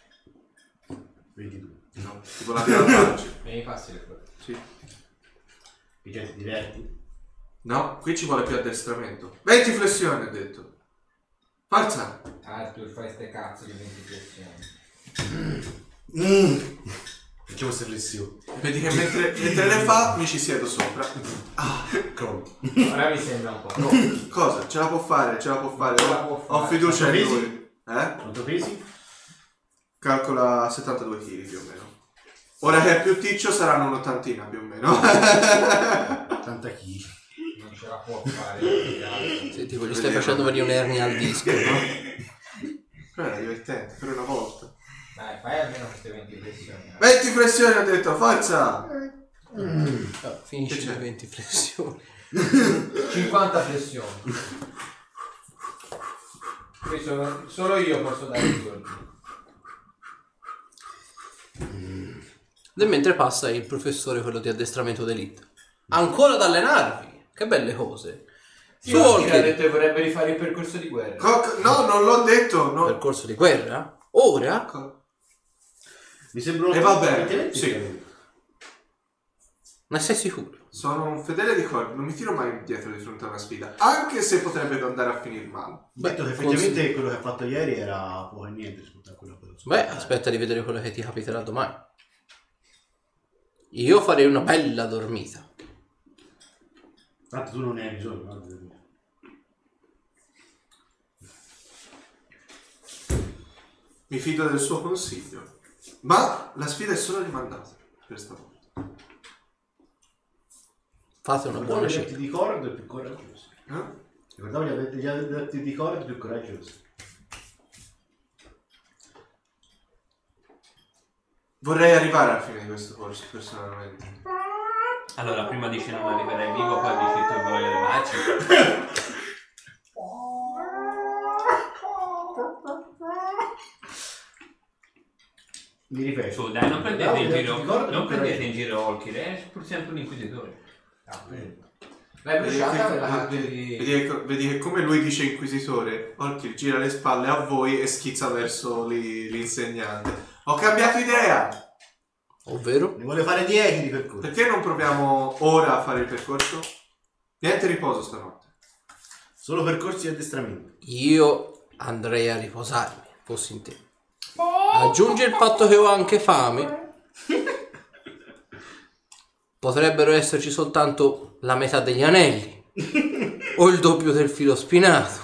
22. No, tipo la prima faccia. Mi passi le cose. Sì. Che già ti diverti? No, qui ci vuole più addestramento. 20 flessioni, ho detto. Forza! Arthur, fai ste cazzo di 20 flessioni. Facciamo queste flessioni. Vedi che mentre le fa mi ci siedo sopra. Crollo. Ora mi sembra un po'. No, cosa? Ce la può fare, ce la può fare. Ce la può fare. Ho fiducia in Quanto lui. Quanto pesi? Calcola 72 kg più o meno. Ora che è più ticcio saranno un'ottantina più o meno. 80 kg. Non ce la può fare. Sì, tipo, gli stai facendo venire un'ernia al disco, no? Però era divertente, per una volta. Dai, fai almeno queste 20 flessioni. 20 flessioni ho detto, forza! Finisci Che c'è? le 20 flessioni. 50 flessioni. Qui solo io posso dare i ordini. E mentre passa il professore, quello di addestramento d'elite. Ancora ad allenarvi! Che belle cose! Sì, Su ha Walker, detto che vorrebbe rifare il percorso di guerra. No, non l'ho detto. No. percorso di guerra? Ora? Mi sembra E va bene, sì. Ne sei sicuro? Sono un fedele di Cord, non mi tiro mai indietro di fronte a una sfida, anche se potrebbe andare a finire male. Detto che effettivamente quello che ha fatto ieri era poco e niente rispetto a quello che ho fatto. Beh, aspetta di vedere quello che ti capiterà domani. Io farei una bella dormita. Tanto tu non ne hai bisogno, no? Mi fido del suo consiglio, ma la sfida è solo rimandata per stavolta. Fate una buona Ricordavo gli cena. atti di cordo più coraggiosi. Eh? Ricordavo gli atti di cordo più coraggiosi. Vorrei arrivare alla fine di questo corso personalmente. Allora, prima dici non arriverai vivo, poi dici tu vuoi le macchine. Mi ripeto. Su, dai, non prendete in giro, Ricordo non più prendete in coraggiosi. giro Walker, è pur sempre un inquisitore. L'hai Vedi bruciata che, per la parte di... vedi che come lui dice inquisitore, Olkir gira le spalle a voi e schizza verso l'insegnante. Ho cambiato idea! Ovvero? Ne vuole fare 10 di percorso. Perché non proviamo ora a fare il percorso? Niente riposo stanotte. Solo percorsi di addestramento. Io andrei a riposarmi, fossi in te. Aggiunge il fatto che ho anche fame. Potrebbero esserci soltanto la metà degli anelli o il doppio del filo spinato.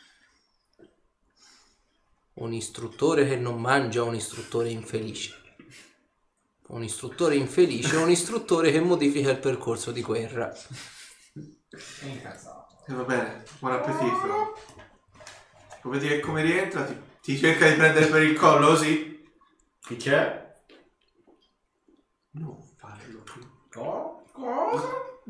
Un istruttore che non mangia un istruttore infelice. Un istruttore infelice è un istruttore che modifica il percorso di guerra. È incazzato. E va bene, buon appetito. Puoi vedere che come rientra ti cerca di prendere per il collo così? Chi c'è? Non farlo più. Cosa?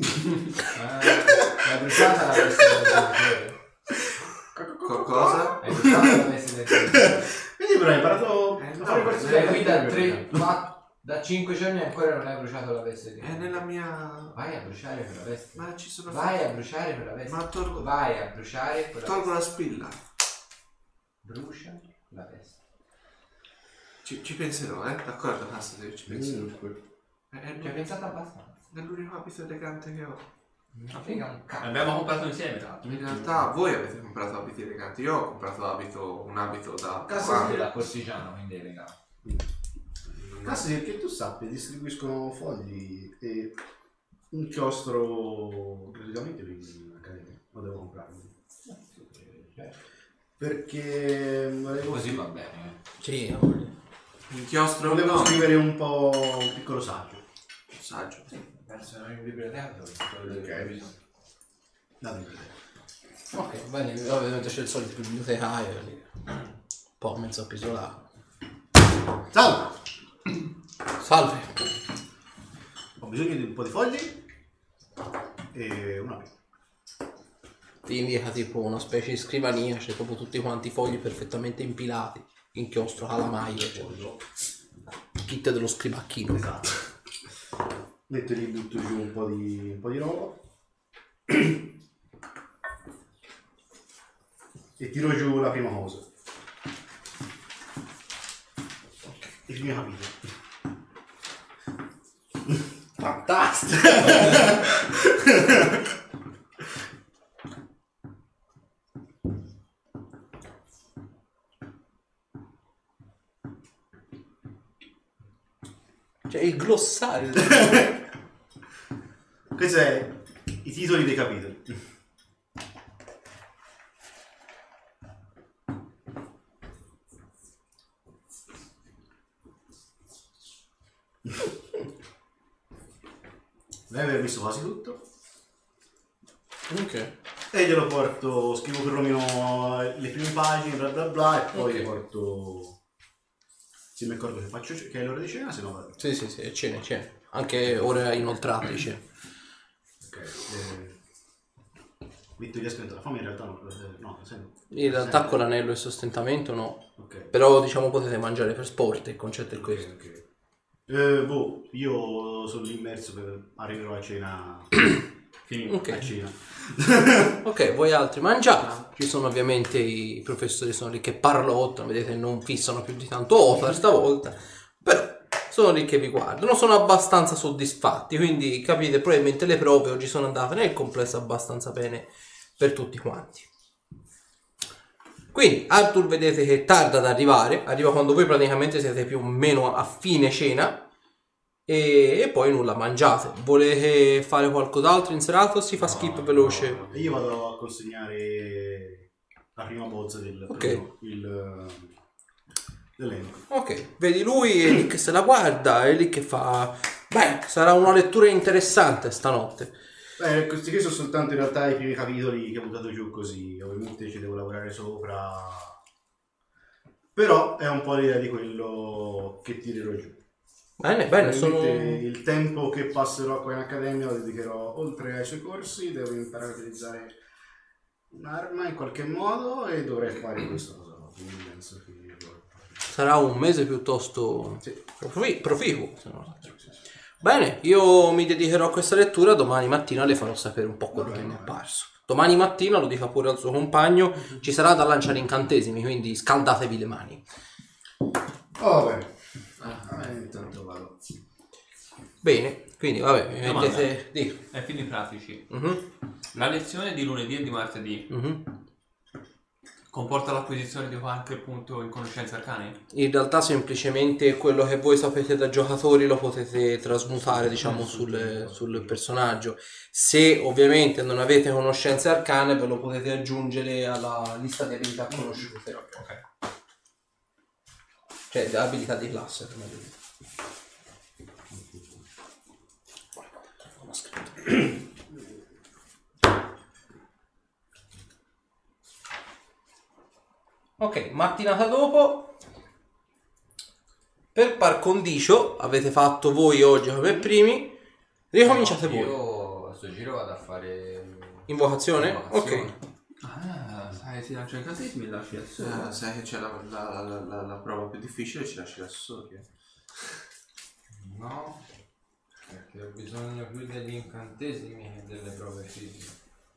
L'hai bruciata la veste del genitore? Cosa? Hai bruciata la veste del genitore? Vedi però hai imparato no, a fare corsi Sei qui da di 3, 4, da 5 giorni e ancora non hai bruciato la veste di È nella mia... Vai a bruciare quella veste. Ma ci sono... Vai a bruciare quella veste. Ma tolgo... Vai a bruciare quella Tolgo veste. la spilla. Brucia la veste. Ci penserò, d'accordo, cazzo, ci penserò. Ci hai pensato abbastanza? È l'unico abito elegante che ho. Non frega un cazzo. L'abbiamo comprato insieme, tra l'altro. In realtà voi avete comprato abiti eleganti, io ho comprato un abito da... Cazzo sì, da corsigiano, quindi è legale. Cazzo, che tu sappia, distribuiscono fogli e inchiostro gratuitamente in accademia. Lo devo comprarlo. Perché volevo, Così va bene. Sì, Inchiostro volevo no. scrivere un po' un piccolo saggio. Saggio. Verso in biblioteca dove Ok. Date ok, bene, ovviamente c'è il solito bibliotecario lì. Un po' mezzo appisolato. Salve! Salve. Ho bisogno di un po' di fogli e una penna. Ti indica tipo una specie di scrivania, c'è proprio tutti quanti i fogli perfettamente impilati, inchiostro, calamaio, eccetera. Kit dello scribacchino. Esatto. Metto lì, butto giù un po' di roba e tiro giù la prima cosa. primi capitoli. Fantastico! Cioè il glossario. Questi sono i titoli dei capitoli. Deve aver visto quasi tutto. Ok. E glielo porto, scrivo perlomeno le prime pagine, bla bla bla, e poi Ok. gli porto. Se mi accorgo che faccio che è l'ora di cena, se no vado. Sì, sì, sì, cene. Anche ore inoltrate, cene. Ok. Vittoria ha spento la fame, in realtà no, In realtà con l'anello e sostentamento no. Ok. Però diciamo potete mangiare per sport, il concetto è questo. Ok. Io sono lì immerso per arriverò a cena. Finito. Ok. A cena. Ok, voi altri mangiate. Ci sono ovviamente i professori, sono lì che parlottano, vedete, non fissano più di tanto Othar stavolta, però sono lì che vi guardano, sono abbastanza soddisfatti, quindi capite, probabilmente le prove oggi sono andate nel complesso abbastanza bene per tutti quanti. Quindi Arthur vedete che tarda ad arrivare, arriva quando voi praticamente siete più o meno a fine cena e poi nulla, mangiate. Volete fare qualcos'altro in serata o si fa skip veloce? E io vado a consegnare la prima bozza del Ok. dell'elenco. Ok, vedi lui è lì che se la guarda, è lì che fa... Beh, sarà una lettura interessante stanotte. Questi qui sono soltanto in realtà i primi capitoli che ho buttato giù così, ovviamente ci devo lavorare sopra. Però è un po' l'idea di quello che tirerò giù. Bene, sono... Il tempo che passerò qua in accademia lo dedicherò oltre ai suoi corsi, devo imparare a utilizzare un'arma in qualche modo e dovrei fare questa cosa. Quindi penso che Sarà un mese piuttosto sì. proficuo. Se non altro. Bene, io mi dedicherò a questa lettura, domani mattina le farò sapere un po' quello che mi è apparso. Domani mattina, lo dica pure al suo compagno, ci sarà da lanciare incantesimi, quindi scaldatevi le mani. Oh, bene. Intanto vado. Bene, quindi vabbè, mi Domanda. mettete... Di. Ai fini pratici. Mhm, La lezione di lunedì e di martedì mhm. comporta l'acquisizione di qualche punto in conoscenze arcane? In realtà semplicemente quello che voi sapete da giocatori lo potete trasmutare, diciamo, sul personaggio. Se ovviamente non avete conoscenze arcane, ve lo potete aggiungere alla lista di abilità conosciute. Ok. Cioè, abilità di classe, come dire. Ok, mattinata dopo, per par condicio, avete fatto voi oggi come primi, ricominciate voi. Io a sto giro vado a fare Invocazione? invocazione. Ok. Ah, sai, si lancia incantesimi e lasci adesso. Sai che c'è la prova più difficile, ci lasci l'assessore. No, perché ho bisogno più degli incantesimi che delle prove fisiche.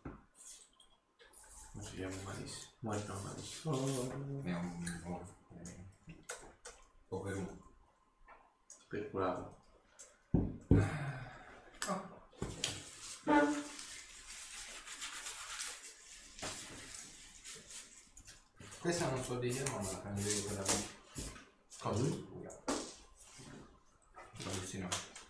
Non ci chiamo malissimo. Muoiono malissimo. È un po' per uno. Per curarlo. Questa non so dire, ma me la cambierei quella lì. Cosa? Traduzione.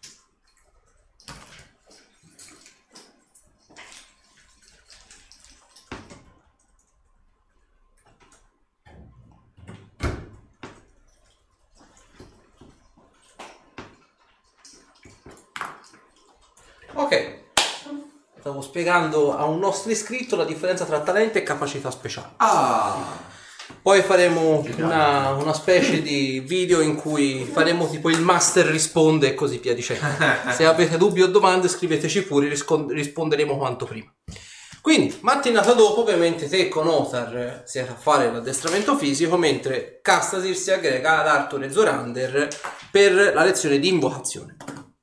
Ok. Stavo spiegando a un nostro iscritto la differenza tra talento e capacità speciali. Ah! Poi faremo una specie di video in cui faremo tipo il master risponde e così via dicendo. Se avete dubbi o domande scriveteci pure, risponderemo quanto prima. Quindi, mattinata dopo, ovviamente te con Othar siete a fare l'addestramento fisico, mentre Castasir si aggrega ad Arthur e Zorander per la lezione di invocazione.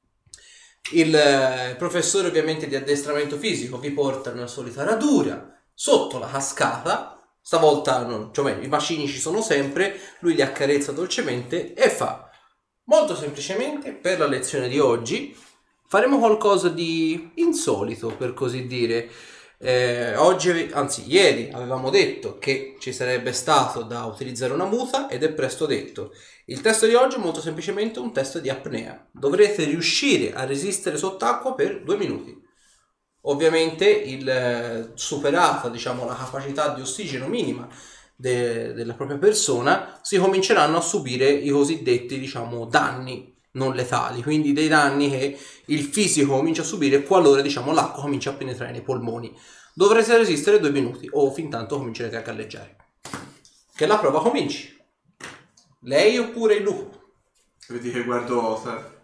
Il professore ovviamente di addestramento fisico vi porta nella solita radura, sotto la cascata. Stavolta non, cioè i bacini ci sono sempre, lui li accarezza dolcemente e fa: Molto semplicemente, per la lezione di oggi, faremo qualcosa di insolito, per così dire. Oggi, anzi ieri, avevamo detto che ci sarebbe stato da utilizzare una muta ed è presto detto. Il test di oggi è molto semplicemente un test di apnea. Dovrete riuscire a resistere sott'acqua per 2 minuti. Ovviamente superata, diciamo, la capacità di ossigeno minima della propria persona, si cominceranno a subire i cosiddetti, diciamo, danni non letali, quindi dei danni che il fisico comincia a subire qualora, diciamo, l'acqua comincia a penetrare nei polmoni. Dovrete resistere 2 minuti o fin tanto comincerete a galleggiare. Che la prova cominci. Lei oppure il lupo? Vedi che guardo Othar.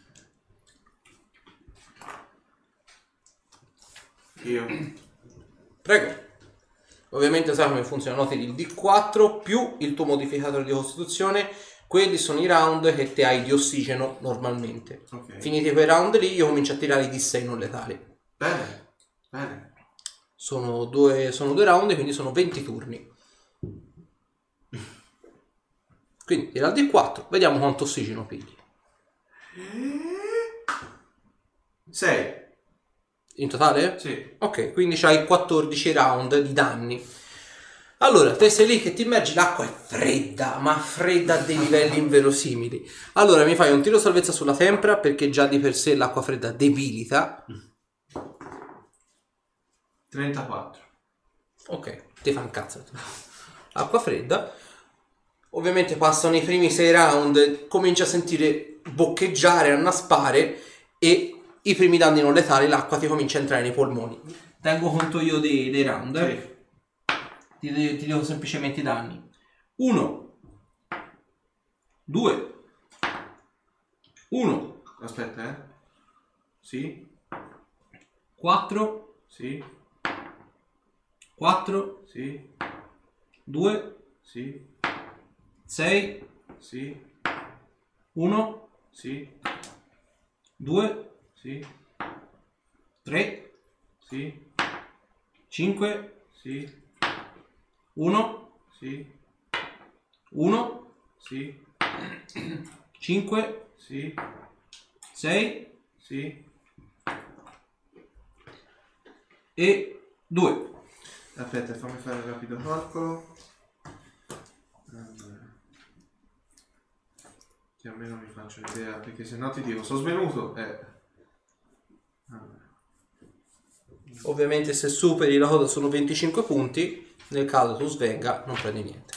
Io. Prego. Ovviamente sai come funziona, noti il D4 più il tuo modificatore di costituzione, quelli sono i round che te hai di ossigeno normalmente. Ok. Finiti quei round lì, io comincio a tirare i D6 non letali. Bene, bene. Sono due round, quindi sono 20 turni. Quindi tira il D4, vediamo quanto ossigeno pigli. 6. In totale? Sì. Ok, quindi c'hai 14 round di danni. Allora, te sei lì che ti immergi, l'acqua è fredda, ma fredda a dei livelli inverosimili. Allora mi fai un tiro salvezza sulla tempra, perché già di per sé l'acqua fredda debilita. 34. Ok, ti fa un cazzo. Acqua fredda. Ovviamente passano i primi 6 round, cominci a sentire boccheggiare, annaspare e i primi danni non letali, l'acqua ti comincia a entrare nei polmoni. Tengo conto io dei round. Sì. Ti dico semplicemente i danni. 1 2 1 Aspetta, Sì, 4 sì, 4 sì, 2 sì, 6 sì, 1 sì, 2 sì, 3 sì, 5 sì, 1 sì, 1 sì, 5 sì, 6 sì. e 2. Aspetta, fammi fare un rapido calcolo. Allora. Che almeno mi faccio un'idea, perché se no ti dico, sono svenuto. Allora. Ovviamente se superi la coda sono 25 punti, nel caso tu svenga non prendi niente.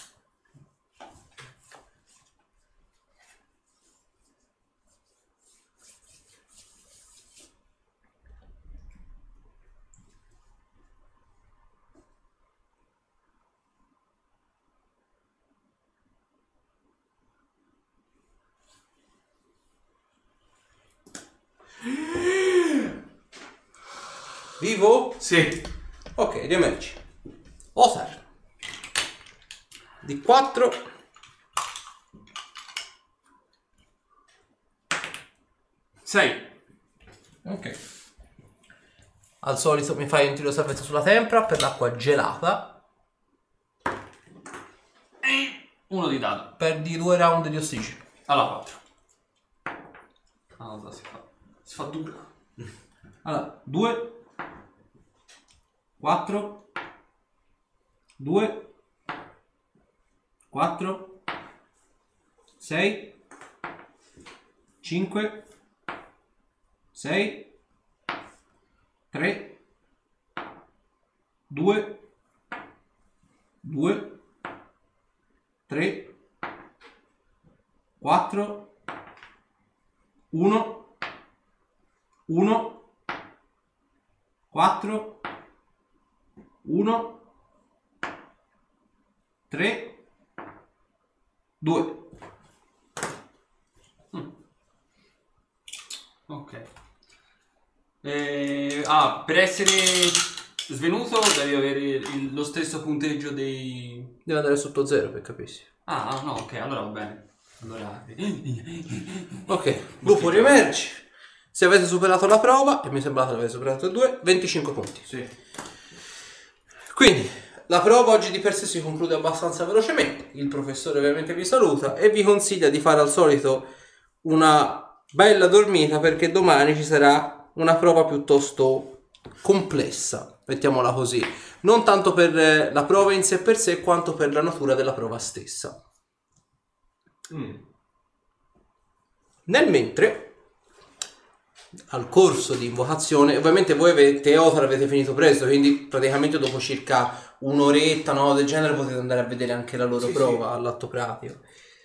Vivo? Sì. Ok, riemergi. Othar. Di 4. 6. Ok. Al solito mi fai un tiro salvezza sulla tempra per l'acqua gelata. 1 di dado. Perdi 2 round di ossigeno. Alla 4. Allora si fa dura. Allora, 2 4 2 4 6 5 6 3 2 2 3 4 1 1 4 1 3 2. Ok. Per essere svenuto devi avere lo stesso punteggio dei... Deve andare sotto 0 per capirsi. Ah, no, ok, allora va bene. Allora... Ok, lupo riemerge. Se avete superato la prova, e mi sembra che avete superato 2, 25 punti. Sì. Quindi, la prova oggi di per sé si conclude abbastanza velocemente. Il professore ovviamente vi saluta e vi consiglia di fare al solito una bella dormita, perché domani ci sarà una prova piuttosto complessa, mettiamola così, non tanto per la prova in sé per sé quanto per la natura della prova stessa. Nel mentre al corso di invocazione, ovviamente voi avete finito presto, quindi praticamente dopo circa un'oretta, no, del genere, potete andare a vedere anche la loro prova all'atto pratico.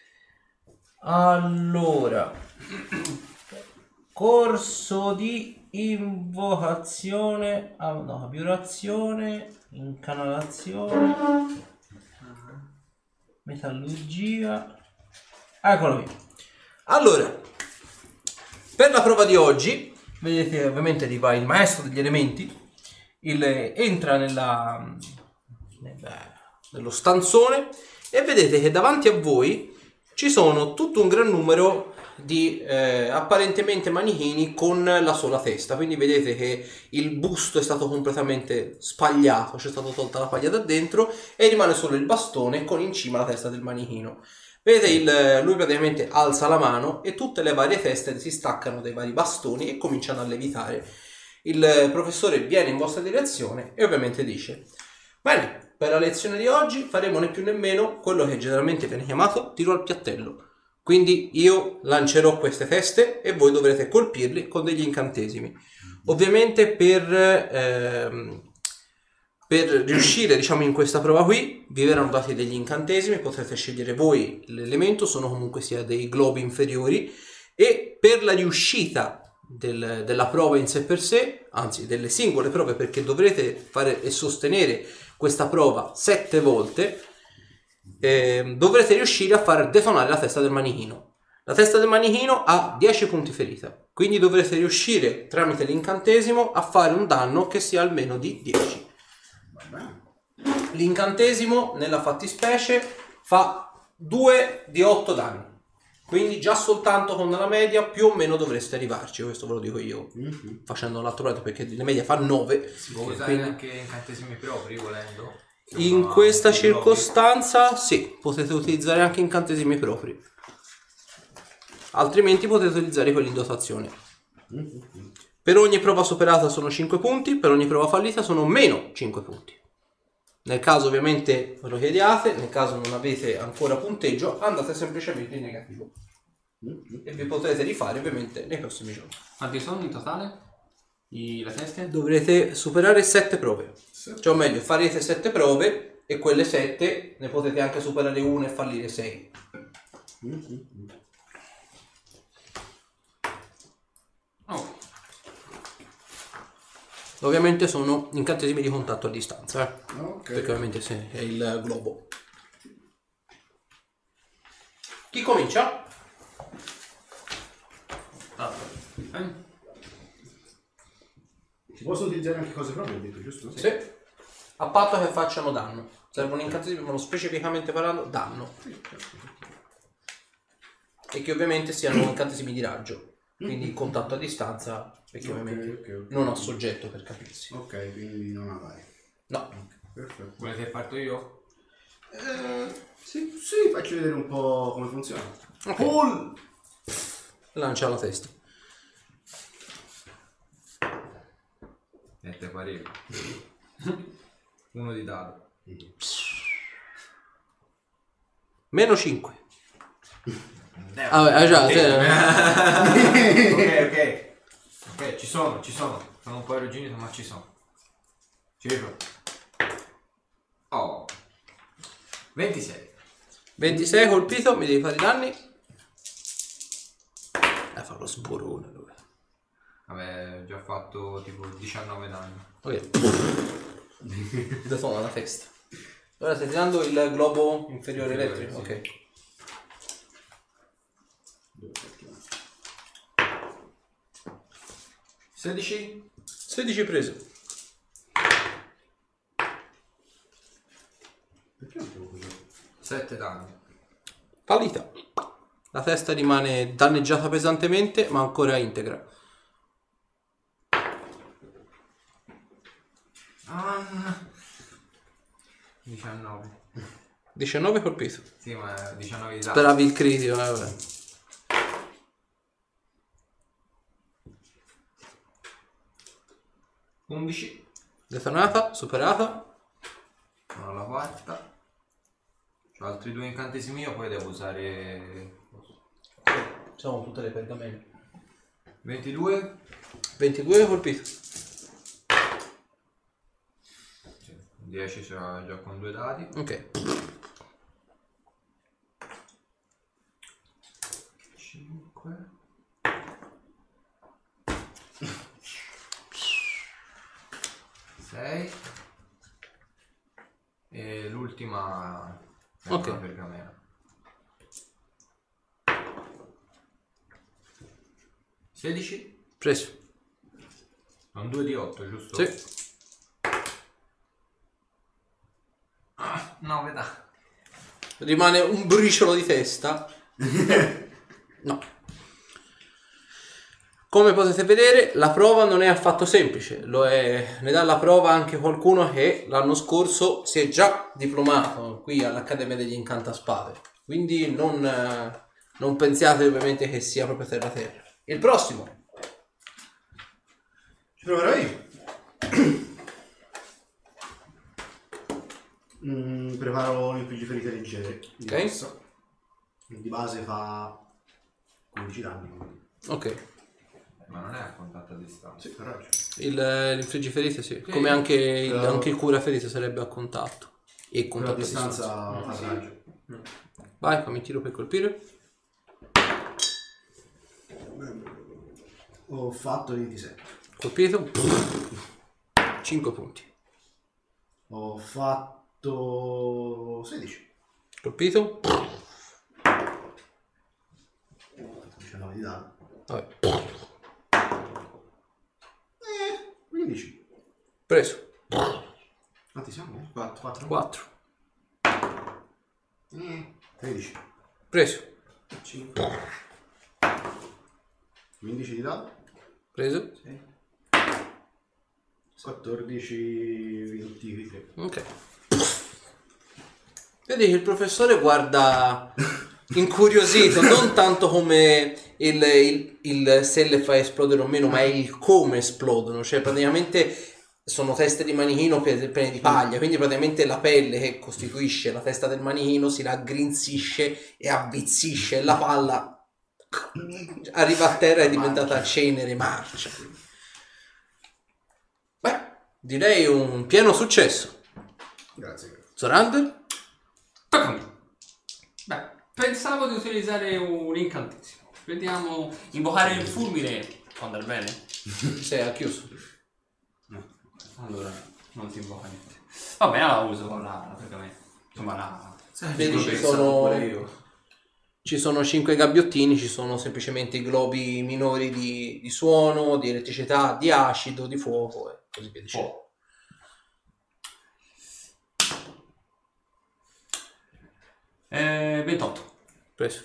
Allora, corso di invocazione, vibrazione, incanalazione, metallurgia. Eccolo qui. Allora, per la prova di oggi, vedete ovviamente arriva il maestro degli elementi, entra nello stanzone e vedete che davanti a voi ci sono tutto un gran numero di apparentemente manichini con la sola testa. Quindi vedete che il busto è stato completamente spagliato, c'è stata tolta la paglia da dentro e rimane solo il bastone con in cima la testa del manichino. Vedete, lui praticamente alza la mano e tutte le varie teste si staccano dai vari bastoni e cominciano a levitare. Il professore viene in vostra direzione e ovviamente dice: bene, per la lezione di oggi faremo né più né meno quello che generalmente viene chiamato tiro al piattello. Quindi io lancerò queste teste e voi dovrete colpirli con degli incantesimi. Ovviamente per riuscire, diciamo, in questa prova qui vi verranno dati degli incantesimi, potrete scegliere voi l'elemento, sono comunque sia dei globi inferiori, e per la riuscita della prova in sé per sé, anzi delle singole prove, perché dovrete fare e sostenere questa prova 7 volte, dovrete riuscire a far detonare la testa del manichino. La testa del manichino ha 10 punti ferita, quindi dovrete riuscire tramite l'incantesimo a fare un danno che sia almeno di 10. L'incantesimo nella fattispecie fa 2 di 8 danni, quindi già soltanto con la media più o meno dovreste arrivarci. Questo ve lo dico io facendo l'altro prato, perché la media fa 9. Si può usare anche incantesimi propri volendo? In questa circostanza sì, potete utilizzare anche incantesimi propri, altrimenti potete utilizzare quelli in dotazione. Per ogni prova superata sono 5 punti, per ogni prova fallita sono meno 5 punti. Nel caso ovviamente ve lo chiediate, nel caso non avete ancora punteggio, andate semplicemente in negativo. E vi potrete rifare ovviamente nei prossimi giorni. Quanti sono in totale? Le teste? Dovrete superare 7 prove. Cioè, o meglio, farete 7 prove e quelle 7 ne potete anche superare una e fallire 6. Oh. Ovviamente sono incantesimi di contatto a distanza, Ok. perché ovviamente se è il globo. Chi comincia? Si possono utilizzare anche cose proprie, ho detto, giusto? Sì. A patto che facciano danno. Servono incantesimi, ma specificamente parlando, danno. E che ovviamente siano incantesimi di raggio. Quindi contatto a distanza, perché ovviamente ok. non ha soggetto, per capirsi. Ok, quindi non avrai. No. Perfetto. Volete che parto io? Sì, faccio vedere un po' come funziona. Ok. Lancia la testa. Niente parere. Uno di dado. Meno 5. Vabbè, già, Ok, ci sono. Sono un po' arrugginito, ma ci sono. Ci vedo. Oh. 26. 26 colpito, mi devi fare i danni. Fa lo sborone lui. Vabbè, ho già fatto tipo 19 danni. Ok. Detona la testa. Ora stai tirando il globo inferiore elettrico? Sì. Ok. 16 preso. Perché non trovo così? 7 danni. Fallita. La testa rimane danneggiata pesantemente, ma ancora integra. 19. 19 colpito. Sì, ma 19 di danni. Speravi il critico, vabbè. 11. Detonata, superata. Sono alla quarta. C'ho altri 2 incantesimi io, poi devo usare... Siamo tutte le pergamene. 22. 22 colpito. 10 ce l'ho già con 2 dadi. Ok. 5. 6. E l'ultima è Ok. una pergamena. 16. Preso. Sono 2 di 8, giusto? Sì. 9 da. Rimane un briciolo di testa. No. Come potete vedere, la prova non è affatto semplice. Ne dà la prova anche qualcuno che l'anno scorso si è già diplomato qui all'Accademia degli Incantaspade. Quindi non pensiate ovviamente che sia proprio terra. Il prossimo. Ci proverò io. Preparo l'infliggiferite leggere. Di Ok. massa. Di base fa 15 danni. Ok. Ma non è a contatto a distanza. Sì, però c'è. L'infliggiferite sì. Come anche il curaferite sarebbe a contatto. E Con la contatto a distanza. distanza fa raggio. Vai, fammi tiro per colpire. Ho fatto 27. Colpito. 5 punti. Ho fatto 16. Colpito. 19 di danno. Vabbè. 15. Preso. Quanti siamo? 4. 4. 13. Preso. 5. 15 di danno. Preso. 14 riduttivi. 3. Ok. Vedi che il professore guarda incuriosito, non tanto come il se le fa esplodere o meno, ma è il come esplodono. Cioè praticamente sono teste di manichino piene di paglia, quindi praticamente la pelle che costituisce la testa del manichino si raggrinzisce e avvizzisce e la palla arriva a terra e è diventata cenere marcia. Beh, direi un pieno successo. Grazie. Zorander? Tocca a me. Beh, pensavo di utilizzare un incantesimo. Vediamo, invocare il fulmine. Può andare bene? Sei ha chiuso. Allora, non si invoca niente. Va bene, la uso la pergamena. Insomma, la... Vedi, ci sono 5 gabbiottini, ci sono semplicemente i globi minori di suono, di elettricità, di acido, di fuoco e così via dicendo. 28. Preso.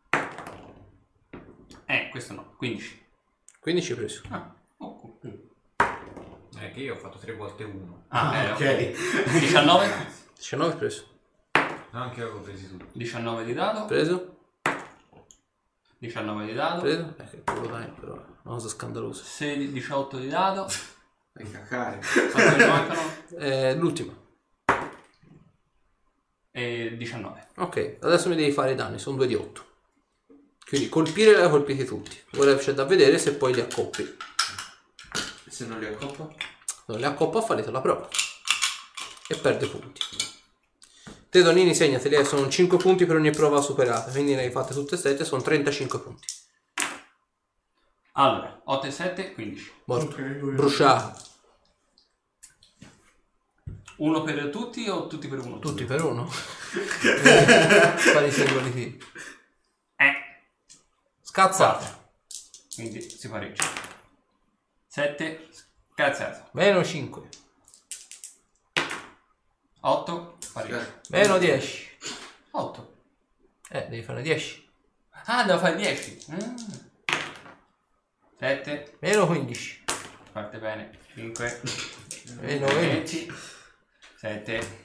Questo no, 15. 15 preso. Ah, oh, cool. È che io ho fatto 3 volte 1. Ok. 19. 19 preso. Anche io avevo presi tutti. 19 di dado. Preso. 19 di dado. Preso. Che quello dai, però. Una cosa scandalosa. 18 di dado. Vai cacare. Quanto ne mancano? L'ultima. E 19. Ok, adesso mi devi fare i danni, sono 2 di 8. Quindi colpire li hai colpiti tutti. Ora c'è da vedere se poi li accoppi. Se non li accoppa? Non li accoppa, fallite la prova. E perde punti. Te Donini segnateli, sono 5 punti per ogni prova superata, quindi ne hai fatte tutte e 7, sono 35 punti. Allora, 8 e 7, 15. Morto. Bruciato. Uno per tutti o tutti per uno? Tutti per uno. Quali singoli tiri? Scazzato. Quindi si pareggia. 7, scazzato. Meno 5. 8, pareggio. Meno 10. 8. Devi fare 10. Ah, devo fare 10. 7, Meno 15. parte bene. 5, Meno 20. 20, 7.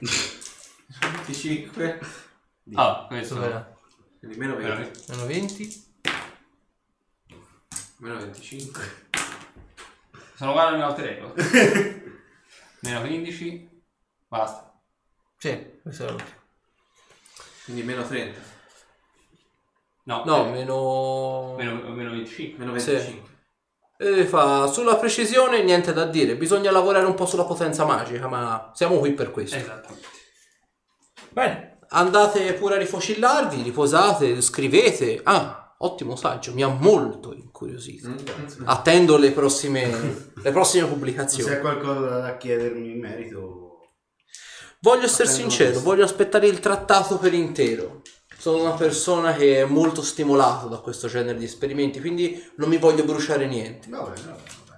25. Ah, questo Superato. Quindi meno 20. Meno 20. Meno 25. Sono uguali alle altre ego. Meno 15. Basta. Sì, questo è l'ultimo. Quindi meno 30. No, No, meno 25. Meno 25. E fa sulla precisione niente da dire, bisogna lavorare un po' sulla potenza magica, ma siamo qui per questo. Esatto. Bene, andate pure a rifocillarvi, riposate, scrivete. Ah, ottimo saggio, mi ha molto incuriosito. Attendo le prossime Se pubblicazioni. hai qualcosa da chiedermi in merito... Voglio essere Attendo sincero, questo. voglio aspettare il trattato per intero. Sono una persona che è molto stimolato da questo genere di esperimenti, quindi non mi voglio bruciare niente. Va bene.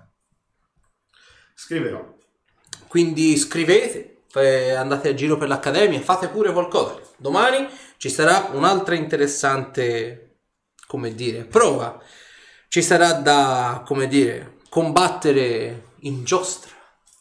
Scriverò. Quindi scrivete, andate a giro per l'accademia, fate pure qualcosa. Domani ci sarà un'altra interessante, come dire, prova. Ci sarà da, come dire, combattere in giostra.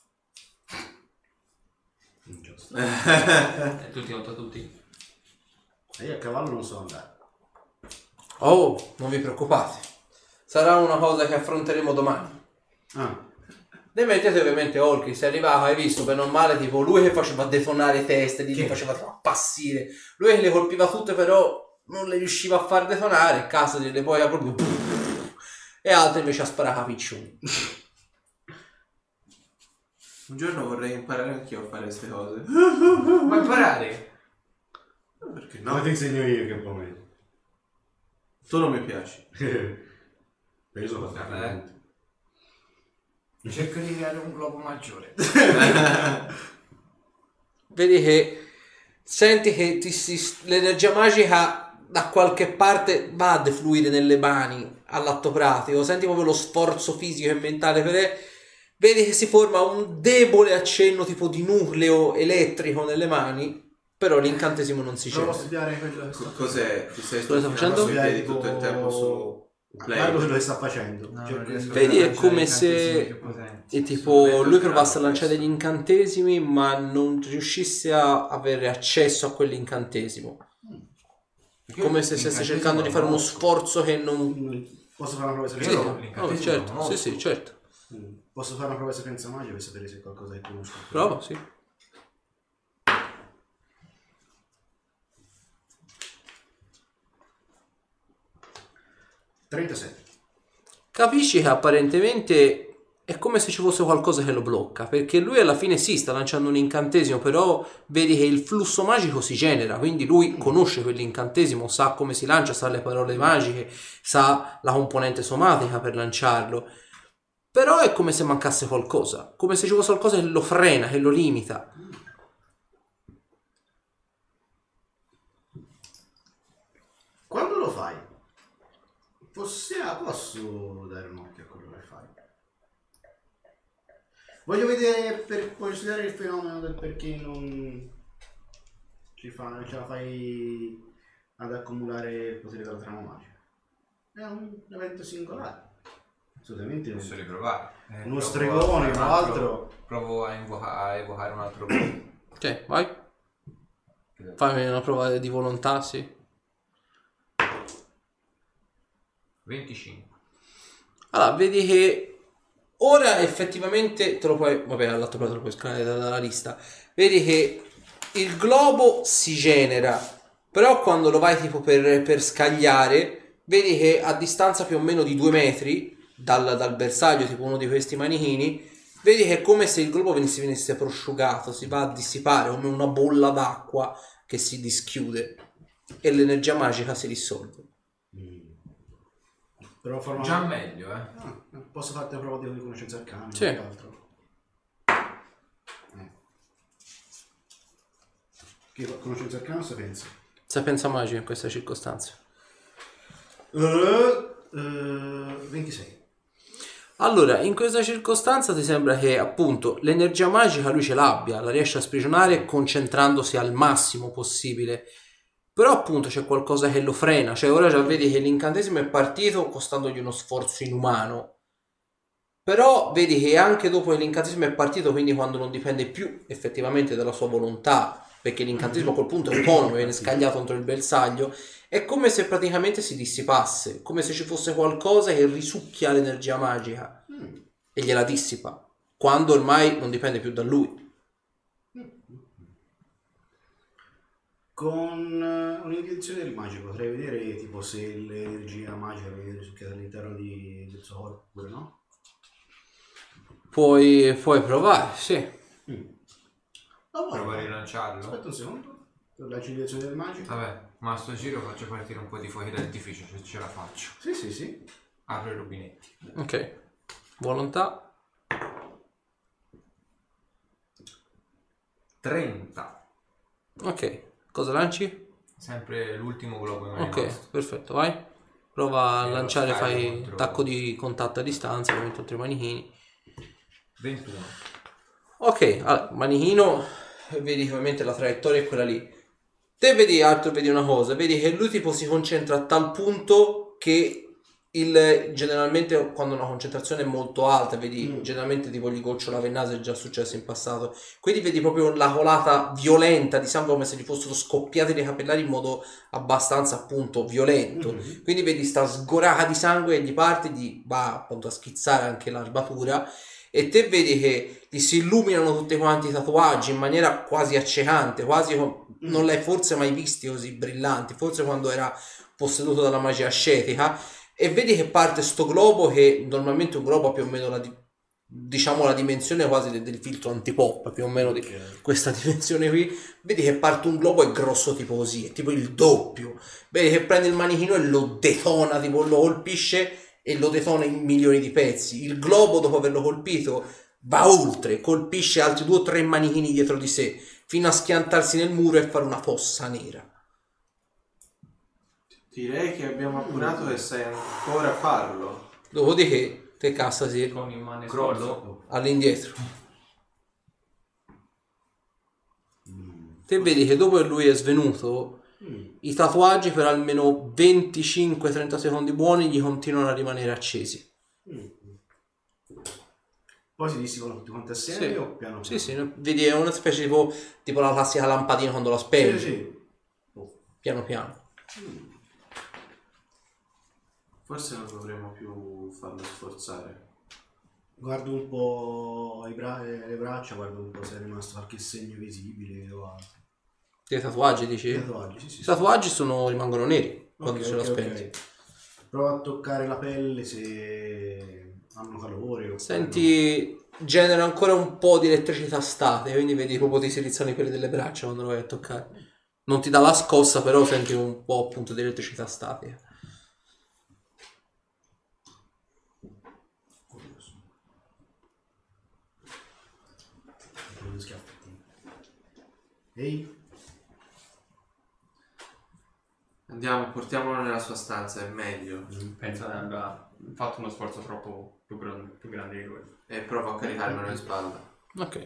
Tutti contro tutti. E io a cavallo non so andare. Oh, non vi preoccupate. Sarà una cosa che affronteremo domani. Ah, Ne mettete ovviamente Olki, se arrivava, hai visto, per non male, tipo lui che faceva detonare teste, li faceva appassire, lui che le colpiva tutte però non le riusciva a far detonare, in caso delle poi proprio e altri invece a sparare a piccioni. Un giorno vorrei imparare anch'io a fare queste cose. Ma imparare? Perché no, no? ti insegno io che è un po' meglio. Tu non mi piaci. Peso fatto. Cerco di creare un globo maggiore. Vedi che senti che l'energia magica da qualche parte va a defluire nelle mani all'atto pratico, senti proprio lo sforzo fisico e mentale vedi che si forma un debole accenno tipo di nucleo elettrico nelle mani, però l'incantesimo non si Provo a c'è. studiare quello. Cos'è? Ti stai Cosa sta facendo? Vedi tutto il tempo su Guarda quello che sta facendo. No, Cioè, non riesco a Vedi, è lanciare come incantesimi se più potenti. e tipo Vedo lui il provasse a grano lanciare questo. degli incantesimi ma non riuscisse a avere accesso a quell'incantesimo, come se stesse cercando di fare uno sforzo che non... Posso fare una prova di Sì, Io sapienza? l'incantesimo oh, certo, lo sì, certo. Posso fare una prova di sapienza magica per sapere se è qualcosa che conosco. Prova, sì. $37. Capisci che apparentemente è come se ci fosse qualcosa che lo blocca, perché lui alla fine sì, sta lanciando un incantesimo, però vedi che il flusso magico si genera, quindi lui conosce quell'incantesimo, sa come si lancia, sa le parole magiche, sa la componente somatica per lanciarlo, però è come se mancasse qualcosa, come se ci fosse qualcosa che lo frena, che lo limita. Quando lo fai? Posso dare un occhio a quello che fai? Voglio vedere, voglio studiare il fenomeno del perché non ce la fai ad accumulare il potere della trama magica. È un evento singolare. Assolutamente Posso riprovare. uno Provo stregone, a fare tra l'altro. Provo a evocare un altro globo. Ok, vai. Fammi una prova di volontà, sì. 25. Allora, vedi che ora effettivamente te lo puoi... Vabbè, all'altro te lo puoi scalare dalla lista. Vedi che il globo si genera, però quando lo vai tipo per scagliare, vedi che a distanza più o meno di 2 metri dal bersaglio, tipo uno di questi manichini, vedi che è come se il globo venisse prosciugato, si va a dissipare come una bolla d'acqua che si dischiude e l'energia magica si dissolve. Però farò una... Già meglio, posso farti una prova di conoscenza arcana? Sì. Altro. Che conoscenza arcana cosa pensi? Sapienza magica in questa circostanza. 26. Allora, in questa circostanza ti sembra che appunto l'energia magica lui ce l'abbia, la riesce a sprigionare concentrandosi al massimo possibile. Però appunto c'è qualcosa che lo frena, cioè ora già vedi che l'incantesimo è partito costandogli uno sforzo inumano. Però vedi che anche dopo che l'incantesimo è partito, quindi quando non dipende più effettivamente dalla sua volontà, perché l'incantesimo a quel punto è autonomo, viene scagliato contro il bersaglio, è come se praticamente si dissipasse, come se ci fosse qualcosa che risucchia l'energia magica. E e gliela dissipa, quando ormai non dipende più da lui. Con un'indicazione del magico potrei vedere tipo se l'energia magica viene risucchiata all'interno del suo corpo oppure no? Puoi provare, sì. Allora, Prova a rilanciarlo. aspetta un secondo. Lancio l'indicazione del magico. Vabbè, ma a sto giro faccio partire un po' di fuochi d'artificio se ce la faccio. Sì. Apro i rubinetti. Ok. Volontà. 30. Ok. Cosa lanci? Sempre l'ultimo globo che mi è Ok, rimasto. perfetto, vai. Prova a E lo lanciare, scarico fai contro- attacco di contatto a distanza, ovviamente oltre i manichini. 21. Ok, allora, manichino, vedi che ovviamente la traiettoria è quella lì. Te vedi, Arthur, vedi una cosa, vedi che lui tipo si concentra a tal punto che generalmente quando una concentrazione è molto alta, vedi generalmente tipo gli gocciola il naso, è già successo in passato, quindi vedi proprio la colata violenta di sangue come se gli fossero scoppiati dei capillari in modo abbastanza appunto violento, quindi vedi sta sgorata di sangue e gli parte, gli va appunto a schizzare anche l'armatura e te vedi che gli si illuminano tutti quanti i tatuaggi in maniera quasi accecante, quasi non l'hai forse mai visti così brillanti, forse quando era posseduto dalla magia ascetica. E vedi che parte sto globo che normalmente un globo ha più o meno la dimensione quasi del filtro antipop, più o meno di questa dimensione qui. Vedi che parte un globo è grosso tipo così, è tipo il doppio. Vedi che prende il manichino e lo detona, tipo lo colpisce e lo detona in milioni di pezzi. Il globo dopo averlo colpito va oltre, colpisce altri 2 o 3 manichini dietro di sé fino a schiantarsi nel muro e fare una fossa nera. Direi che abbiamo appurato e sai ancora farlo. Dopodiché te cassasi Con immane Crollo. sforzo. all'indietro. Te vedi che dopo che lui è svenuto, i tatuaggi per almeno 25-30 secondi buoni gli continuano a rimanere accesi. Poi si dissipano tutti quanti assieme o piano piano? Sì, vedi è una specie tipo la classica lampadina quando la spegni. Sì. Piano piano. Forse non dovremmo più farlo sforzare. Guardo un po' le braccia, guardo un po' se è rimasto qualche segno visibile o altro. Dei tatuaggi dici? I tatuaggi, sì. I tatuaggi rimangono neri quando ce la spegni. Ok. Provo a toccare la pelle se hanno calore o Senti, genera ancora un po' di elettricità statica, quindi vedi proprio ti si rizzano i peli delle braccia quando lo vai a toccare. Non ti dà la scossa, però senti un po' appunto di elettricità statica. Ehi? Andiamo, portiamolo nella sua stanza, è meglio. Penso che abbia fatto uno sforzo troppo più grande di lui. E provo a caricarmelo in spalla. Ok.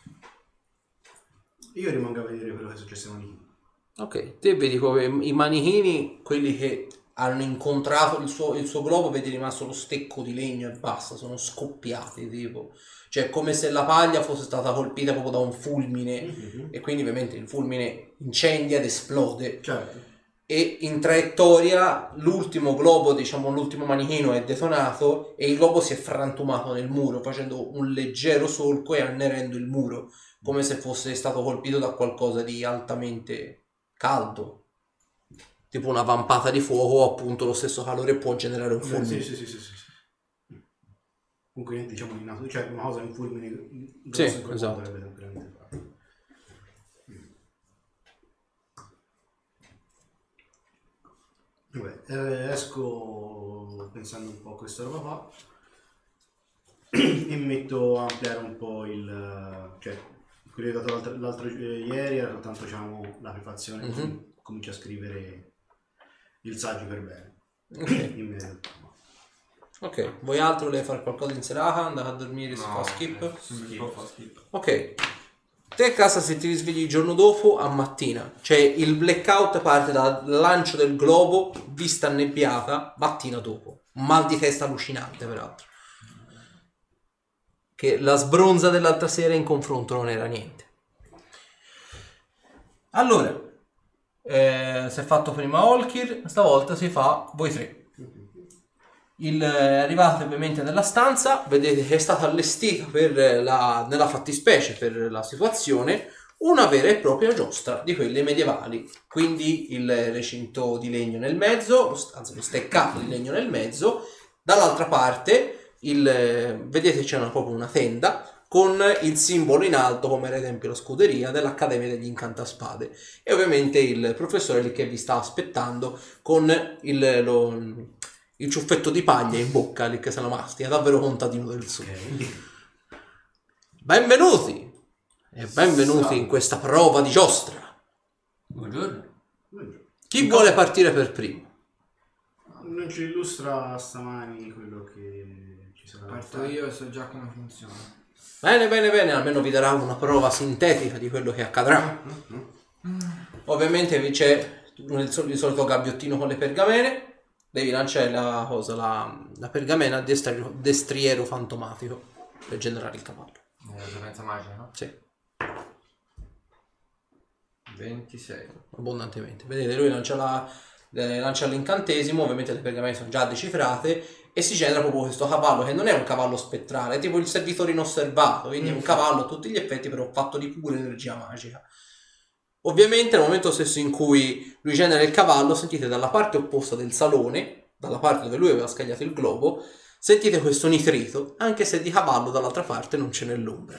Io rimango a vedere quello che è successo ai manichini. Ok, te vedi come i manichini, quelli che hanno incontrato il suo globo, vedi rimasto lo stecco di legno e basta, sono scoppiati tipo. Cioè come se la paglia fosse stata colpita proprio da un fulmine e quindi ovviamente il fulmine incendia ed esplode. Certo. E in traiettoria l'ultimo globo, diciamo l'ultimo manichino è detonato e il globo si è frantumato nel muro facendo un leggero solco e annerendo il muro come se fosse stato colpito da qualcosa di altamente caldo, tipo una vampata di fuoco o appunto lo stesso calore può generare un fulmine. Sì. Comunque niente, diciamo di nato, cioè una cosa in fulmine Sì, grosso in quel esatto. modo dovrebbe tranquillamente fare. Vabbè, esco pensando un po' a questa roba qua e metto a ampliare un po' cioè quello che ho dato l'altro ieri era soltanto diciamo la prefazione, così comincio a scrivere il saggio per bene. In merito. Ok, voi altro volete fare qualcosa in serata? Andate a dormire, si fa skip? Schifo. Ok, te a casa se ti risvegli il giorno dopo a mattina, cioè il blackout parte dal lancio del globo, vista annebbiata, mattina dopo, mal di testa allucinante peraltro, che la sbronza dell'altra sera in confronto non era niente. Allora, si è fatto prima Olkir, stavolta si fa voi tre. Arrivate ovviamente nella stanza, vedete che è stata allestita nella fattispecie per la situazione una vera e propria giostra di quelle medievali, quindi il recinto di legno nel mezzo, anzi lo steccato di legno nel mezzo, dall'altra parte vedete c'è proprio una tenda con il simbolo in alto, come ad esempio la scuderia dell'Accademia degli Incantaspade, e ovviamente il professore lì che vi sta aspettando con il ciuffetto di paglia in bocca lì che se la mastica, davvero contadino del sud. Benvenuti e benvenuti in questa prova di giostra. Buongiorno. Chi vuole partire per primo? Non ci illustra stamani quello che ci sarà da Parto fare. io e so già come funziona. Bene, almeno vi darà una prova sintetica di quello che accadrà. Ovviamente vi c'è il solito gabbiottino con le pergamene. Devi lanciare la pergamena a destriero fantomatico per generare il cavallo. Sapienza magica, no? Sì, 26. abbondantemente. Vedete, lui lancia l'incantesimo, ovviamente le pergamene sono già decifrate e si genera proprio questo cavallo che non è un cavallo spettrale, è tipo il servitore inosservato, quindi è un cavallo a tutti gli effetti però fatto di pura energia magica. Ovviamente nel momento stesso in cui lui genera il cavallo, sentite dalla parte opposta del salone, dalla parte dove lui aveva scagliato il globo, sentite questo nitrito, anche se di cavallo dall'altra parte non ce n'è l'ombra.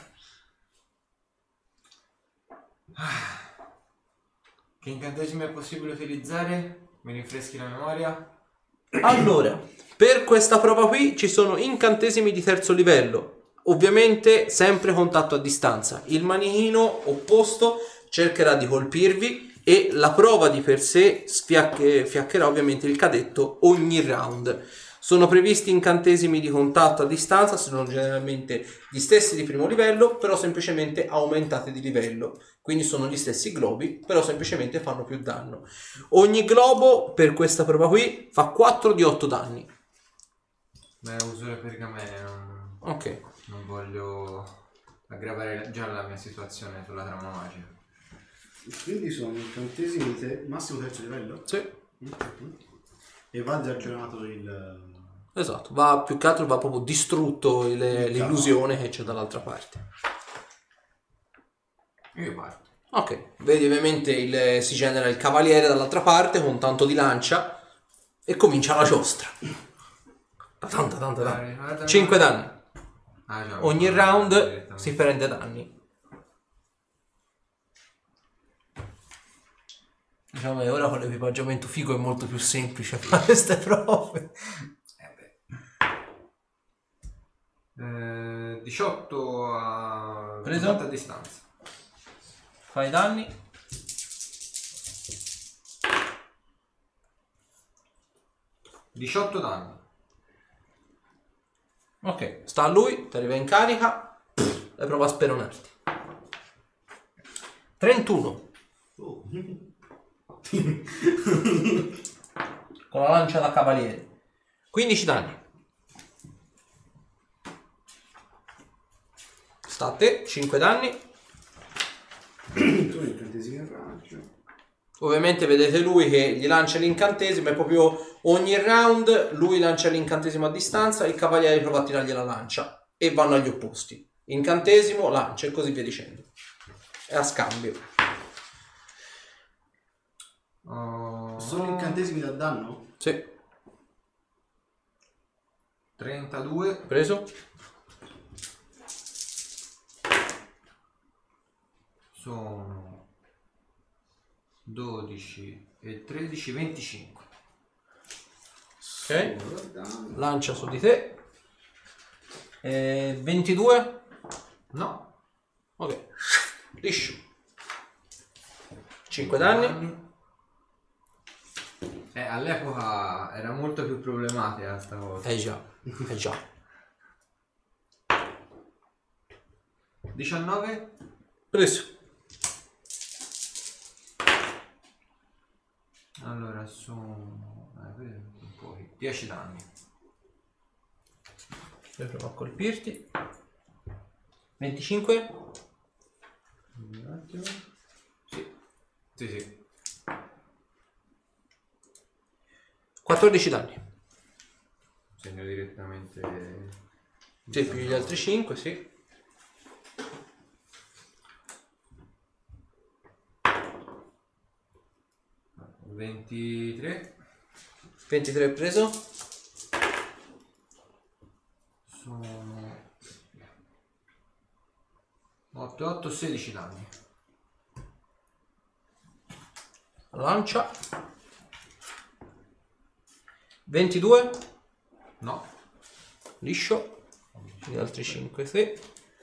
Che incantesimo è possibile utilizzare? Mi rinfreschi la memoria? Allora, per questa prova qui ci sono incantesimi di terzo livello, ovviamente sempre contatto a distanza. Il manichino opposto cercherà di colpirvi e la prova di per sé fiaccherà ovviamente il cadetto ogni round. Sono previsti incantesimi di contatto a distanza, sono generalmente gli stessi di primo livello, però semplicemente aumentati di livello. Quindi sono gli stessi globi, però semplicemente fanno più danno. Ogni globo per questa prova qui fa 4 di 8 danni. Beh, uso le pergamene, Ok. non voglio aggravare già la mia situazione sulla trama magica. Quindi sono incantesimi di massimo terzo livello? Sì. E va aggiornato il... Esatto, va più che altro va proprio distrutto l'illusione che c'è dall'altra parte. Io parto. Ok, vedi ovviamente si genera il cavaliere dall'altra parte con tanto di lancia e comincia la giostra. Tanta. 5 danni. Ogni round si prende danni. Diciamo che ora con l'equipaggiamento figo è molto più semplice fare queste prove. 18 a Preso? contatto a distanza. Fai danni. $18 danni. Ok, sta a lui, ti arriva in carica e prova a speronarti. 31. Con la lancia da cavaliere. 15 danni. Sta a te, 5 danni. Tu incantesimi a raggio. Ovviamente vedete lui che gli lancia l'incantesimo, è proprio ogni round lui lancia l'incantesimo a distanza, il cavaliere prova a tirargli la lancia e vanno agli opposti. Incantesimo, lancia e così via dicendo. È a scambio. Sono incantesimi da danno? Sì. 32. Preso? Sono 12 e 13, 25. Ok. Lancia su di te. 22? No. Ok. Liscio. 5 danni. All'epoca era molto più problematica sta cosa. Già. 19. Preso. Allora sono un po' 10 danni. Io provo a colpirti. 25? Un attimo. Sì. 14 danni. Segno direttamente. Sì, più gli altri 5, sì. Uh, 23. 23 preso. Sono 8, 16 danni. Lancia. 22. No. Liscio. Gli altri 5, sì.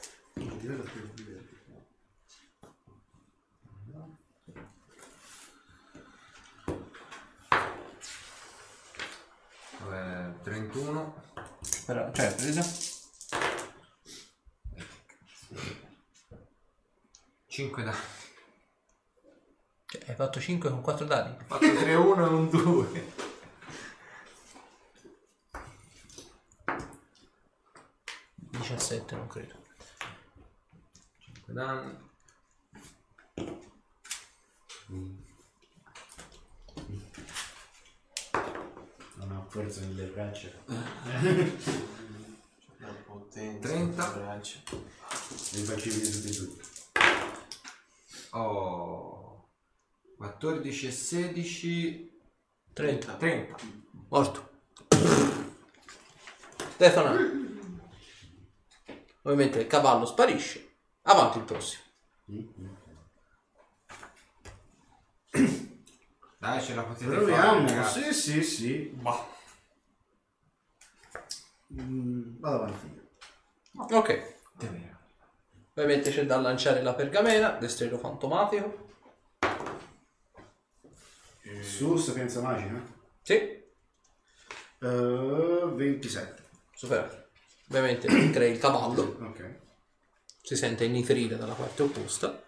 Vabbè, 31. Cioè, preso. 5 danni. Cioè, hai fatto 5 con 4 dadi. Ho fatto 3, 1 e un 2. 17, non credo. 5 danni. Non ha forza nelle braccia. La potenza. 30. delle braccia. Li faccio vedere tutti. Oh. 14 e 16. 30. 30. Morto. Stefano. Ovviamente il cavallo sparisce. Avanti il prossimo. Dai, ce la potete Proviamo. fare, ragazzi. Sì. Bah. Vado avanti. Ok. Ovviamente c'è da lanciare la pergamena. Destrero fantomatico. Su sapienza magica. Sì. 27. Superato. Ovviamente crei il cavallo. Ok. Si sente innitrire dalla parte opposta.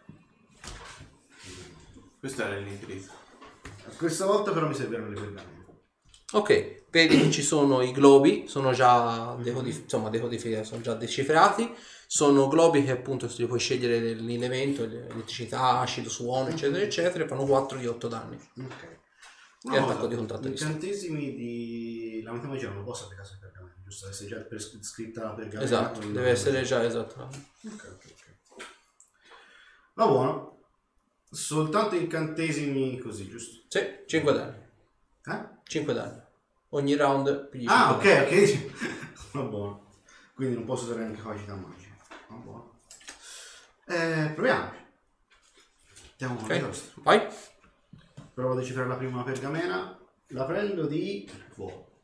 Questo era il nitrito. Questa volta però mi serviranno le pergamene. Ok, vedi che ci sono i globi, sono già decodificati, sono già decifrati. Sono globi che appunto si puoi scegliere l'elemento, elettricità, acido, suono, eccetera, eccetera, e fanno 4 di 8 danni. Ok. E attacco di contatto di incantesimi di la matematica non lo posso applicare sul pergamene, giusto? Se già scritta la pergamena. Esatto, deve essere già esatto. Ok. Va buono. Soltanto incantesimi così, giusto? Sì, 5 danni. 5 danni. Ogni round pigli 5 Ah, danni. ok. Va buono. Quindi non posso usare neanche capacità magica. Va buono. Proviamo. Andiamo con Ok, vai. Provo a decifrare la prima pergamena. La prendo di fuoco.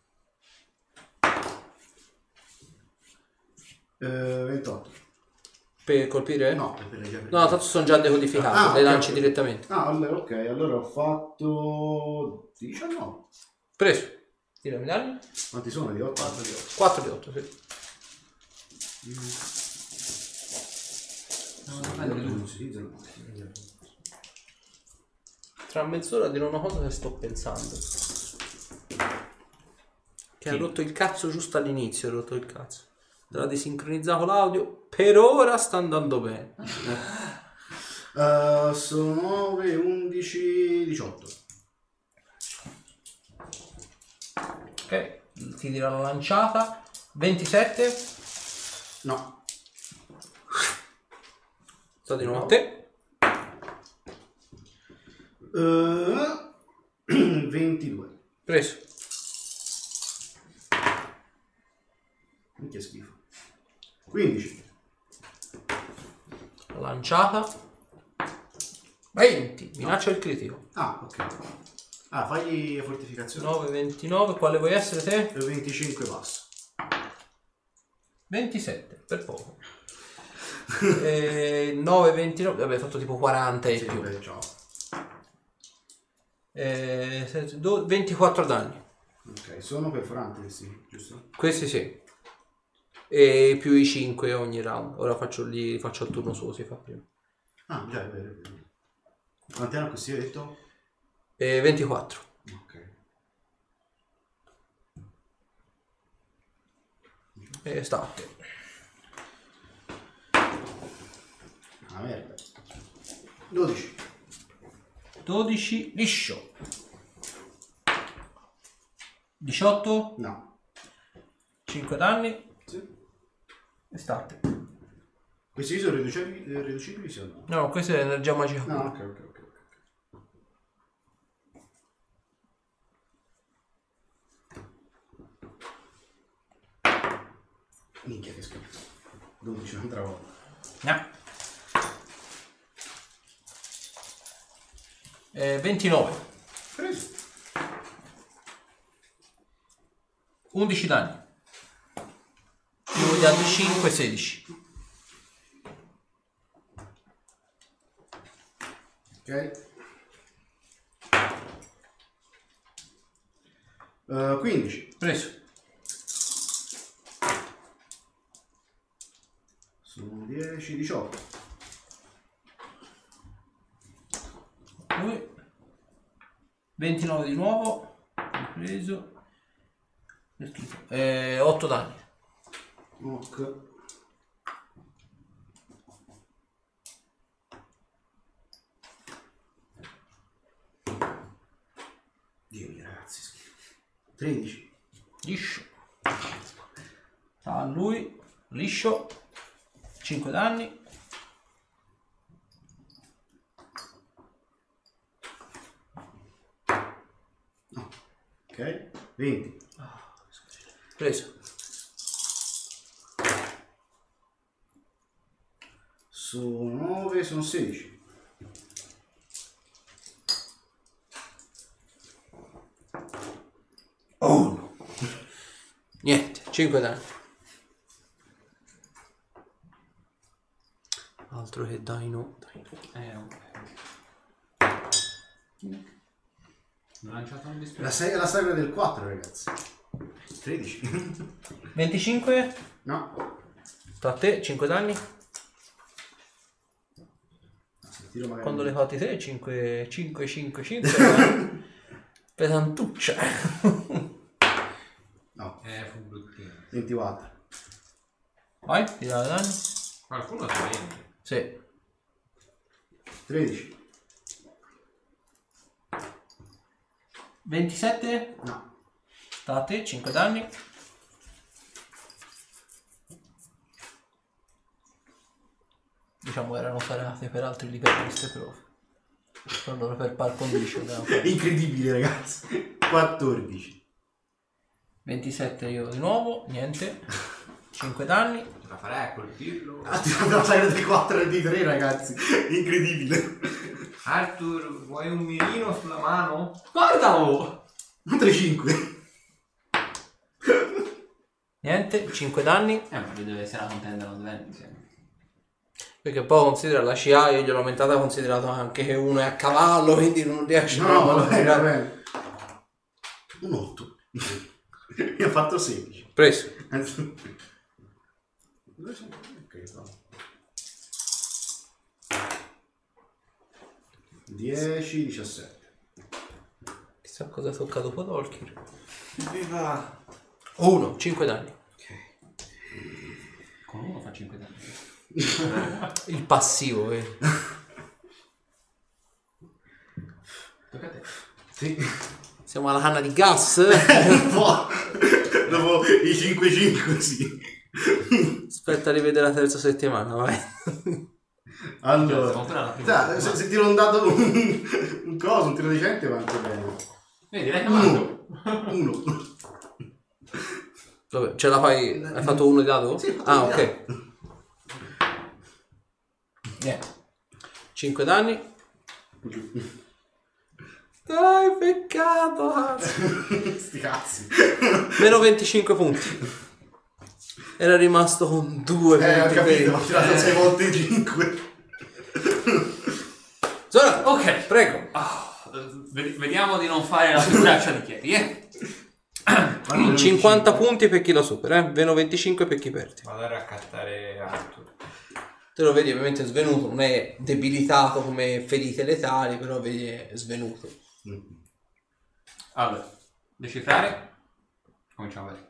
28. Per colpire? No, per le già. No, tanto sono già decodificate, le ok, lanci ok. direttamente. Ah, allora, ok, allora ho fatto 19. Preso. Tirami i danni. Quanti sono? Di 8? 4 di 8, sì. Non si utilizzano. Tra mezz'ora dirò una cosa che sto pensando. Che ha rotto il cazzo giusto all'inizio, ha rotto il cazzo. L'ha desincronizzato l'audio, per ora sta andando bene. Sono 9, 11, 18. Ok, ti dirà la lanciata. 27. No. Sta di nuovo a te. 22. Preso. Che schifo. 15. Lanciata. 20. Minaccia il critico. Ah, ok. Ah, fagli fortificazione. 9, 29. Quale vuoi essere te? 25 passo. 27, per poco. 9, 29. Vabbè, hai fatto tipo 40 e Sì, più. beh, ciao. 24 danni. Ok, sono perforanti questi, giusto? Questi sì. E più i 5 ogni round. Ora faccio a turno suo, si fa prima. Ah, già, è vero, è vero. Quanti erano questi, hai detto? 24. Ok. E sta a te. Ah, merda. 12. 12 liscio. 18. No. 5 danni. Sì. E start. Questi sono riducibili sì o no? No, questa è energia magica. No, ok. Minchia che schifo. 12 un'altra volta. No. 29. Preso. 11 danni. Più gli altri 5, 16. Ok. 15. Preso. Sono 10, 18. Lui. 29 di nuovo. Preso. 8 danni. Ok. Dio mio ragazzi, schifo. 13. Liscio. A lui. Liscio. 5 danni. Ok. 20. Preso. Sono 9, sono 16. Oh no. Niente, 5 danni. Altro che Dino. Non ha lanciato un La, dispiace. la sagra del 4 ragazzi. 13. 25. No. Sta a te, 5 danni. Se tiro magari... Quando le fate te, 5, 5. Pesantuccia. No. Fu bruttino. 24. Vai, ti dà danni. Qualcuno ti vende. Sì. 13. 27. No. Sta a te, 5 danni. Diciamo erano parate per altri livelli queste prove. Per loro per par condition. Incredibile ragazzi. 14. 27 io di nuovo, niente. 5 danni. Ce la farei a colpirlo. Ha tirato la sagra del 4 e di 3 ragazzi. Incredibile. Arthur, vuoi un mirino sulla mano? Guardalo! Altre 5. Niente, 5 danni. Ma deve essere una contender non deve essere. Perché poi considera la CA, io gliel'ho aumentata, considerato anche che uno è a cavallo, quindi non riesce No, a va bene. Un 8. Mi ha fatto 16. Preso. Dove sono? Ok, no. 10, 17. Chissà cosa tocca dopo Dolkir. Viva! 1, 5 danni. Con uno fa 5 danni. Il passivo, Tocca a te. Sì. Siamo alla canna di gas. Un po'. Dopo i 5-5, sì. Aspetta a rivedere la terza settimana, vai. Allora, se tiro un dato, un coso, un tiro decente va anche bene. Vedi, l'hai chiamato. 1. Vabbè, ce la fai? Hai fatto uno di dato? Sì, ah, uno di ok. Niente. 5 danni. Dai, peccato. Sti cazzi. Meno 25 punti. Era rimasto con 2 punti. Ho capito, ho veri. tirato 6 volte 5. Zora, Ok, prego. Vediamo di non fare la figuraccia di Chieri, 50 punti per chi lo supera, meno 25 per chi perde. Vado a raccattare Arthur. Te lo vedi ovviamente svenuto, non è debilitato come ferite letali, però vedi è svenuto. Allora, decifrare. Cominciamo a vedere.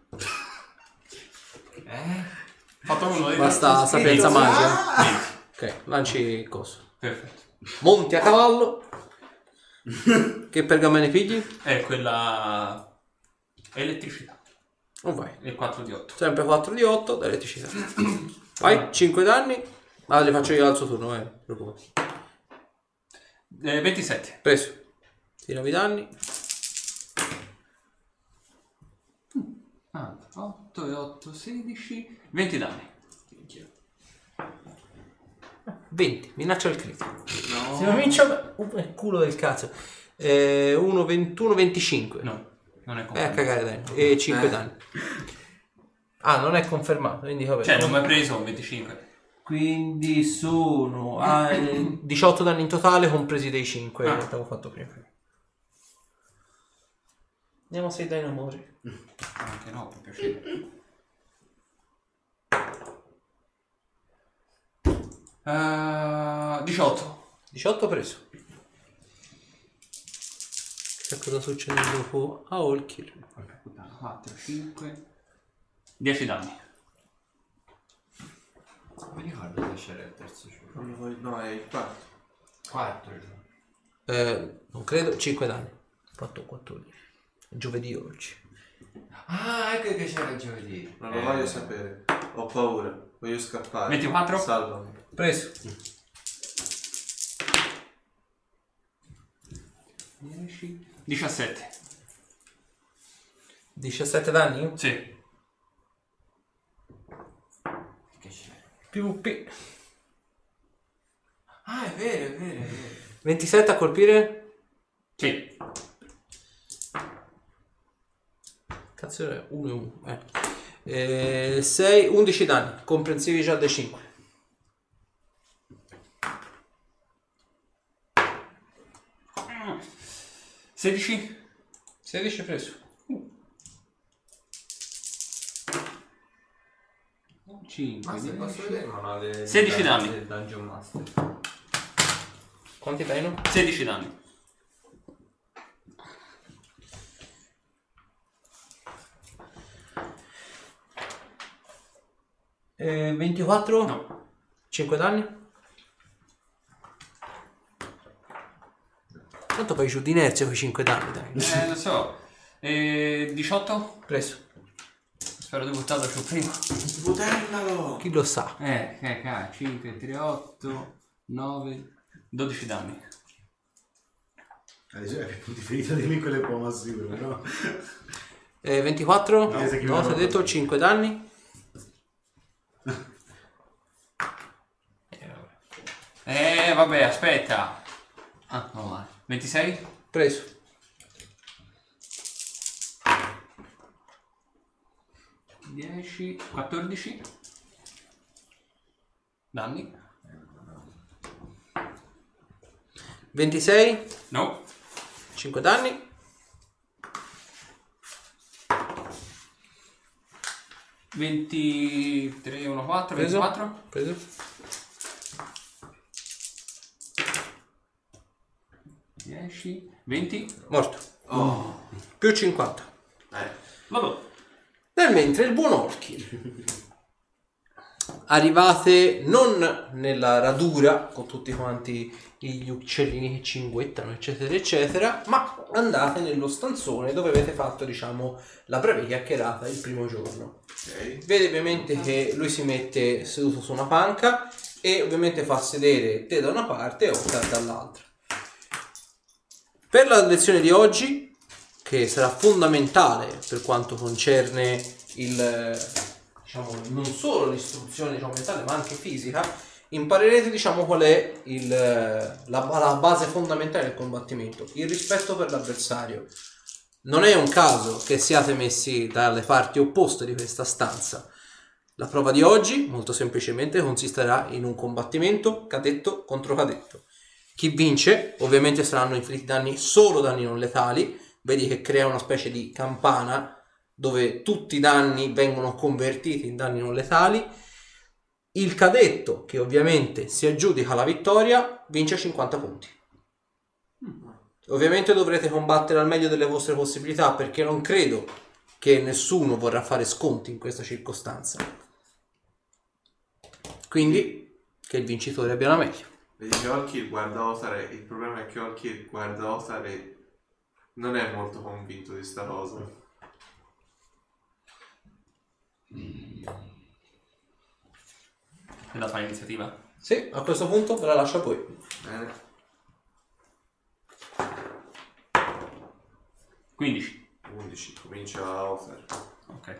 Fatto uno di Basta sapienza scritto. magica. Ok, lanci il coso. Perfetto. Monti a cavallo. Che pergamene pigli? È quella elettricità. Non vai. E 4 di 8. Sempre 4 di 8, dall'elettricità. Vai, 5 danni. Ma le faccio io al suo turno, preoccupati. 27. Preso. Tirami i danni. 8 e 8, 16. 20 danni. 20, minaccia il critico. No. Se comincia il culo del cazzo. 1, 21, 25. No, non è A confermato. cagare danni. E 5 danni. Ah, non è confermato, quindi vabbè. Cioè, non mi hai preso un 25. Quindi sono 18 danni in totale, compresi dei 5 che avevo fatto prima. Andiamo a 6 danni amore. Anche no, per piacere. 18. 18 preso. Che cosa succede dopo a Olkir? 4, 5, 10 danni. Non mi ricordo se c'era il terzo gioco. No, è il quarto. 4. Non credo, 5 danni. Ho fatto 14. Giovedì oggi. Ah, ecco che c'era il giovedì. Non lo voglio sapere. Ho paura. Voglio scappare. 24? Salvami. Preso. 10, 17. 17 danni? Sì. Che c'era? PvP. Ah, è vero, è vero, è vero. 27 a colpire? Sì. Cazzo è 1 e 1. 6, 11 danni, comprensivi già dei 5. Mm. 16? 16 preso. 5, Ma se posso vedere il manuale 16 danni. del Dungeon Master. Quanti danni? 16 danni. Eh, 24? No. 5 danni? Quanto fai giù di inerzia con i 5 danni, dai? Lo so. 18? Preso. Spero di buttarlo più prima. Sputernalo! Chi lo sa? 5, 3, 8, 9, 12 danni. Adesso è più ferita di me quelle può massimo, no? 24? No, No, se ti ho detto 5 danni. Vabbè, aspetta. Ah, no male. 26? Preso. 10, 14 danni. 26? No. 5 danni. 23, 1, 4, Preso. 24. Preso. 10, 20. Morto. Oh. Più 50. Vabbè. Nel mentre il buon Orchi. Arrivate non nella radura con tutti quanti gli uccellini che cinguettano eccetera eccetera, ma andate nello stanzone dove avete fatto diciamo la breve chiacchierata il primo giorno. Ok. Vede ovviamente che lui si mette seduto su una panca e ovviamente fa sedere te da una parte e Oscar dall'altra. Per la lezione di oggi, che sarà fondamentale per quanto concerne diciamo, non solo l'istruzione diciamo, mentale ma anche fisica, imparerete diciamo, qual è la base fondamentale del combattimento, il rispetto per l'avversario. Non è un caso che siate messi dalle parti opposte di questa stanza. La prova di oggi molto semplicemente consisterà in un combattimento cadetto contro cadetto. Chi vince ovviamente saranno inflitti danni, solo danni non letali. Vedi che crea una specie di campana dove tutti i danni vengono convertiti in danni non letali. Il cadetto, che ovviamente si aggiudica la vittoria, vince 50 punti. Ovviamente dovrete combattere al meglio delle vostre possibilità, perché non credo che nessuno vorrà fare sconti in questa circostanza. Quindi che il vincitore abbia la meglio. Vedi che Olkir guarda Otare, il problema è che Olkir guarda Otare non è molto convinto di sta cosa. È da fare l'iniziativa? Sì, a questo punto ve la lascio a voi. Bene. 15. 11, comincia Ofer. Ok.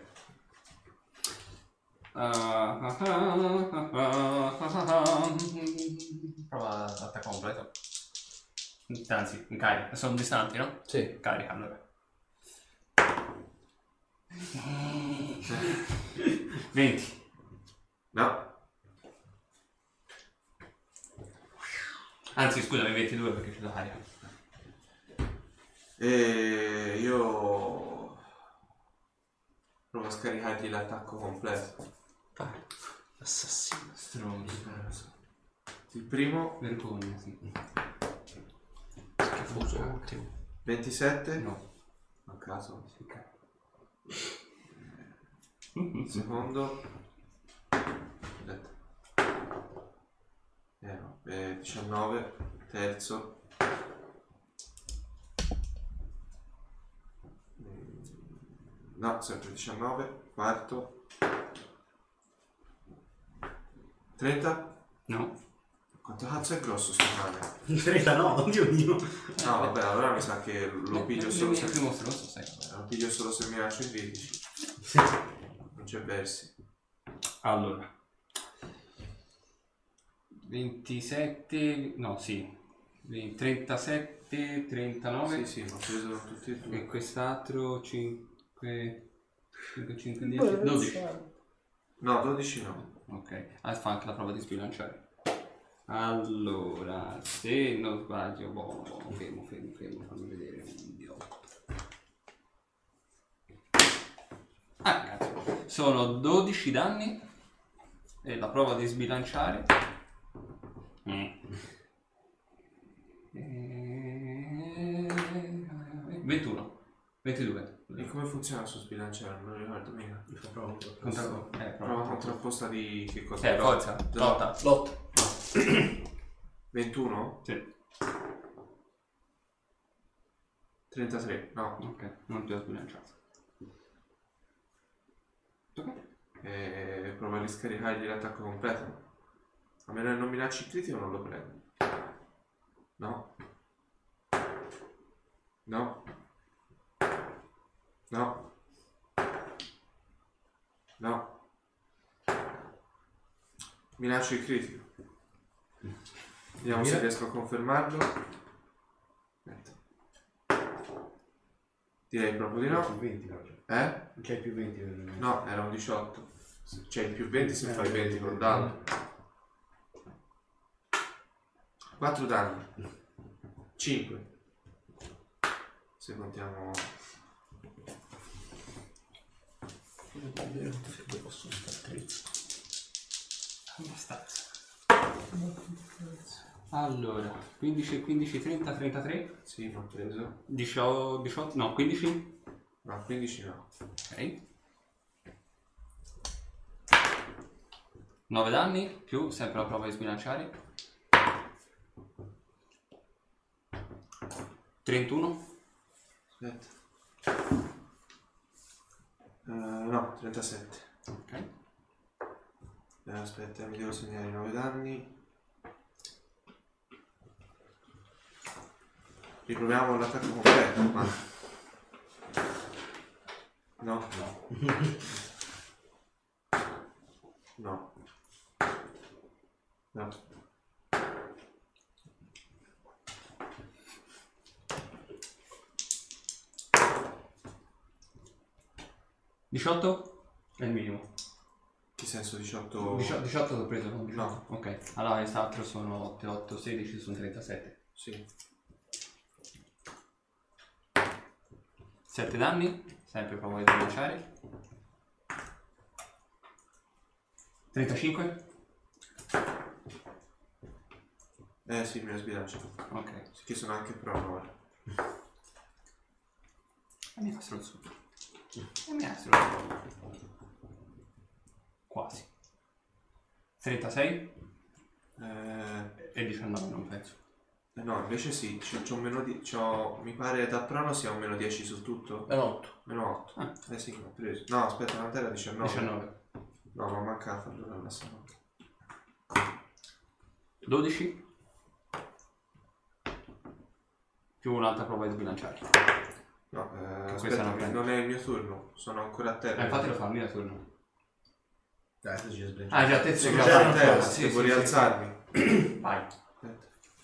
Prova l'attacco completo. Anzi, in carica. Sono distanti, no? Sì. Carica allora. 20. No. Anzi, scusami, 22 perché c'è la carica. E io provo a scaricargli l'attacco completo. Vai. Assassino. Stronzo. Il primo, Vergogna, sì. Schifoso, ottimo. 27. No. A caso. Si carica. Il secondo. Aspetta. No, 19. Terzo. No, sempre 19. Quarto. 30. No. Quanto cazzo è grosso sto cane? 30 no, oddio mio. No, vabbè, allora mi sa che lo piglio solo Il se... primo stronzo, sai. Lo piglio solo se mi lascio in 15. Non c'è versi. Allora. 27, no, sì. 37, 39. Sì, ma ho preso tutti e due. E quest'altro 5, 5, 10, 12. No, 12 no. Ok, fa anche la prova di sbilanciare. Allora, se non sbaglio, fermo, fammi vedere un idiota. Ah, cazzo. Sono 12 danni e la prova di sbilanciare 21, 22. E come funziona su sbilanciare? Non lo ricordo mica. Prova contrapposta di che cosa? Forza, lotta. Lotta. 21? Sì. 33, no. Ok, non ti ho sbilanciato. Prova a riscaricargli l'attacco completo. A meno che non minacci critico non lo prendo. No. No. No. No. Minaccio il critico. Vediamo se riesco a confermarlo. Aspetta. Direi proprio di no. Più 20 no. Eh? Non c'è più 20. No, era un 18. C'è il più 20 se fai 20 col dado. 4 danni. 5. Se contiamo... Posso stare Abbastanza. Allora, 15, 15, 30, 33. Sì, l'ho preso. 18, no, 15. No, 15 no. Ok. 9 danni, più sempre la prova di sbilanciare. 31. Aspetta. No, 37. Ok. Aspetta, mi devo segnare i 9 danni. Riproviamo l'attacco completo, ma... No. No. No. $18 è il minimo. Che senso 18? 18 l'ho preso, non 18. No. Ok, allora quest'altro sono 8, 8, 16, sono 37. Sì. 7 danni, sempre prova di sbilanciare. 35. Sì, mi ha sbilanciato. Ok. Che sono anche prova ora. E mi fa stronzo. E mi ha stronzo. Quasi. 36 e 19 non penso. No, invece sì, c'ho un meno 10. Mi pare da prono sia un meno 10 su tutto. Meno 8. Meno 8. Sì, ho preso. No, aspetta, quanto era 19? 19. No, ma mancato allora la stavolta. 12. Più un'altra prova di sbilanciare. No, questa aspetta, non è il mio turno, sono ancora a terra. Infatti lo fa il mio turno. Dai, tu ci hai sbagliato. Ah, già te sei Sono già già a terra, sì, devo sì, rialzarmi. sì. Vai. Aspetta.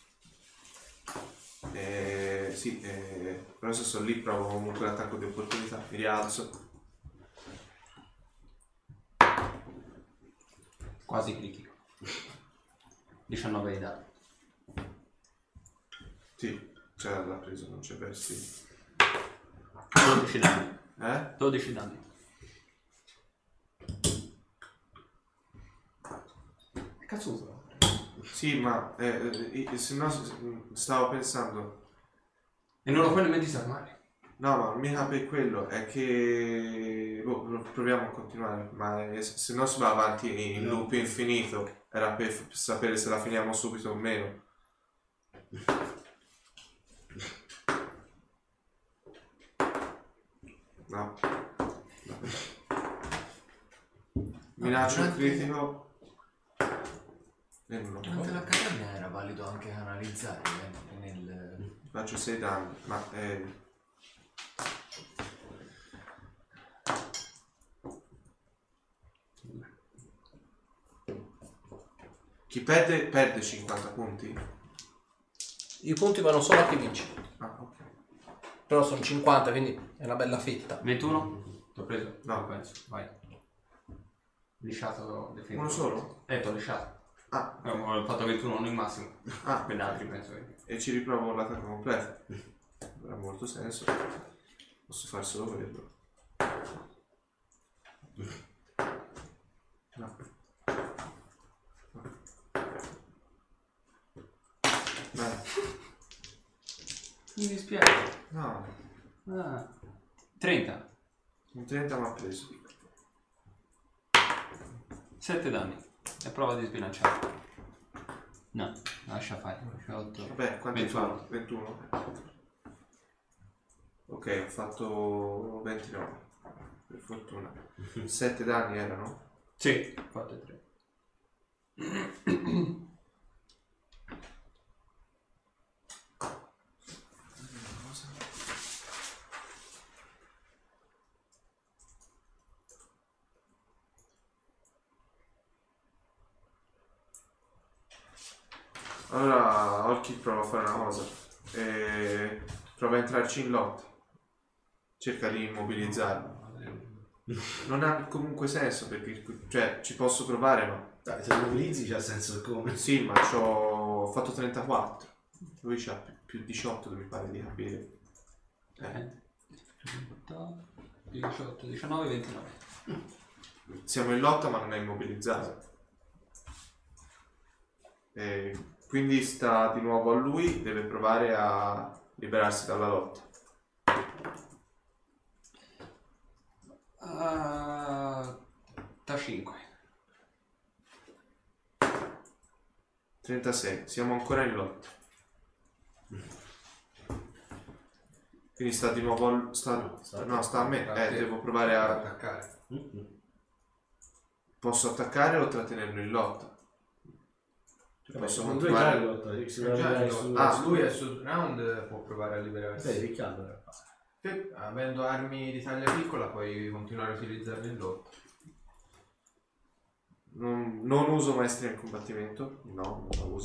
Sì, però se sono lì provo comunque l'attacco di opportunità, mi rialzo. Quasi critico. 19 di dati. Sì, cioè l'ha preso, non c'è per sì. 12 danni. 12 danni. Cazzo uso? Sì, ma se no stavo pensando. E non lo puoi nemmeno disarmare. No, ma mica per quello, è che proviamo a continuare, ma se no si va avanti in loop infinito, era per sapere se la finiamo subito o meno. No. Minaccio un critico. E no. Durante l'accademia era valido anche analizzare nel... Faccio 6 danni, ma chi perde 50 punti? I punti vanno solo a chi vince. Ah, ok. Però sono 50, quindi è una bella fetta. 21? T'ho preso? No. Penso. Vai. Lisciato definito. Uno solo? T'ho lisciato. Ah, Ho fatto 21 non il massimo. ah, Per gli altri penso che. e ci riprovo con l'attacco completo. Non ha molto senso. Posso fare solo quello. No. Dai. Mi dispiace. No, 30. un 30 mi ha preso. 7 danni. E prova di sbilanciare. No, lascia fare. 8. Vabbè, quanto hai 21. fatto? 21? Ok, ho fatto 29. Per fortuna. 7 danni erano? Sì. 4 e 3. Allora, Olki prova a fare una cosa. Prova a entrarci in lotta. Cerca di immobilizzarlo. Non ha comunque senso perché, cioè, ci posso provare, ma Dai, se lo utilizzi c'ha senso come. sì, ma ho fatto 34. Lui c'ha più 18, mi pare di capire. 18, 19, 29. Siamo in lotta, ma non è immobilizzato. Quindi sta di nuovo a lui, deve provare a liberarsi dalla lotta. 5. 36, siamo ancora in lotta. Quindi sta di nuovo sta a me. Devo provare a attaccare. Posso attaccare o trattenerlo in lotta? Posso Sono due continuare. in lotta, si Già, va a liberare su... lui è sul round, può provare a liberarsi. Sei Riccardo. Avendo armi di taglia piccola puoi continuare a utilizzarle in lotta. Non uso maestria in combattimento. No, non la uso.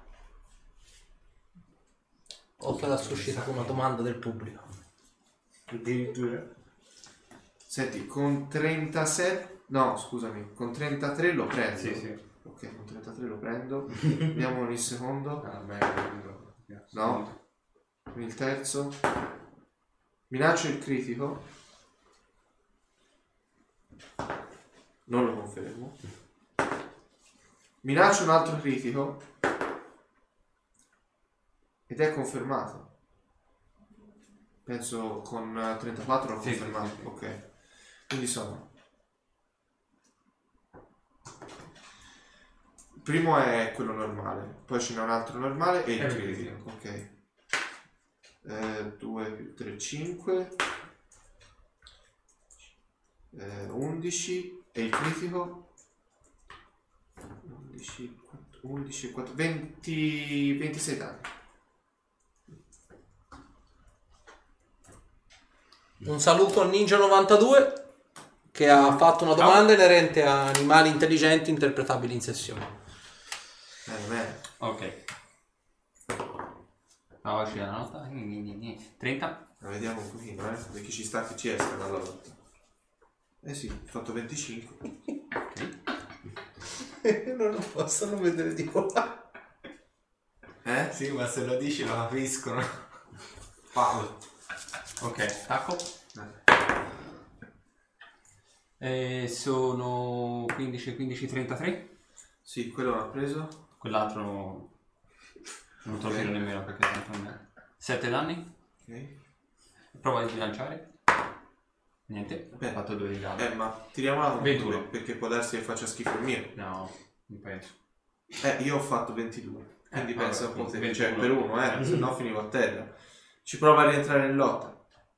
Oltre a suscitare una domanda del pubblico. Addirittura. Senti, con 37... No, scusami, con 33 lo prendo. Sì. Ok, con 33 lo prendo. Andiamo il secondo. No. Il terzo. Minaccio il critico. Non lo confermo. Minaccio un altro critico. Ed è confermato. Penso con 34 l'ho Sì, confermato. sì. Ok. Quindi sono primo è quello normale, poi ce n'è un altro normale e il critico. Ok. 2 più 3, 5. 11 e il critico 11, 4, 20, 26 danni. Un saluto al Ninja 92 che ha fatto una domanda inerente a animali intelligenti interpretabili in sessione. Bene. Ok. No, c'è la nota. 30. La vediamo un pochino, perché ci sta che ci esca dalla lotta. Eh sì, ho fatto 25. Non lo possono vedere di qua. Sì, ma se lo dici lo capiscono. Paolo. Ok, tacco. Sono 15, 15, 33. Sì, quello l'ha preso. Quell'altro non te lo tiro nemmeno perché tanto non è. 7 danni. Ok. Prova a sbilanciare. Niente. Ho fatto 2 di danno. Ma tiriamola con 21. 2, perché può darsi che faccia schifo il mio. No, non penso. Io ho fatto 22. Quindi pensa un po' te, 21. cioè per uno, se no finivo a terra. Ci prova a rientrare in lotta.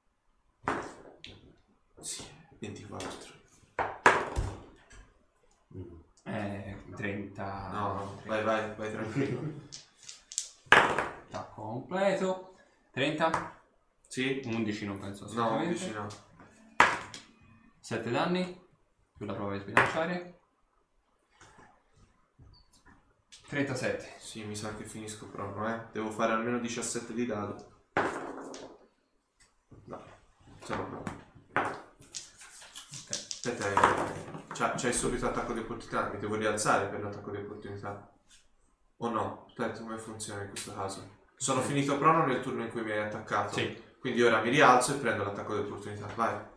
Sì, 24. 30. No, vai tranquillo. Tacco completo. 30. Sì? 11 non penso No, assolutamente. 11 no. 7 danni. Più la prova di sbilanciare. 37. Sì, mi sa che finisco prono, Devo fare almeno 17 di dado. No, sono bravo. Aspetta, c'hai il solito attacco di opportunità, mi devo rialzare per l'attacco di opportunità. O no? Aspetta, come funziona in questo caso? Sono finito prono nel turno in cui mi hai attaccato. Sì. Quindi ora mi rialzo e prendo l'attacco di opportunità. Vai.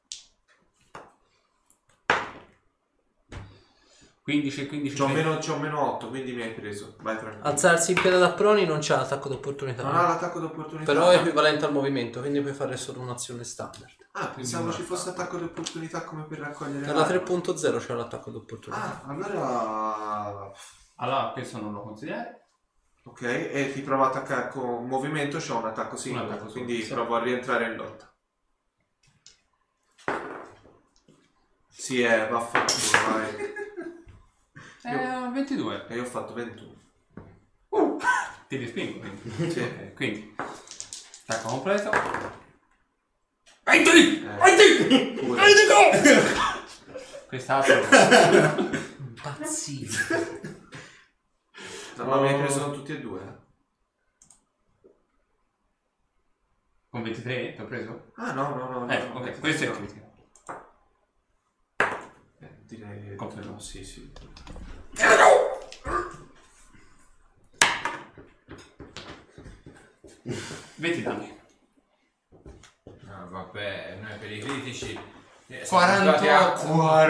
15, 15. C'ho meno 8, quindi mi hai preso. Vai tranquillo. Alzarsi in piedi da proni non c'ha l'attacco d'opportunità. Non ha l'attacco d'opportunità. Però è equivalente al movimento, quindi puoi fare solo un'azione standard. Pensavo ci fosse attacco di opportunità come per raccogliere Per la l'arma. 3.0 c'è l'attacco d'opportunità. Allora... questo non lo consideri. Ok, e ti provo a attaccare con movimento, c'ho un attacco singolo, Un attacco solo, quindi sì. provo a rientrare in lotta. Sì, vaffanculo, vai. 22. E io ho fatto 21. Ti respingo quindi. Sì. Ok, quindi. Tacco completo. Pure. Quest'altro. Pazzino. No, ma mi hai preso tutti e due? Con 23 ti ho preso? No. Ok, questo è il critico. Direi... Confermo. Sì. 20 danni. No, vabbè, noi per i critici 48.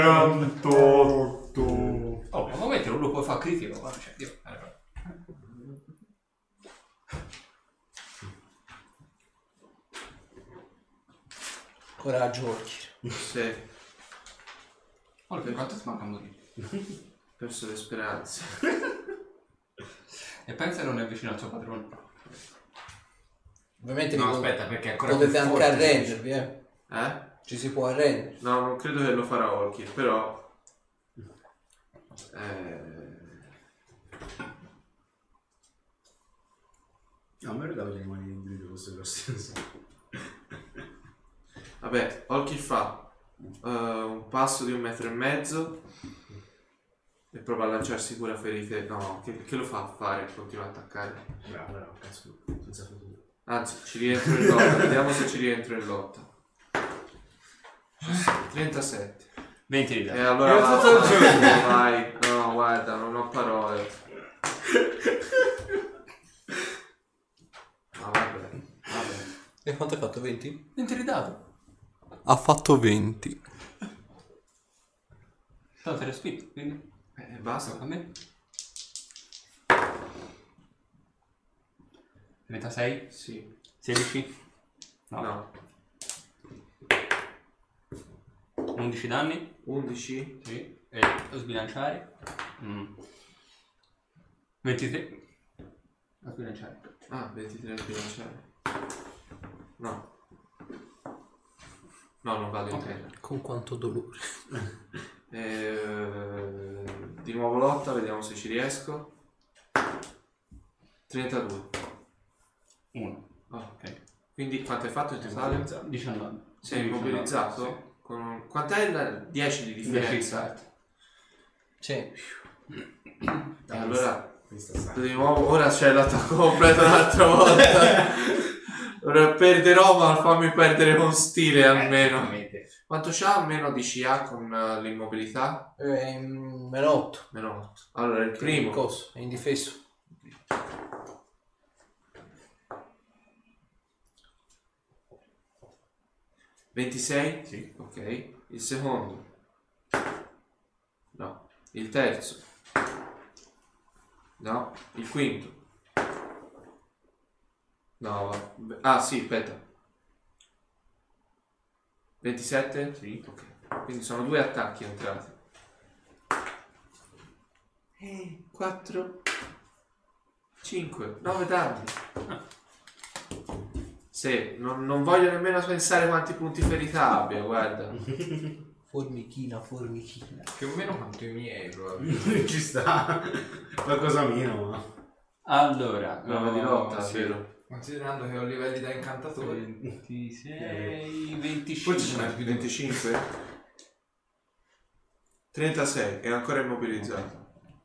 48. Oh, ma momento non lo puoi fare critico, guarda, cioè, io. Coraggio, Orchid. Sì, Allora, quanto ti manca a morire? perso le speranze. E pensa che non è vicino al suo padrone. Ovviamente No, vi aspetta, perché è ancora potete più anche forte. arrendervi, Ci si può arrendere. No, non credo che lo farà Orchid, però... No, a me ricordavo che gli animali ibridi fossero lo stesso. Vabbè, Orchid fa un passo di 1,5 metri e prova a lanciarsi cura ferite. No, che lo fa fare? Continua a attaccare. Bravo, cazzo, senza futuro. Anzi, ci rientro in lotta. Vediamo se ci rientro in lotta. 37. 20 di E danni. allora vai. No, guarda, non ho parole. No, vabbè. E quanto hai fatto? 20? 20 di dato. Ha fatto 20. Tanto te l'ho spinto, quindi. Basta. A me. 36? Sì. 16? No. 11 danni? 11? Sì. E lo sbilanciare? 23. A sbilanciare. Ah, 23 da bilanciare. No. No, non vado in terra. Con quanto dolore. Di nuovo lotta, vediamo se ci riesco. 32. 1. Ok. Quindi quanto hai fatto in totale? 19. Sei immobilizzato? Sì. Con... Quant'è il 10 di differenza? Sì. Allora, Questa sta. di nuovo, ora c'è l'attacco completo un'altra volta. Ora perderò, ma fammi perdere con stile almeno. Esattamente. Quanto c'ha almeno di CA con l'immobilità? Meno 8. Meno 8. Allora, il primo. Coso, è indifeso. $26? Sì. Ok. Il secondo? No. Il terzo? No. Il quinto? No, va. Ah, sì, aspetta. 27? Sì. Ok. Quindi sono 2 attacchi entrati. 4 5 9 danni. Sì, non voglio nemmeno pensare quanti punti ferita abbia, guarda. Formichina. Più o meno quanto i miei, probabilmente. Ci sta. Qualcosa meno, ma. Allora, Prova di lotta, sì. vero? Considerando che ho livelli da incantatore. 26, 25. Poi ce n'è più 25? 36, è ancora immobilizzato.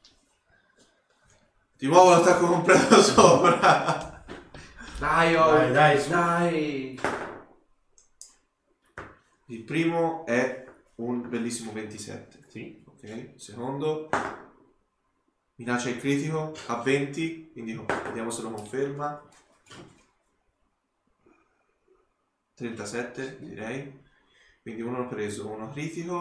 Di nuovo l'attacco completo sopra. Dai, Dai, su. dai. Il primo è un bellissimo 27. Sì. Ok, secondo minaccia il critico a 20, quindi vediamo se lo conferma. 37 direi, quindi uno l'ho preso, uno critico.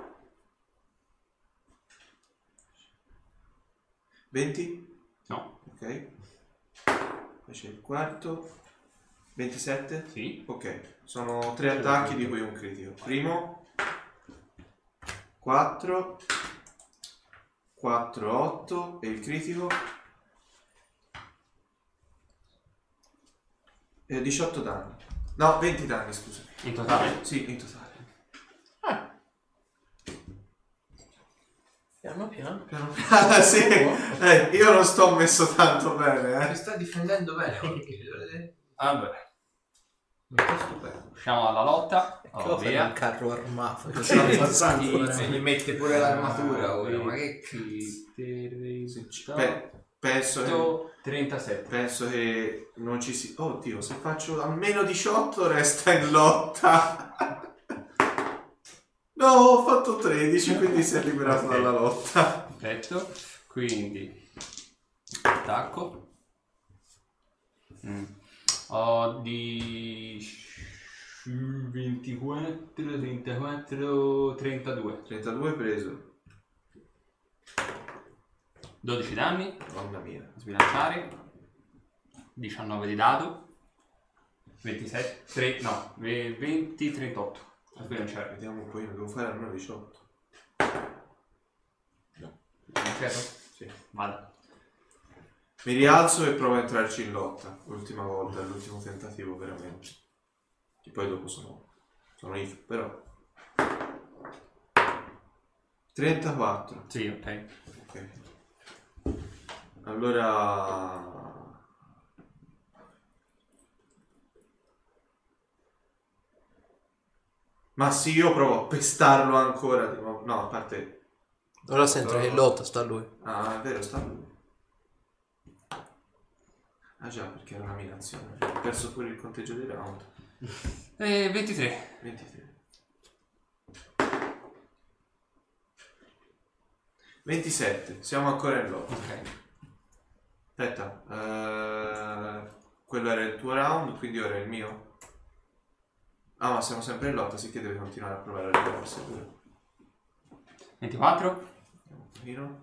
20? No. Ok, poi c'è il quarto. 27? Sì. Ok, sono 3 attacchi di cui un critico. Primo 4 4 8 e il critico 18 danni. No, 20 danni, scusa. In totale? Sì, in totale. Piano piano. Ah, sì. Io non sto messo tanto bene, Si sta difendendo bene oggi. Allora, Sta stupendo. usciamo alla lotta. Cosa è via. un carro armato? Che Sta sta abbastanza. Se gli mette pure l'armatura ora, ma che penso che 37. penso che non ci si... Oddio, se faccio almeno 18 resta in lotta. No, ho fatto 13, quindi si è liberato Ok. dalla lotta. Perfetto. Quindi attacco. Ho di 24, 34, 32. 32 preso. 12 danni. Mamma mia. Sbilanciare. 19 di dado. 27. 20, 38. A sbilanciare. Vediamo un po', io devo fare almeno 18. Certo? Sì. Vado. Mi rialzo e provo a entrarci in lotta. L'ultima volta, l'ultimo tentativo veramente. Che poi dopo sono if, però. 34. Sì, ok. Ok. Allora... Ma sì, io provo a pestarlo ancora di nuovo. No, a parte... Ora sento che in lotta sta lui. Ah, è vero, sta lui. Ah già, perché era una minazione. Ho perso pure il conteggio dei round. 23. 23. 27. Siamo ancora in lotta. Ok. Aspetta. Quello era il tuo round, quindi ora è il mio. Ah, ma siamo sempre in lotta, sì che devi continuare a provare a liberarsi pure. 24. Vediamo un pochino.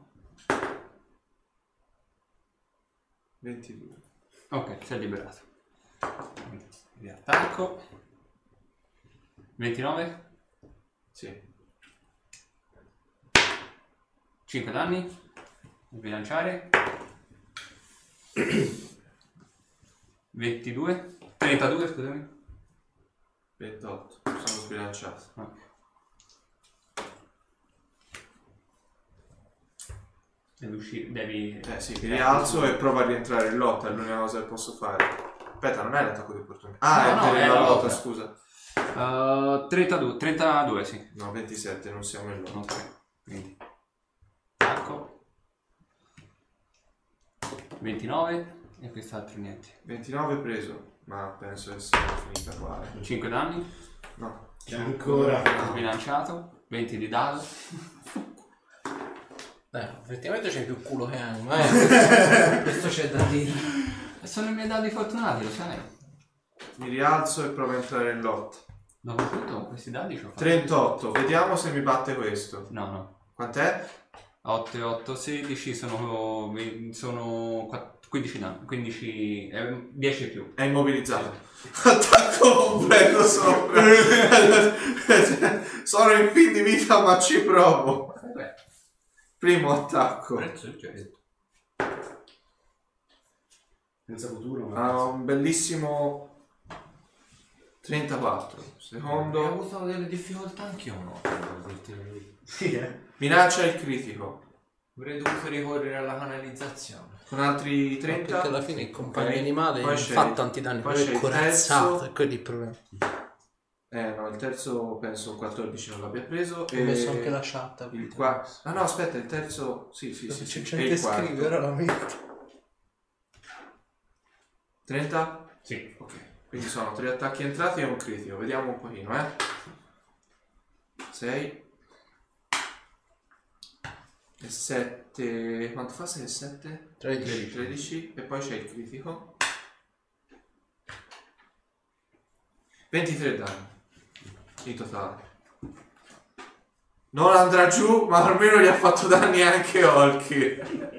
22. Ok, si è liberato. Quindi attacco. 29. Sì. 5 danni. Bilanciare. 22? 32, scusami. 28. Sono sbilanciato. Ok. Devi uscire, devi... Sì, mi rialzo e provo a rientrare in lotta, è l'unica cosa che posso fare. Aspetta, non è l'attacco di opportunità. Ah, No, è per è la la lotta, lotta. scusa. 32, sì. No, 27, non siamo in lotta. Ok, quindi... Attacco. 29 e quest'altro niente. 29 preso, ma penso che sia finita qua. 5 danni, No. Ancora. sbilanciato, 20 di dado. Effettivamente c'è più culo che anima, questo c'è da dire. E sono i miei dadi fortunati, lo sai. Mi rialzo e provo a entrare in lotta. Dopo tutto con questi dadi ci ho fatto. 38, vediamo se mi batte questo. No. Quant'è? 8 e 8, 16 sono 15 danni, 15, 10 e più. È immobilizzato. Attacco completo sopra. Sono in fin di vita, ma ci provo. Vabbè, Primo attacco. Prezzo il gesto. Senza futuro. Ha un bellissimo 34. Ho Secondo. avuto delle difficoltà anche io, no? Sì, Minaccia il critico. Avrei dovuto ricorrere alla canalizzazione. Con altri Perché 30. alla fine il compagno Ok. animale Poi non c'è- fa tanti danni, poi però c'è è il corazzato, terzo. è quello il problema. No, il terzo penso 14 non l'abbia preso. Ho messo anche la chat. Il qua. Ah no, aspetta, il terzo. Sì. C'è E gente il quarto. scrive, ora la metto. 30? sì. Ok. Quindi sono 3 attacchi entrati e un critico. Vediamo un pochino, 6 e 7. Quanto fa 6 e 7? 13. E poi c'è il critico. 23 danni in totale. Non andrà giù, ma almeno gli ha fatto danni anche Olki.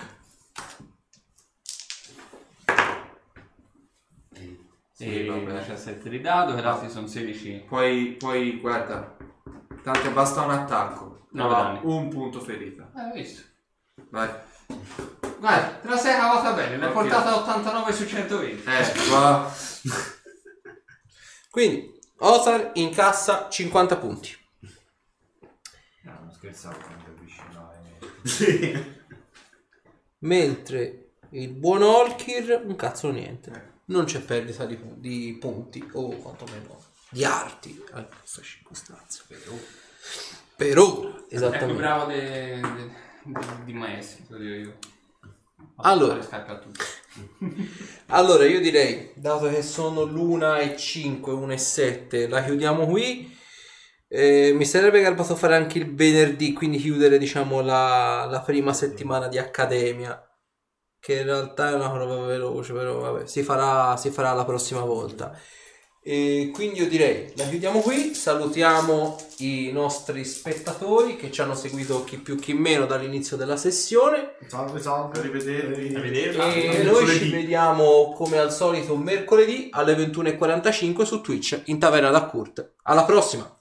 Sì, E vabbè. 17 di dado, e gli altri sono 16. Poi guarda, tanto basta un attacco. Nove No, danni. un punto ferita. Hai visto? Vai. Guarda, te la sei cavata bene, l'hai Ok. portata a 89 su 120. Qua. Quindi Othar incassa 50 punti. No, non scherzavo quando avvicinai. Mentre il buon Olkir un cazzo niente. Non c'è perdita di punti o quantomeno di arti in questa circostanza. Per ora, È più esattamente. bravo di maestro, te lo dico io. Allora. Le scarpe a tutti. Allora io direi, dato che sono l'1:05, 1:07, la chiudiamo qui. Mi sarebbe garbato fare anche il venerdì, quindi chiudere diciamo la prima settimana di accademia, che in realtà è una roba veloce, però vabbè, si farà la prossima volta. E quindi io direi la chiudiamo qui, salutiamo i nostri spettatori che ci hanno seguito chi più chi meno dall'inizio della sessione. Salve. Arrivedervi. E noi ci vediamo come al solito mercoledì alle 21:45 su Twitch in Taverna da Kurt. Alla prossima!